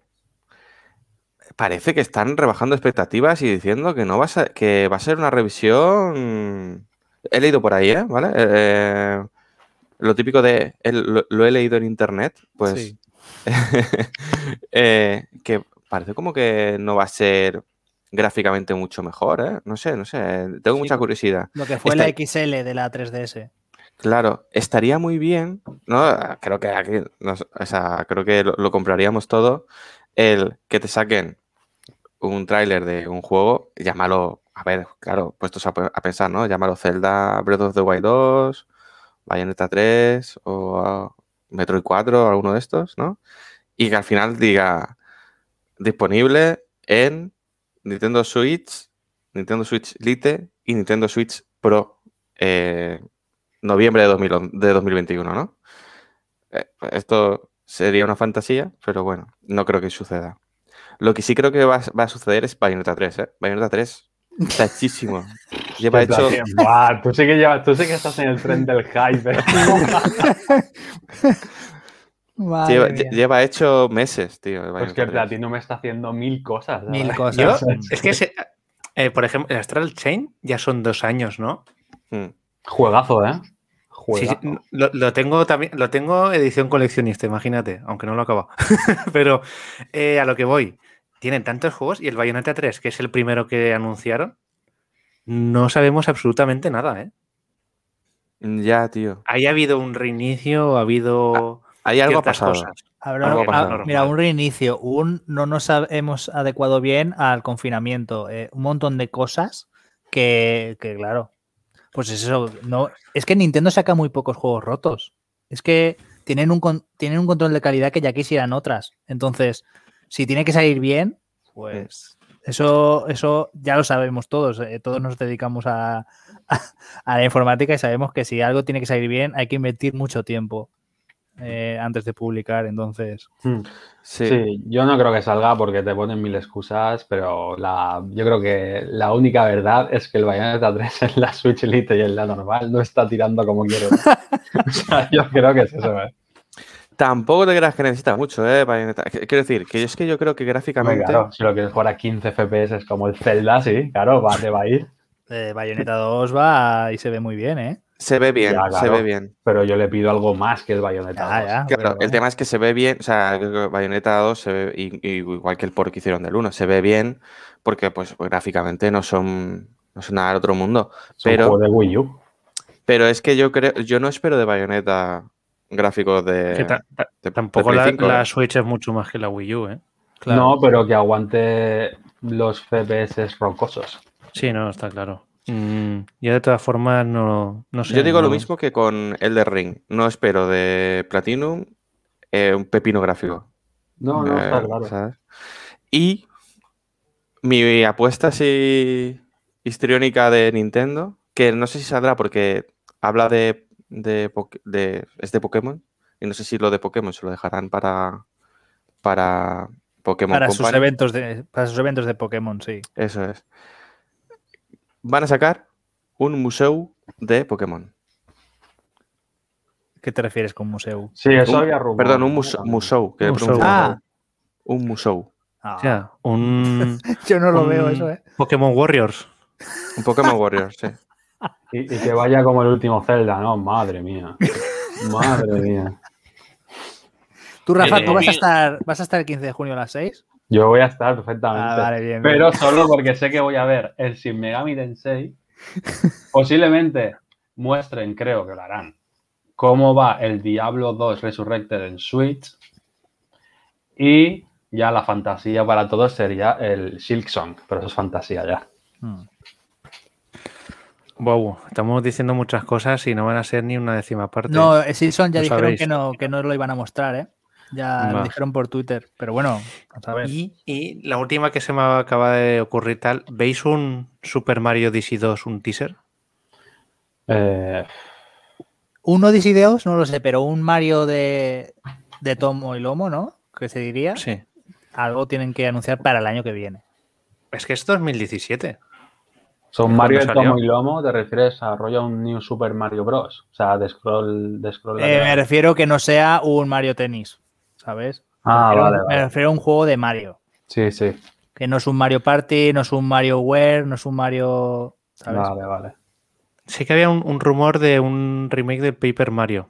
Speaker 1: parece que están rebajando expectativas y diciendo que no va a ser, que va a ser una revisión. He leído por ahí, ¿eh? ¿Vale? Eh, lo típico de el- lo, lo he leído en internet, pues
Speaker 2: Sí.
Speaker 1: eh, que parece como que no va a ser gráficamente mucho mejor, ¿eh? No sé, no sé. Tengo
Speaker 2: Sí,
Speaker 1: mucha curiosidad.
Speaker 2: Lo que fue
Speaker 1: Está-
Speaker 2: la X L de la tres D S.
Speaker 1: Claro, estaría muy bien, ¿no? Creo que aquí, nos- o sea, creo que lo, lo compraríamos todo, el que te saquen un tráiler de un juego, llámalo, a ver, claro, puestos a, pe- a pensar, ¿no? Llámalo Zelda Breath of the Wild dos, Bayonetta tres o ah, Metroid cuatro, alguno de estos, ¿no? Y que al final diga disponible en Nintendo Switch, Nintendo Switch Lite y Nintendo Switch Pro. eh, noviembre de, dos mil on- de dos mil veintiuno, ¿no? Eh, esto sería una fantasía, pero bueno, no creo que suceda. Lo que sí creo que va, a- va a suceder es Bayonetta tres, ¿eh? Bayonetta tres está hechísimo. Lleva
Speaker 3: En plan,
Speaker 1: hecho...
Speaker 3: Buah, tú sí que llevas, tú sí que estás en el tren del hype. ¿eh?
Speaker 2: Madre
Speaker 1: Lleva,
Speaker 2: mía.
Speaker 1: lleva hecho meses, tío. el
Speaker 3: Pues
Speaker 1: Bayonetta
Speaker 3: que el
Speaker 1: tres.
Speaker 3: platino me está haciendo mil cosas.
Speaker 2: Mil
Speaker 3: ¿sabes?
Speaker 2: cosas.
Speaker 5: Yo, es que, se- eh, por ejemplo, el Astral Chain ya son dos años, ¿no?
Speaker 1: Mm.
Speaker 3: Juegazo, ¿eh?
Speaker 5: Sí,
Speaker 3: Juegazo.
Speaker 5: sí, lo, lo tengo también, lo tengo edición coleccionista, imagínate, aunque no lo acabo. Pero eh, a lo que voy, tienen tantos juegos y el Bayonetta tres, que es el primero que anunciaron, no sabemos absolutamente nada, ¿eh?
Speaker 1: Ya, tío.
Speaker 5: Ahí ha habido un reinicio, ha habido
Speaker 1: Ahí algo ha
Speaker 5: ciertas
Speaker 1: pasado.
Speaker 5: cosas.
Speaker 2: Habrá-
Speaker 1: Algo ha
Speaker 2: ah,
Speaker 1: pasado.
Speaker 2: mira, un reinicio, un no nos ha- hemos adecuado bien al confinamiento, eh, un montón de cosas que, que, claro, pues eso, no, es que Nintendo saca muy pocos juegos rotos. Es que tienen un, con- tienen un control de calidad que ya quisieran otras. Entonces, si tiene que salir bien, pues eso, eso ya lo sabemos todos. eh, todos nos dedicamos a, a la informática y sabemos que si algo tiene que salir bien hay que invertir mucho tiempo eh, antes de publicar, entonces...
Speaker 3: Hmm.
Speaker 1: Sí.
Speaker 3: Sí, yo no creo que salga porque te ponen mil excusas, pero la, yo creo que la única verdad es que el Bayonetta tres en la Switch Lite y en la normal no está tirando como quiere. O sea, yo creo que es eso, ¿eh?
Speaker 1: Tampoco te creas que necesita mucho, ¿eh? Bayonetta. Quiero decir, que es que yo creo que
Speaker 3: Hombre,
Speaker 1: gráficamente...
Speaker 3: claro, si lo quieres jugar a quince F P S es como el Zelda, sí, claro, va, te va a ir.
Speaker 2: Eh, Bayonetta dos va y se ve muy bien, ¿eh?
Speaker 1: Se ve bien,
Speaker 3: Ya,
Speaker 1: se
Speaker 3: claro,
Speaker 1: ve bien.
Speaker 3: pero yo le pido algo más que el Bayonetta
Speaker 2: Ya,
Speaker 3: dos.
Speaker 2: ya,
Speaker 1: Claro,
Speaker 2: pero-
Speaker 1: el tema es que se ve bien, o sea, yo creo que Bayonetta dos se ve, y- y igual que el port que hicieron del uno, se ve bien porque pues gráficamente no son, no son nada del otro mundo.
Speaker 3: Es un
Speaker 1: Pero,
Speaker 3: juego de Wii U.
Speaker 1: pero es que yo creo, yo no espero de Bayonetta gráficos de,
Speaker 5: Es que ta- ta-
Speaker 1: de-
Speaker 5: tampoco
Speaker 1: de
Speaker 5: la,
Speaker 1: Play cinco,
Speaker 5: la
Speaker 1: ¿eh?
Speaker 5: Switch es mucho más que la Wii U, ¿eh?
Speaker 2: claro.
Speaker 3: No, pero que aguante los F P S rocosos.
Speaker 5: Sí, no, está claro. Mm, yo de todas formas no, no sé.
Speaker 1: Yo digo lo
Speaker 5: no-
Speaker 1: mismo que con Elden Ring. No espero de Platinum eh, un pepino gráfico.
Speaker 3: No, no, está
Speaker 1: Eh,
Speaker 3: claro.
Speaker 1: ¿sabes? Y mi apuesta así histriónica de Nintendo, que no sé si saldrá porque habla de, de, Poké- de- es de Pokémon, y no sé si lo de Pokémon se lo dejarán para, para Pokémon
Speaker 2: Para sus,
Speaker 1: Company.
Speaker 2: eventos de, para sus eventos de Pokémon, sí.
Speaker 1: Eso es. Van a sacar un museo de Pokémon.
Speaker 2: ¿Qué te refieres con museo?
Speaker 3: Sí, eso
Speaker 1: Un-
Speaker 3: había rumor.
Speaker 1: Perdón, un
Speaker 3: ¿no?
Speaker 1: mus-
Speaker 3: También.
Speaker 1: museo. que he
Speaker 5: Musou.
Speaker 1: pronunciado
Speaker 2: Ah.
Speaker 1: mal. Un museo.
Speaker 2: Ah,
Speaker 5: O sea, un,
Speaker 2: yo no lo
Speaker 5: un
Speaker 2: veo eso, ¿eh?
Speaker 5: Pokémon Warriors.
Speaker 1: Un Pokémon Warriors, sí.
Speaker 3: Y, y que vaya como el último Zelda, ¿no? Madre mía. Madre mía.
Speaker 2: Tú, Rafa,
Speaker 4: Eh,
Speaker 2: ¿tú vas a
Speaker 4: bien.
Speaker 2: estar, vas a estar el quince de junio a las seis?
Speaker 3: Yo voy a estar perfectamente.
Speaker 2: Ah, vale, bien, bien.
Speaker 3: Pero solo porque sé que voy a ver el Shin Megami Tensei. Posiblemente muestren, creo que lo harán, cómo va el Diablo dos Resurrected en Switch. Y ya la fantasía para todos sería el Silksong. Pero eso es fantasía ya.
Speaker 2: Hmm.
Speaker 5: Wow, estamos diciendo muchas cosas y no van a ser ni una décima parte.
Speaker 2: No, Silson ya
Speaker 5: Lo
Speaker 2: dijeron
Speaker 5: sabéis.
Speaker 2: que no, que no lo iban a mostrar, ¿eh? Ya lo
Speaker 5: Va.
Speaker 2: dijeron por Twitter. Pero bueno, a ver.
Speaker 5: Y, y la última que se me acaba de ocurrir tal, ¿veis un Super Mario Odyssey dos, un teaser?
Speaker 3: Eh,
Speaker 2: Un Odyssey de Oz, no lo sé, pero un Mario de, de tomo y lomo, ¿no? Que se diría.
Speaker 5: Sí.
Speaker 2: Algo tienen que anunciar para el año que viene.
Speaker 5: Es que es dos mil diecisiete.
Speaker 3: Son
Speaker 5: ¿Es
Speaker 3: Mario de
Speaker 5: cuando
Speaker 3: tomo
Speaker 5: salió?
Speaker 3: y lomo, te refieres a rollo un New Super Mario Bros. O sea, de scroll, de scroll
Speaker 2: Eh,
Speaker 3: lateral.
Speaker 2: me refiero que no sea un Mario Tenis, ¿sabes?
Speaker 3: Ah,
Speaker 2: me refiero,
Speaker 3: vale,
Speaker 2: me
Speaker 3: vale.
Speaker 2: refiero a un juego de Mario.
Speaker 3: Sí, sí.
Speaker 2: Que no es un Mario Party, no es un Mario Wear, no es un Mario. ¿Sabes?
Speaker 3: Vale, vale.
Speaker 5: Sí que había un, un rumor de un remake de Paper Mario.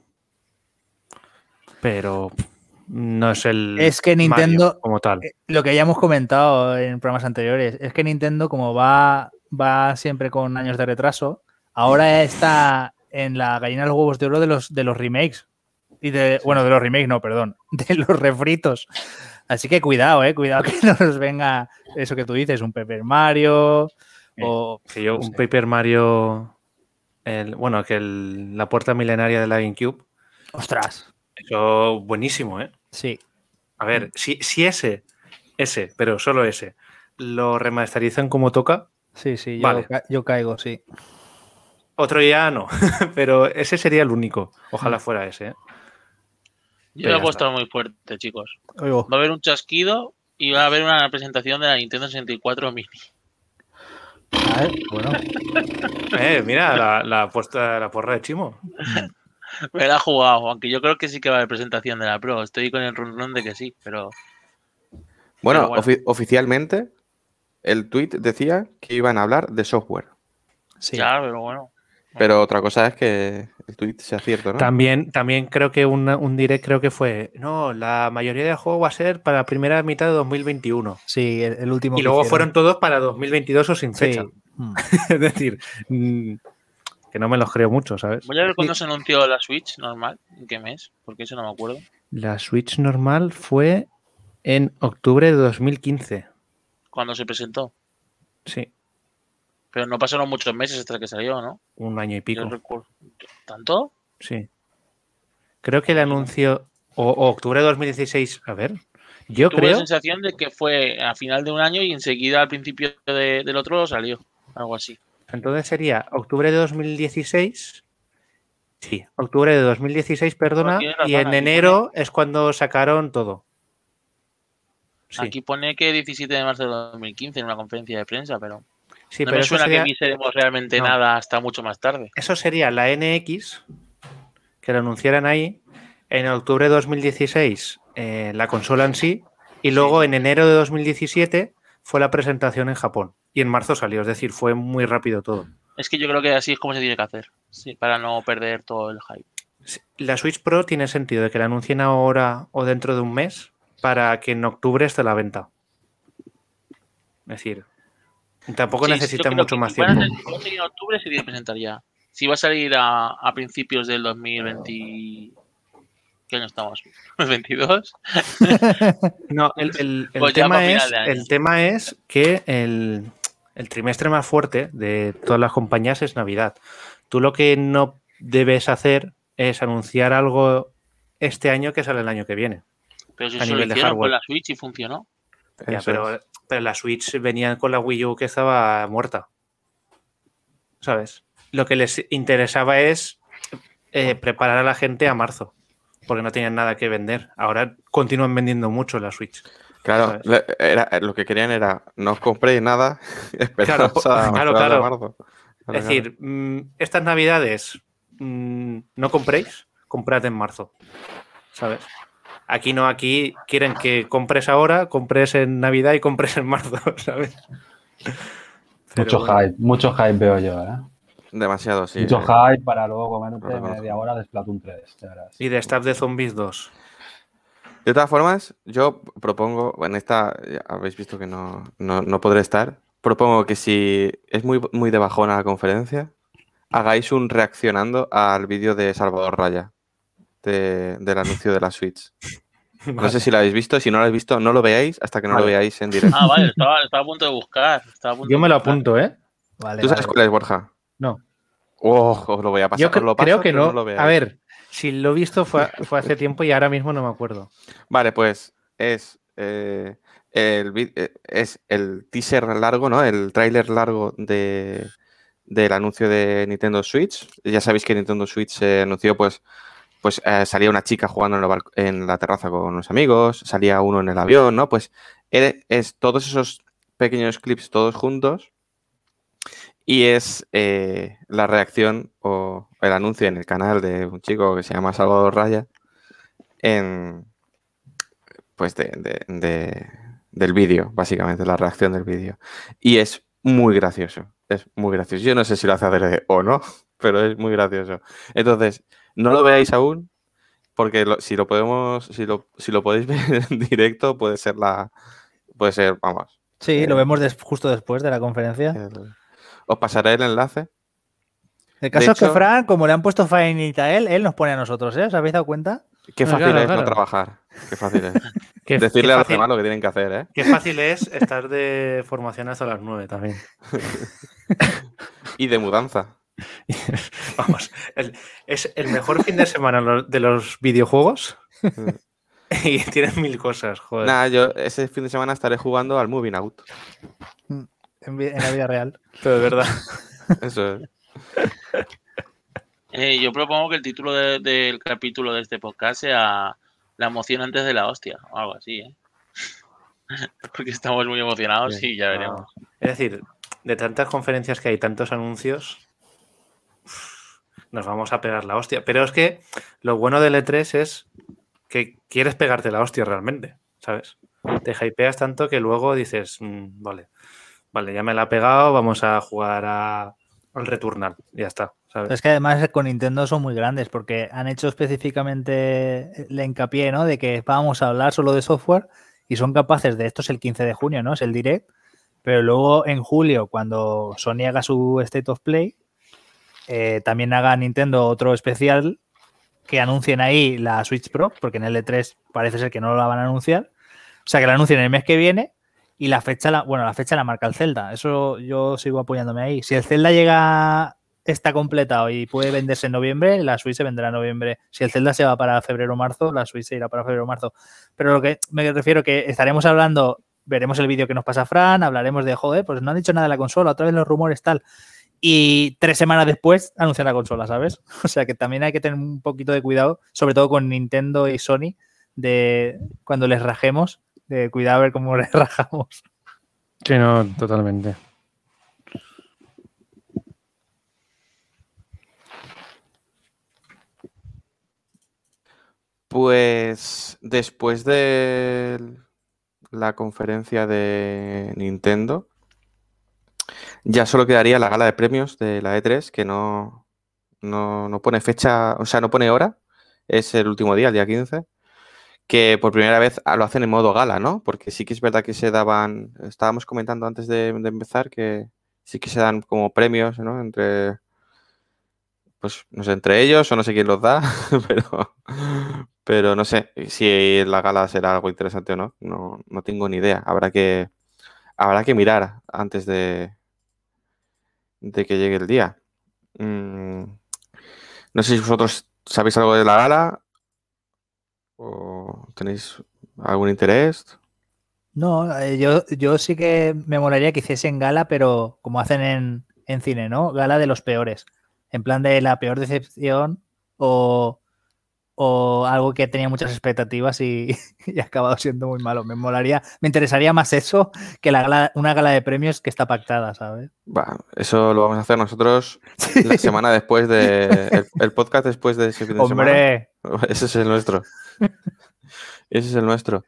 Speaker 5: Pero no es el
Speaker 2: Es que
Speaker 5: Mario
Speaker 2: Nintendo-
Speaker 5: como tal.
Speaker 2: Eh, Lo que ya hemos comentado en programas anteriores es que Nintendo, como va, va siempre con años de retraso, ahora está en la gallina de los huevos de oro de los, de los remakes. Y de, bueno, de los remakes, no, perdón, de los refritos. Así que cuidado, eh, cuidado que no nos venga eso que tú dices, un Paper Mario o...
Speaker 5: Que yo,
Speaker 2: no
Speaker 5: un
Speaker 2: sé.
Speaker 5: Paper Mario, el, bueno, que el- la puerta milenaria de la GameCube,
Speaker 2: Ostras,
Speaker 5: eso buenísimo, ¿eh?
Speaker 2: sí.
Speaker 5: A ver, si, si ese, ese, pero solo ese, lo remasterizan como toca,
Speaker 2: Sí, sí, yo,
Speaker 5: Vale.
Speaker 2: ca- yo caigo, sí.
Speaker 5: otro ya no, pero ese sería el único. Ojalá fuera ese, ¿eh?
Speaker 4: Yo
Speaker 5: Pero
Speaker 4: he
Speaker 5: ya
Speaker 4: apostado muy fuerte, chicos.
Speaker 2: Oigo.
Speaker 4: Va a haber un chasquido y va a haber una presentación de la Nintendo sesenta y cuatro Mini.
Speaker 2: A ver, bueno,
Speaker 5: Eh, mira, la, la, puesta, la porra de Chimo.
Speaker 4: Me la he jugado, aunque yo creo que sí que va a haber presentación de la Pro. Estoy con el run run de que sí, pero
Speaker 1: Bueno,
Speaker 4: Pero bueno.
Speaker 1: ofi- oficialmente el tweet decía que iban a hablar de software.
Speaker 2: sí.
Speaker 4: ya, pero bueno.
Speaker 1: Pero otra cosa es que el tweet sea cierto, ¿no?
Speaker 5: También, también creo que una- un direct creo que fue, no, la mayoría del juego va a ser para la primera mitad de dos mil veintiuno.
Speaker 2: Sí, el, el último
Speaker 5: Y
Speaker 2: que
Speaker 5: luego
Speaker 2: hicieron.
Speaker 5: fueron todos para dos mil veintidós o sin
Speaker 2: Sí.
Speaker 5: fecha.
Speaker 2: Mm.
Speaker 5: Es decir, mm, que no me los creo mucho, ¿sabes?
Speaker 4: Voy a ver cuándo se anunció la Switch normal, en qué mes, porque eso no me acuerdo.
Speaker 5: La Switch normal fue en octubre de dos mil quince.
Speaker 4: Cuando se presentó.
Speaker 5: Sí,
Speaker 4: Pero no pasaron muchos meses hasta que salió, ¿no?
Speaker 5: un año y
Speaker 4: Yo
Speaker 5: pico.
Speaker 4: recuerdo. ¿Tanto?
Speaker 5: Sí. Creo que el anuncio. O, o octubre de dos mil dieciséis. A ver. Yo
Speaker 4: Tuve
Speaker 5: creo.
Speaker 4: la sensación de que fue a final de un año y enseguida al principio de- del otro salió. Algo así.
Speaker 5: Entonces sería octubre de dos mil dieciséis. Sí, octubre de dos mil dieciséis, perdona.
Speaker 4: No, razón,
Speaker 5: y en enero pone... es cuando sacaron todo.
Speaker 4: Sí. Aquí pone que diecisiete de marzo de dos mil quince en una conferencia de prensa, pero
Speaker 5: sí,
Speaker 4: no
Speaker 5: pero
Speaker 4: me suena
Speaker 5: sería...
Speaker 4: que visemos realmente no. nada hasta mucho más tarde.
Speaker 5: Eso sería la N X, que lo anunciaran ahí. En octubre de dos mil dieciséis, eh, la consola en sí. Y luego sí. en enero de dos mil diecisiete fue la presentación en Japón. Y en marzo salió, es decir, fue muy rápido todo.
Speaker 4: Es que yo creo que así es como se tiene que hacer, sí, para no perder todo el hype.
Speaker 5: La Switch Pro tiene sentido de que la anuncien ahora o dentro de un mes para que en octubre esté a la venta. Es decir, tampoco sí, necesitan mucho más tiempo.
Speaker 4: Si va a salir en octubre se tiene que presentar ya. Si va a salir a, a principios del dos mil veinte... ¿Qué año estamos? ¿veintidós?
Speaker 5: No, el, el, el, pues tema es, el tema es que el, el trimestre más fuerte de todas las compañías es Navidad. Tú lo que no debes hacer es anunciar algo este año que sale el año que viene.
Speaker 4: Pero si a nivel de hardware. Con la Switch y funcionó.
Speaker 5: Ya, pero, pero la Switch venía con la Wii U que estaba muerta. ¿Sabes? Lo que les interesaba es eh, preparar a la gente a marzo. Porque no tenían nada que vender. Ahora continúan vendiendo mucho la Switch.
Speaker 1: Claro, era, lo que querían era no os compréis nada, esperaos
Speaker 5: claro,
Speaker 1: a,
Speaker 5: claro,
Speaker 1: a
Speaker 5: claro.
Speaker 1: marzo.
Speaker 5: Claro, es decir, claro. estas navidades mmm, no compréis, comprad en marzo. ¿Sabes? Aquí no, aquí quieren que compres ahora, compres en Navidad y compres en marzo, ¿sabes?
Speaker 3: Pero mucho bueno. hype, mucho hype veo yo, ¿eh?
Speaker 1: Demasiado, sí.
Speaker 3: Mucho
Speaker 1: eh.
Speaker 3: hype para luego comerte no media hora de Splatoon tres.
Speaker 5: Y de Staff de Zombies dos.
Speaker 1: De todas formas, yo propongo, en esta, habéis visto que no, no, no podré estar, propongo que si es muy, muy de bajona la conferencia, hagáis un reaccionando al vídeo de Salvador Raya, de, del anuncio de la Switch. Vale. No sé si lo habéis visto, si no lo habéis visto, no lo veáis hasta que no vale. lo veáis en directo.
Speaker 4: Ah, vale, estaba, estaba a punto de buscar. Estaba a punto
Speaker 5: yo me lo
Speaker 4: buscar.
Speaker 5: apunto, ¿eh?
Speaker 1: Vale, ¿Tú sabes vale. cuál es, Borja?
Speaker 5: No.
Speaker 1: Oh, os lo voy a pasar.
Speaker 5: Yo cre-
Speaker 1: os lo paso,
Speaker 5: creo que no.
Speaker 1: no lo veáis.
Speaker 5: A ver, si lo he visto fue, fue hace tiempo y ahora mismo no me acuerdo.
Speaker 1: Vale, pues es, eh, el, es el teaser largo, ¿no? El tráiler largo de, del anuncio de Nintendo Switch. Ya sabéis que Nintendo Switch se anunció, pues, pues eh, salía una chica jugando en, el, en la terraza con unos amigos, salía uno en el avión, ¿no? Pues es, es todos esos pequeños clips todos juntos. Y es eh, la reacción o el anuncio en el canal de un chico que se llama Salvador Raya en, pues de, de, de, del vídeo, básicamente, la reacción del vídeo. Y es muy gracioso, es muy gracioso. Yo no sé si lo hace adrede o no, pero es muy gracioso. Entonces, no lo veáis aún, porque lo, si lo podemos, si lo, si lo podéis ver en directo, puede ser la, puede ser, vamos.
Speaker 2: Sí,
Speaker 1: eh,
Speaker 2: lo vemos des, justo después de la conferencia.
Speaker 1: El, Os pasaré el enlace.
Speaker 2: El caso de es hecho, que Fran, como le han puesto faenita a él, él nos pone a nosotros, ¿eh? ¿Os habéis dado cuenta?
Speaker 1: Qué fácil claro, es claro. no trabajar. Qué fácil es. qué, Decirle qué a los demás lo que tienen que hacer, ¿eh?
Speaker 5: Qué fácil es estar de formación hasta las nueve también.
Speaker 1: Y de mudanza.
Speaker 5: Vamos, el, es el mejor fin de semana de los videojuegos. Y tienes mil cosas, joder.
Speaker 1: Nada, yo ese fin de semana estaré jugando al Moving Out.
Speaker 2: En, en la vida real.
Speaker 5: Pero de verdad.
Speaker 1: Eso es.
Speaker 4: Eh, yo propongo que el título de, del capítulo de este podcast sea La emoción antes de la hostia, o algo así, ¿eh? Porque estamos muy emocionados sí. y ya veremos.
Speaker 5: Ah. Es decir, de tantas conferencias que hay, tantos anuncios, nos vamos a pegar la hostia. Pero es que lo bueno del E tres es que quieres pegarte la hostia realmente, ¿sabes? Te hypeas tanto que luego dices, mmm, vale, vale, ya me la he pegado, vamos a jugar a, al Returnal, ya está, ¿sabes?
Speaker 2: Es que además con Nintendo son muy grandes porque han hecho específicamente el hincapié, ¿no? De que vamos a hablar solo de software y son capaces de, esto es el quince de junio, ¿no? Es el Direct, pero luego en julio, cuando Sony haga su State of Play, eh, también haga Nintendo otro especial que anuncien ahí la Switch Pro, porque en el E tres parece ser que no la van a anunciar. O sea, que la anuncien el mes que viene y la fecha, la, bueno, la fecha la marca el Zelda. Eso yo sigo apoyándome ahí. Si el Zelda llega, está completado y puede venderse en noviembre, la Switch se vendrá en noviembre. Si el Zelda se va para febrero o marzo, la Switch se irá para febrero o marzo. Pero lo que me refiero que estaremos hablando, veremos el vídeo que nos pasa Fran, hablaremos de, joder, pues no han dicho nada de la consola, otra vez los rumores tal. y tres semanas después anuncian la consola, ¿sabes? O sea que también hay que tener un poquito de cuidado, sobre todo con Nintendo y Sony, de cuando les rajemos, de cuidado a ver cómo les rajamos.
Speaker 5: Sí, no, totalmente.
Speaker 1: Pues después de la conferencia de Nintendo, ya solo quedaría la gala de premios de la E tres, que no, no, no pone fecha, o sea, no pone hora. Es el último día, el día quince, que por primera vez lo hacen en modo gala, ¿no? Porque sí que es verdad que se daban, estábamos comentando antes de, de empezar que sí que se dan como premios, ¿no? Entre, pues, no sé, entre ellos o no sé quién los da, pero, pero no sé si la gala será algo interesante o no, no, no tengo ni idea. Habrá que, habrá que mirar antes de, de que llegue el día. Mm, no sé si vosotros sabéis algo de la gala o tenéis algún interés.
Speaker 2: No, eh, yo, yo sí que me molaría que hiciesen gala, pero como hacen en, en cine, ¿no? Gala de los peores. En plan de la peor decepción o, o algo que tenía muchas expectativas y, y ha acabado siendo muy malo. Me molaría, me interesaría más eso que la gala, una gala de premios que está pactada, ¿sabes?
Speaker 1: Va, eso lo vamos a hacer nosotros la semana después de el, el podcast después de ese fin de
Speaker 2: ¡Hombre!
Speaker 1: semana. Ese es el nuestro. Ese es el nuestro.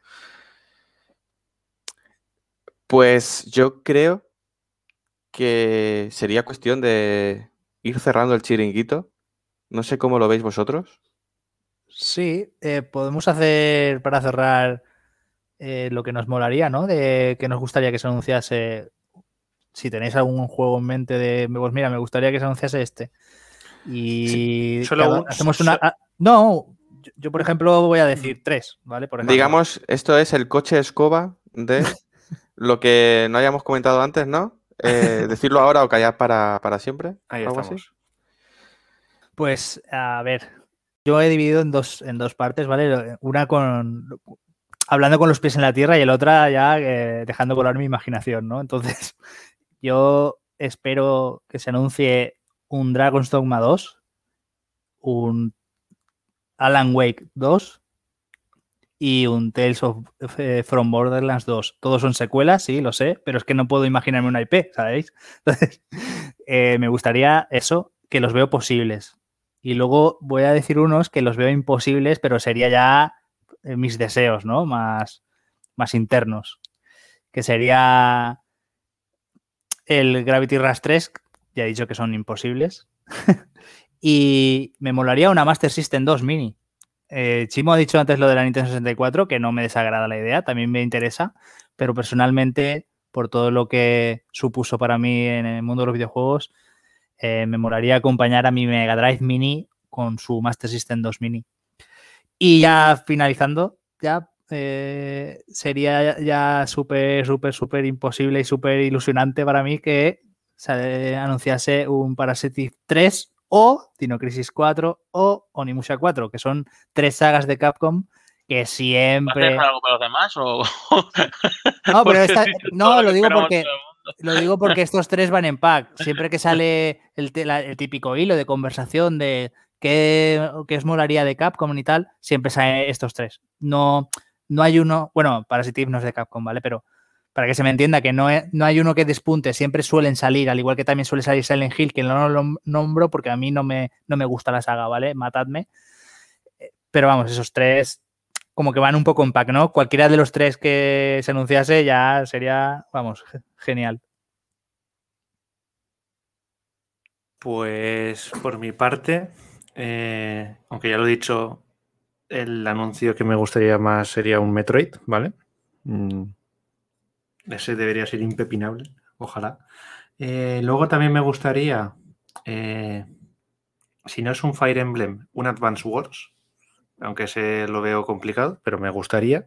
Speaker 1: Pues yo creo que sería cuestión de ir cerrando el chiringuito. No sé cómo lo veis vosotros.
Speaker 2: Sí, eh, podemos hacer para cerrar eh, lo que nos molaría, ¿no? De que nos gustaría que se anunciase. Si tenéis algún juego en mente de, pues mira, me gustaría que se anunciase este. Y
Speaker 5: Sí, solo
Speaker 2: cada-
Speaker 5: un-
Speaker 2: hacemos
Speaker 5: so-
Speaker 2: una... ah, no, yo, yo, por ejemplo voy a decir tres, ¿vale? Por ejemplo.
Speaker 1: Digamos, esto es el coche escoba de lo que no hayamos comentado antes, ¿no? Eh, decirlo ahora o callar para, para siempre.
Speaker 5: Ahí
Speaker 1: algo
Speaker 5: estamos.
Speaker 1: así.
Speaker 2: Pues, a ver, yo he dividido en dos, en dos partes, ¿vale? Una con... hablando con los pies en la tierra y la otra ya eh, dejando volar mi imaginación, ¿no? Entonces, yo espero que se anuncie un Dragon's Dogma dos, un Alan Wake dos y un Tales of eh, from Borderlands dos. Todos son secuelas, sí, lo sé, pero es que no puedo imaginarme una I P, ¿sabéis? Entonces, eh, me gustaría eso, que los veo posibles. Y luego voy a decir unos que los veo imposibles, pero sería ya eh, mis deseos, ¿no? Más, más internos. Que sería el Gravity Rush tres, ya he dicho que son imposibles. Y me molaría una Master System dos Mini. Eh, Chimo ha dicho antes lo de la Nintendo sesenta y cuatro, que no me desagrada la idea, también me interesa, pero personalmente, por todo lo que supuso para mí en el mundo de los videojuegos, eh, me molaría acompañar a mi Mega Drive Mini con su Master System dos Mini. Y ya finalizando, ya eh, sería ya súper, súper, súper imposible y súper ilusionante para mí que se anunciase un Parasitic tres o Dino Crisis cuatro o Onimusha cuatro, que son tres sagas de Capcom que siempre...
Speaker 4: ¿Vas a dejar algo para los demás o...?
Speaker 2: No, pero esta... no, lo
Speaker 4: que
Speaker 2: digo
Speaker 4: esperamos
Speaker 2: porque...
Speaker 4: todo el mundo.
Speaker 2: Lo digo porque estos tres van en pack. Siempre que sale el, te- la- el típico hilo de conversación de qué, qué os molaría de Capcom y tal, siempre salen estos tres. No, no hay uno, bueno, Parasitic no es de Capcom, ¿vale? Pero para que se me entienda que no, he- no hay uno que despunte, siempre suelen salir, al igual que también suele salir Silent Hill, que no lo nombro porque a mí no me, no me gusta la saga, ¿vale? Matadme. Pero vamos, esos tres como que van un poco en pack, ¿no? Cualquiera de los tres que se anunciase ya sería, vamos, ge- genial.
Speaker 5: Pues por mi parte, eh, aunque ya lo he dicho, el anuncio que me gustaría más sería un Metroid, ¿vale? Mm, ese debería ser impepinable, ojalá. Eh, luego también me gustaría, eh, si no es un Fire Emblem, un Advance Wars, aunque ese lo veo complicado, pero me gustaría.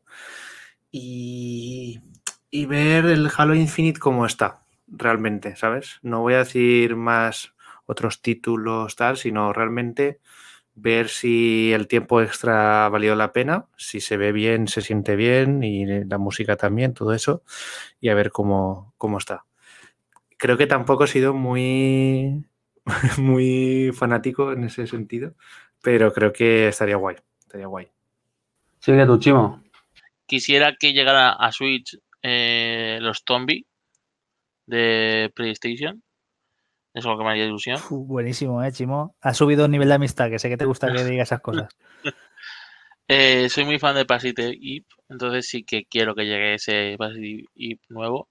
Speaker 5: Y, y ver el Halo Infinite cómo está, realmente, ¿sabes? No voy a decir más otros títulos, tal, sino realmente ver si el tiempo extra valió la pena, si se ve bien, se siente bien y la música también, todo eso, y a ver cómo, cómo está. creo que tampoco he sido muy, muy fanático en ese sentido, pero creo que estaría guay, estaría guay.
Speaker 3: Sigue tu Chimo.
Speaker 4: Quisiera que llegara a Switch eh, los Zombie de PlayStation. Eso es lo que me haría ilusión.
Speaker 2: Uf, buenísimo, ¿eh, Chimo? Has subido un nivel de amistad, que sé que te gusta que diga esas cosas.
Speaker 4: eh, soy muy fan de Parasite Eve, entonces sí que quiero que llegue ese Parasite Eve nuevo.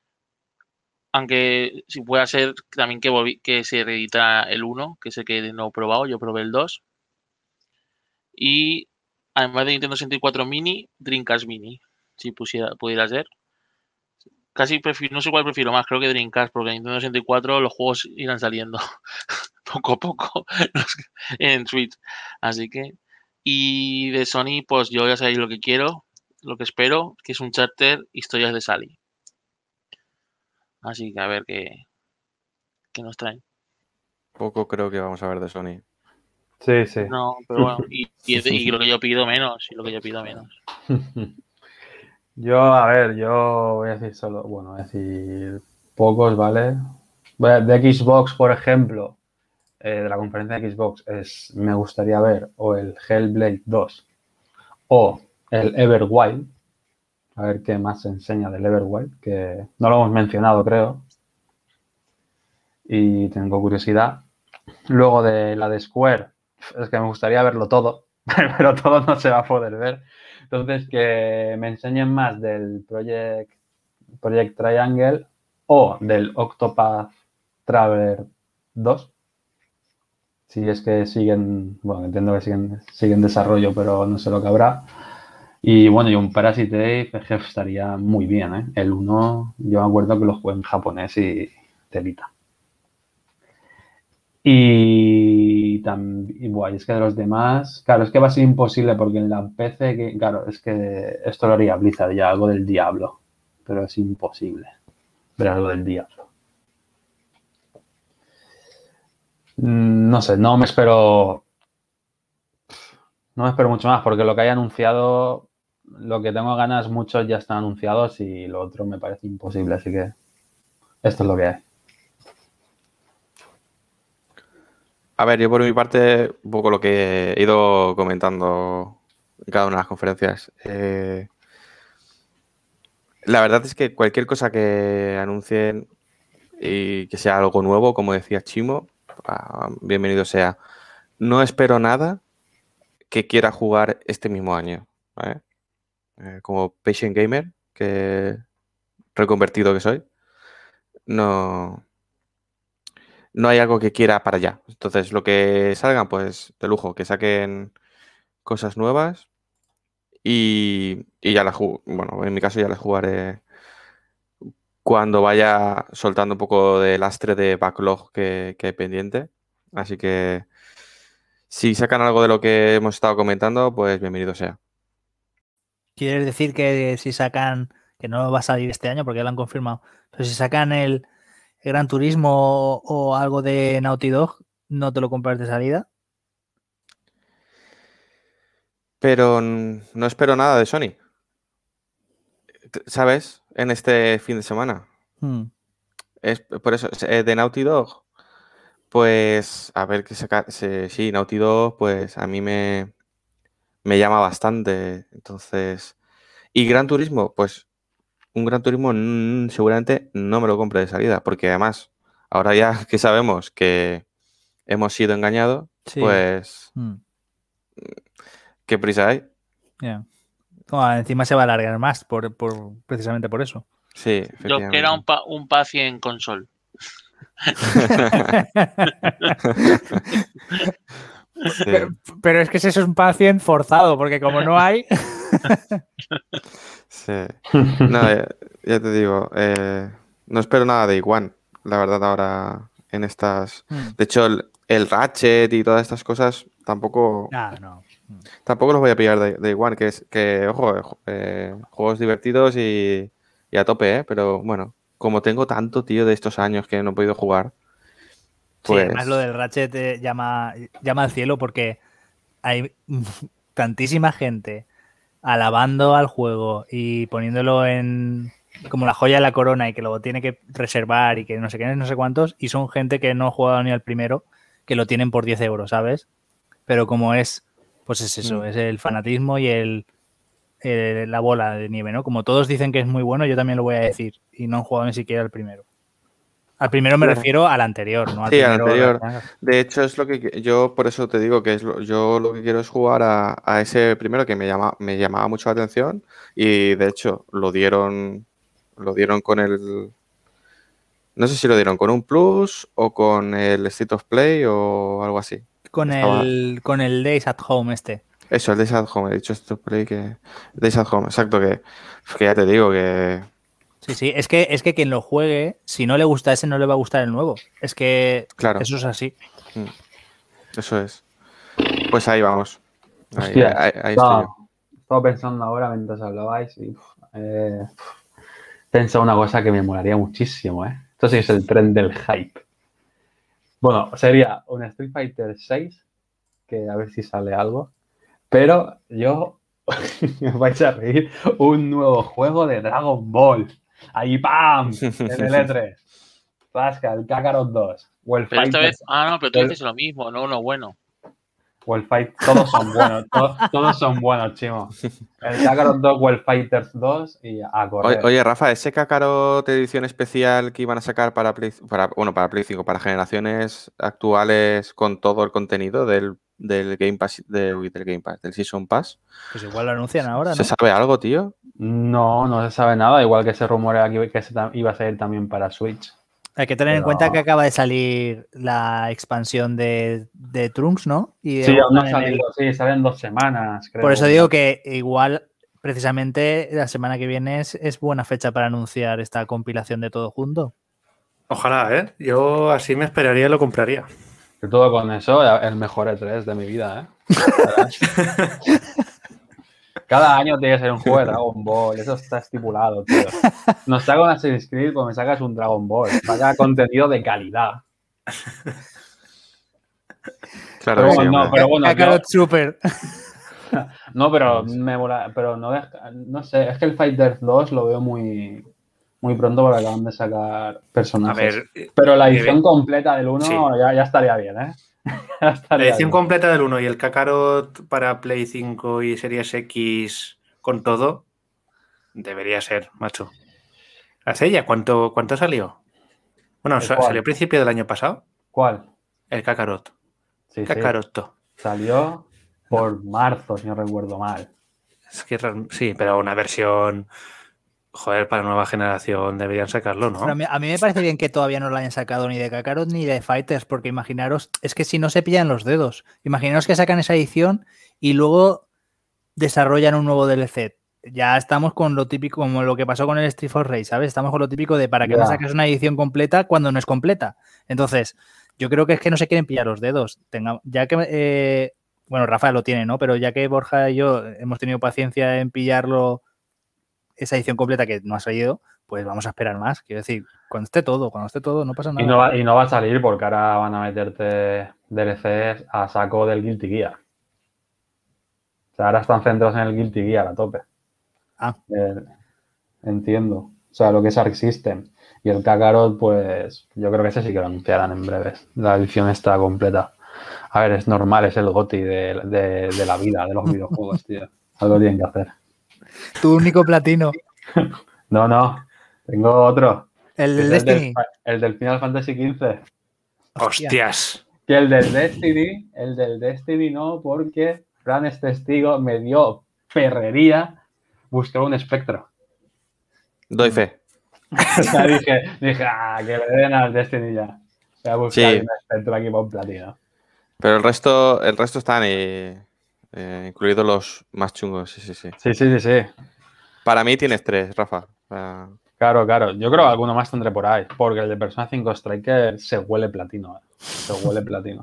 Speaker 4: Aunque si pueda ser también que, volví, que se reedita el uno, que sé que no he probado, yo probé el dos. Y además de Nintendo sesenta y cuatro Mini, Dreamcast Mini, si pusiera, pudiera ser. Casi prefiero, no sé cuál prefiero más, creo que Dreamcast, porque en Nintendo sesenta y cuatro los juegos irán saliendo poco a poco en Switch. Así que, y de Sony, pues yo ya sabéis lo que quiero, lo que espero, que es un charter historias de Sally. Así que a ver qué, qué nos traen.
Speaker 1: Poco creo que vamos a ver de Sony.
Speaker 3: Sí, sí.
Speaker 4: No, pero bueno, y, y, y lo que yo pido menos, y lo que yo pido menos.
Speaker 3: Yo, a ver, yo voy a decir solo, bueno, voy a decir pocos, ¿vale? De Xbox, por ejemplo, eh, de la conferencia de Xbox, es, me gustaría ver o el Hellblade dos o el Everwild. A ver qué más se enseña del Everwild, que no lo hemos mencionado, creo. Y tengo curiosidad. Luego de la de Square, es que me gustaría verlo todo, pero todo no se va a poder ver. Entonces, que me enseñen más del Project, Project Triangle o del Octopath Traveler dos. Si es que siguen, bueno, entiendo que siguen, siguen desarrollo, pero no sé lo que habrá. Y bueno, y un Parasite Eve estaría muy bien, ¿eh? El uno, yo me acuerdo que lo jugué en japonés y telita. Y también, bueno, es que de los demás, claro, es que va a ser imposible porque en la P C, que, claro, es que esto lo haría Blizzard ya, algo del diablo, pero es imposible ver algo del diablo. No sé, no me espero, no me espero mucho más porque lo que haya anunciado, lo que tengo ganas, muchos ya están anunciados y lo otro me parece imposible, así que esto es lo que hay.
Speaker 1: A ver, yo por mi parte, un poco lo que he ido comentando en cada una de las conferencias. Eh, la verdad es que cualquier cosa que anuncien y que sea algo nuevo, como decía Chimo, ah, bienvenido sea. No espero nada que quiera jugar este mismo año, ¿vale? Eh, como patient gamer, que reconvertido que soy, no... no hay algo que quiera para allá. Entonces, lo que salgan, pues de lujo, que saquen cosas nuevas y, y ya las jugo. Bueno, en mi caso ya las jugaré cuando vaya soltando un poco de lastre de backlog que, que hay pendiente. Así que si sacan algo de lo que hemos estado comentando, pues bienvenido sea.
Speaker 2: ¿Quieres decir que si sacan, que no va a salir este año porque ya lo han confirmado, pero si sacan el, el Gran Turismo o, o algo de Naughty Dog, no te lo compras de salida?
Speaker 1: Pero no espero nada de Sony. ¿Sabes? En este fin de semana.
Speaker 2: Hmm.
Speaker 1: Es por eso, de Naughty Dog, pues a ver qué saca. Sí, Naughty Dog, pues a mí me, me llama bastante. Entonces, y Gran Turismo, pues un Gran Turismo mm, seguramente no me lo compre de salida, porque además, ahora ya que sabemos que hemos sido engañados,
Speaker 2: Sí.
Speaker 1: pues
Speaker 2: Hmm.
Speaker 1: ¿qué prisa hay?
Speaker 2: Yeah. Oh, encima se va a alargar más por, por precisamente por eso.
Speaker 1: Sí,
Speaker 4: Yo que era un, pa un pacient console.
Speaker 1: Sí.
Speaker 2: Pero, pero es que ese es un pacient forzado, porque como no hay...
Speaker 1: Sí. No, ya, ya te digo, eh, no espero nada de Iguan, la verdad, ahora en estas...
Speaker 2: Hmm.
Speaker 1: De hecho, el, el Ratchet y todas estas cosas tampoco...
Speaker 2: Ah, no. Hmm.
Speaker 1: Tampoco los voy a pillar de, de Iguan, que es que, ojo, eh, juegos divertidos y, y a tope, ¿eh? Pero bueno, como tengo tanto, tío, de estos años que no he podido jugar, pues...
Speaker 2: Sí, además lo del Ratchet eh, llama, llama al cielo porque hay tantísima gente alabando al juego y poniéndolo en, como la joya de la corona y que lo tiene que reservar y que no sé qué, no sé cuántos, y son gente que no ha jugado ni al primero, que lo tienen por diez euros, ¿sabes? Pero como es, pues es eso, mm. es el fanatismo y el, el la bola de nieve, ¿no? Como todos dicen que es muy bueno, yo también lo voy a decir, y no han jugado ni siquiera al primero. Al primero me claro. refiero al anterior, ¿no? Al
Speaker 1: sí,
Speaker 2: primero,
Speaker 1: al anterior. De hecho, es lo que yo, por eso te digo que es lo, yo lo que quiero es jugar a, a ese primero que me, llama, me llamaba mucho la atención y de hecho lo dieron, lo dieron con el... No sé si lo dieron con un Plus o con el State of Play o algo así.
Speaker 2: Con, Estaba... el, con el Days at Home este.
Speaker 1: Eso, el Days at Home. He dicho State of Play que... Days at Home, exacto. Que, que ya te digo que...
Speaker 2: Sí, sí. Es que, es que quien lo juegue, si no le gusta ese, no le va a gustar el nuevo. Es que
Speaker 1: claro.
Speaker 2: eso es así.
Speaker 1: Eso es. Pues ahí vamos. Ahí,
Speaker 3: Hostia,
Speaker 1: ahí, ahí
Speaker 3: estaba,
Speaker 1: estoy yo.
Speaker 3: Estaba pensando ahora mientras hablabais y... Eh, pensado una cosa que me molaría muchísimo, ¿eh? Esto sí es el tren del hype. Bueno, sería un Street Fighter seis, que a ver si sale algo, pero yo, me vais a reír, un nuevo juego de Dragon Ball. Ahí, ¡pam! En el E tres. Rasca, el Kakarot dos. O el
Speaker 4: pero
Speaker 3: Fighter,
Speaker 4: esta vez, ah, no, pero tú dices lo mismo, no uno bueno.
Speaker 3: O el Fight, todos son buenos, todos, todos son buenos, chimo. El Kakarot dos o el Fighters dos y a correr.
Speaker 1: Oye, oye, Rafa, ese Kakarot edición especial que iban a sacar para Play, para, bueno, para Play cinco, para generaciones actuales con todo el contenido del, del Game Pass, del, del Game Pass, del Season Pass.
Speaker 2: Pues igual lo anuncian ahora, ¿no?
Speaker 1: ¿Se sabe algo, tío?
Speaker 3: No, no se sabe nada, igual que se rumorea que, que se iba a salir también para Switch.
Speaker 2: Hay que tener Pero... en cuenta que acaba de salir la expansión de, de Trunks, ¿no? Y
Speaker 3: sí, aún no ha salido, el... sí, salen dos semanas, creo.
Speaker 2: Por eso digo que igual, precisamente, la semana que viene es, es buena fecha para anunciar esta compilación de todo junto.
Speaker 5: Ojalá, ¿eh? Yo así me esperaría y lo compraría.
Speaker 3: Yo todo con eso, el mejor E tres de mi vida, ¿eh? Cada año tiene que ser un juego de Dragon Ball, eso está estipulado, tío. Nos saca un Assassin's Creed, pues me sacas un Dragon Ball. Saca contenido de calidad.
Speaker 1: Claro,
Speaker 3: pero,
Speaker 1: sí,
Speaker 3: no, pero bueno,
Speaker 2: Kakarot Super.
Speaker 3: No, pero me mola, pero no, no sé, es que el Fighters dos lo veo muy, muy pronto porque acaban de sacar personajes.
Speaker 5: A ver,
Speaker 3: pero la edición eh, completa del uno
Speaker 5: sí.
Speaker 3: ya, ya estaría bien, ¿eh?
Speaker 5: La edición bien. completa del uno y el Kakarot para Play cinco y Series X con todo, debería ser, macho. ¿Hace ya cuánto, cuánto salió? Bueno, ¿salió a principio del año pasado?
Speaker 3: ¿Cuál?
Speaker 5: El Kakarot.
Speaker 3: Sí,
Speaker 5: Kakarot.
Speaker 3: Sí. Salió por no. marzo, si no recuerdo mal.
Speaker 5: Es que sí, pero una versión... Joder, para nueva generación deberían sacarlo, ¿no?
Speaker 2: Pero a, mí, a mí me parece bien que todavía no lo hayan sacado ni de Kakarot ni de Fighters, porque imaginaros, es que si no se pillan los dedos. Imaginaros que sacan esa edición y luego desarrollan un nuevo D L C. Ya estamos con lo típico, como lo que pasó con el Street for Rage, ¿sabes? Estamos con lo típico de para que yeah. no saques una edición completa cuando no es completa. Entonces, yo creo que es que no se quieren pillar los dedos. Tenga, ya que, eh, bueno, Rafa lo tiene, ¿no? Pero ya que Borja y yo hemos tenido paciencia en pillarlo esa edición completa que no ha salido, pues vamos a esperar más. Quiero decir, cuando esté todo, cuando esté todo, no pasa nada.
Speaker 3: Y no va, y no va a salir porque ahora van a meterte D L Cs a saco del Guilty Gear. O sea, ahora están centrados en el Guilty Gear a tope.
Speaker 2: Ah.
Speaker 3: Eh, entiendo. O sea, lo que es Arc System. Y el Kakarot, pues yo creo que ese sí que lo anunciarán en breves. La edición está completa. A ver, es normal, es el GOTY de, de, de la vida, de los videojuegos, tío. Algo tienen que hacer.
Speaker 2: Tu único platino.
Speaker 3: No, no. Tengo otro.
Speaker 2: ¿El del Destiny?
Speaker 3: Del, el del Final Fantasy quince.
Speaker 5: ¡Hostias!
Speaker 3: Que el del Destiny, el del Destiny no, porque Fran es testigo, me dio perrería buscar un espectro.
Speaker 1: Doy fe.
Speaker 3: O sea, dije, dije, ah, que le den al Destiny ya. Voy a buscar sí. un espectro aquí por un platino.
Speaker 1: Pero el resto, el resto están y... Eh, incluidos los más chungos, sí, sí, sí.
Speaker 3: Sí, sí, sí, sí.
Speaker 1: Para mí tienes tres, Rafa. Uh...
Speaker 3: Claro, claro. Yo creo que alguno más tendré por ahí, porque el de Persona cinco Striker se huele platino. ¿eh? Se huele platino.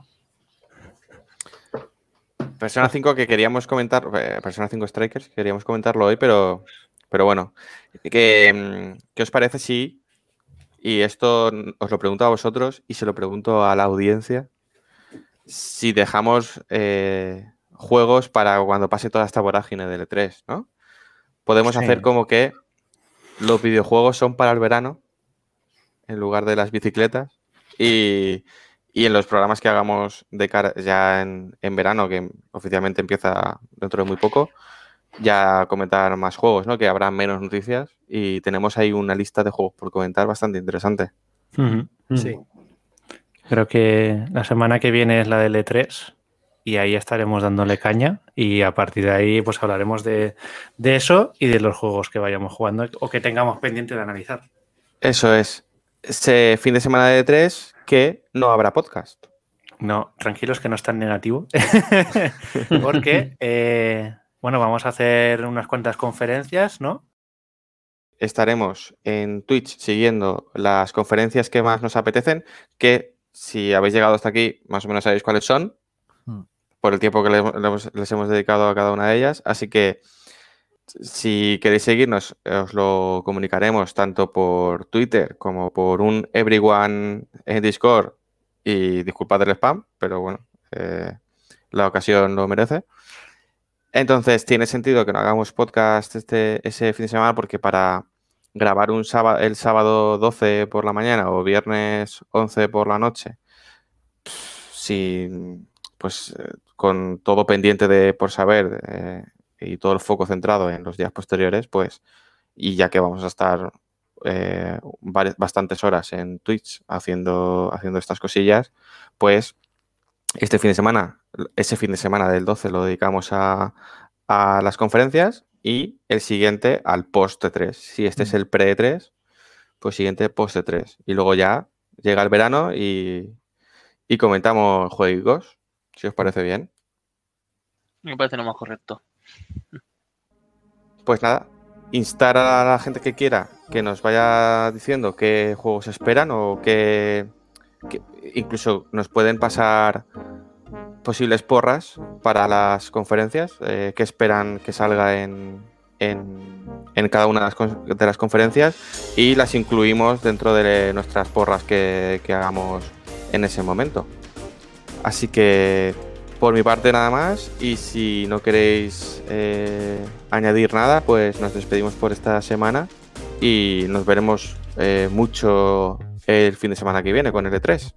Speaker 1: Persona cinco que queríamos comentar, eh, Persona cinco Strikers, queríamos comentarlo hoy, pero, pero bueno. ¿Qué, ¿Qué os parece si, y esto os lo pregunto a vosotros y se lo pregunto a la audiencia, si dejamos... Eh, juegos para cuando pase toda esta vorágine del E tres, ¿no? Podemos sí. hacer como que los videojuegos son para el verano en lugar de las bicicletas y, y en los programas que hagamos de cara ya en, en verano, que oficialmente empieza dentro de muy poco, ya comentar más juegos, ¿no? Que habrá menos noticias y tenemos ahí una lista de juegos por comentar bastante interesante.
Speaker 5: Uh-huh.
Speaker 2: Sí.
Speaker 5: Creo que la semana que viene es la del E tres y ahí estaremos dándole caña y a partir de ahí pues hablaremos de, de eso y de los juegos que vayamos jugando o que tengamos pendiente de analizar.
Speaker 1: Eso es. Ese fin de semana de E tres que no habrá podcast.
Speaker 5: No, tranquilos que no es tan negativo porque eh, bueno, vamos a hacer unas cuantas conferencias, ¿no?
Speaker 1: Estaremos en Twitch siguiendo las conferencias que más nos apetecen, que si habéis llegado hasta aquí, más o menos sabéis cuáles son, mm. por el tiempo que les, les hemos dedicado a cada una de ellas. Así que si queréis seguirnos, os lo comunicaremos tanto por Twitter como por un everyone en Discord. Y disculpad el spam, pero bueno, eh, la ocasión lo merece. Entonces, tiene sentido que no hagamos podcast este, ese fin de semana porque para grabar un sábado, el sábado doce por la mañana o viernes once por la noche, si, pues con todo pendiente de por saber eh, y todo el foco centrado en los días posteriores, pues, y ya que vamos a estar eh, bastantes horas en Twitch haciendo, haciendo estas cosillas, pues este fin de semana, ese fin de semana del doce lo dedicamos a, a las conferencias y el siguiente al post-E tres. Si este mm. es el pre-E tres, pues siguiente post-E tres. Y luego ya llega el verano y, y comentamos juegos, si os parece bien.
Speaker 4: Me parece lo más correcto.
Speaker 1: Pues nada, instar a la gente que quiera que nos vaya diciendo qué juegos esperan o qué... que incluso nos pueden pasar posibles porras para las conferencias eh, que esperan que salga en, en, en cada una de las, de las conferencias y las incluimos dentro de nuestras porras que, que hagamos en ese momento. Así que por mi parte nada más, y si no queréis eh, añadir nada, pues nos despedimos por esta semana y nos veremos eh, mucho el fin de semana que viene con el E tres.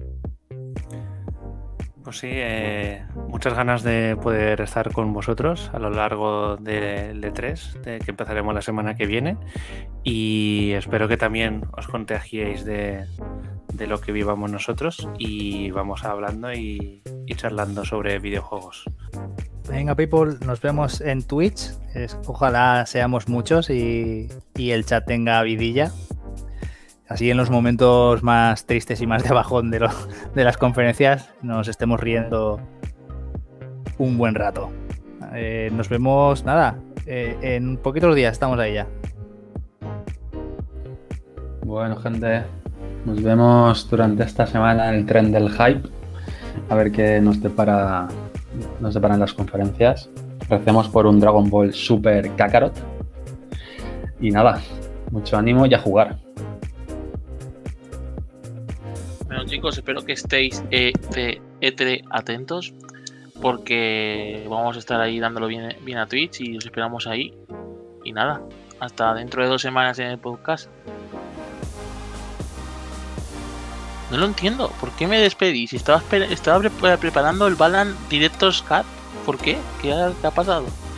Speaker 5: Pues sí, eh, muchas ganas de poder estar con vosotros a lo largo del E tres, de que empezaremos la semana que viene, y espero que también os contagiéis de, de lo que vivamos nosotros y vamos hablando y, y charlando sobre videojuegos.
Speaker 2: Venga, people, nos vemos en Twitch. Es, ojalá seamos muchos y, y el chat tenga vidilla. Así en los momentos más tristes y más de bajón de, lo, de las conferencias nos estemos riendo un buen rato. Eh, nos vemos, nada, eh, en poquitos días estamos ahí ya.
Speaker 3: Bueno, gente, nos vemos durante esta semana en el tren del hype. A ver qué nos depara, nos deparan las conferencias. Recemos por un Dragon Ball Super Kakarot. Y nada, mucho ánimo y a jugar.
Speaker 4: Bueno, chicos, espero que estéis eh, de E tres atentos porque vamos a estar ahí dándolo bien, bien a Twitch y os esperamos ahí. Y nada, hasta dentro de dos semanas en el podcast. No lo entiendo, ¿por qué me despedí? Si estaba, estaba pre preparando el Balan Director's Cut, ¿por qué? ¿Qué ha, qué ha pasado?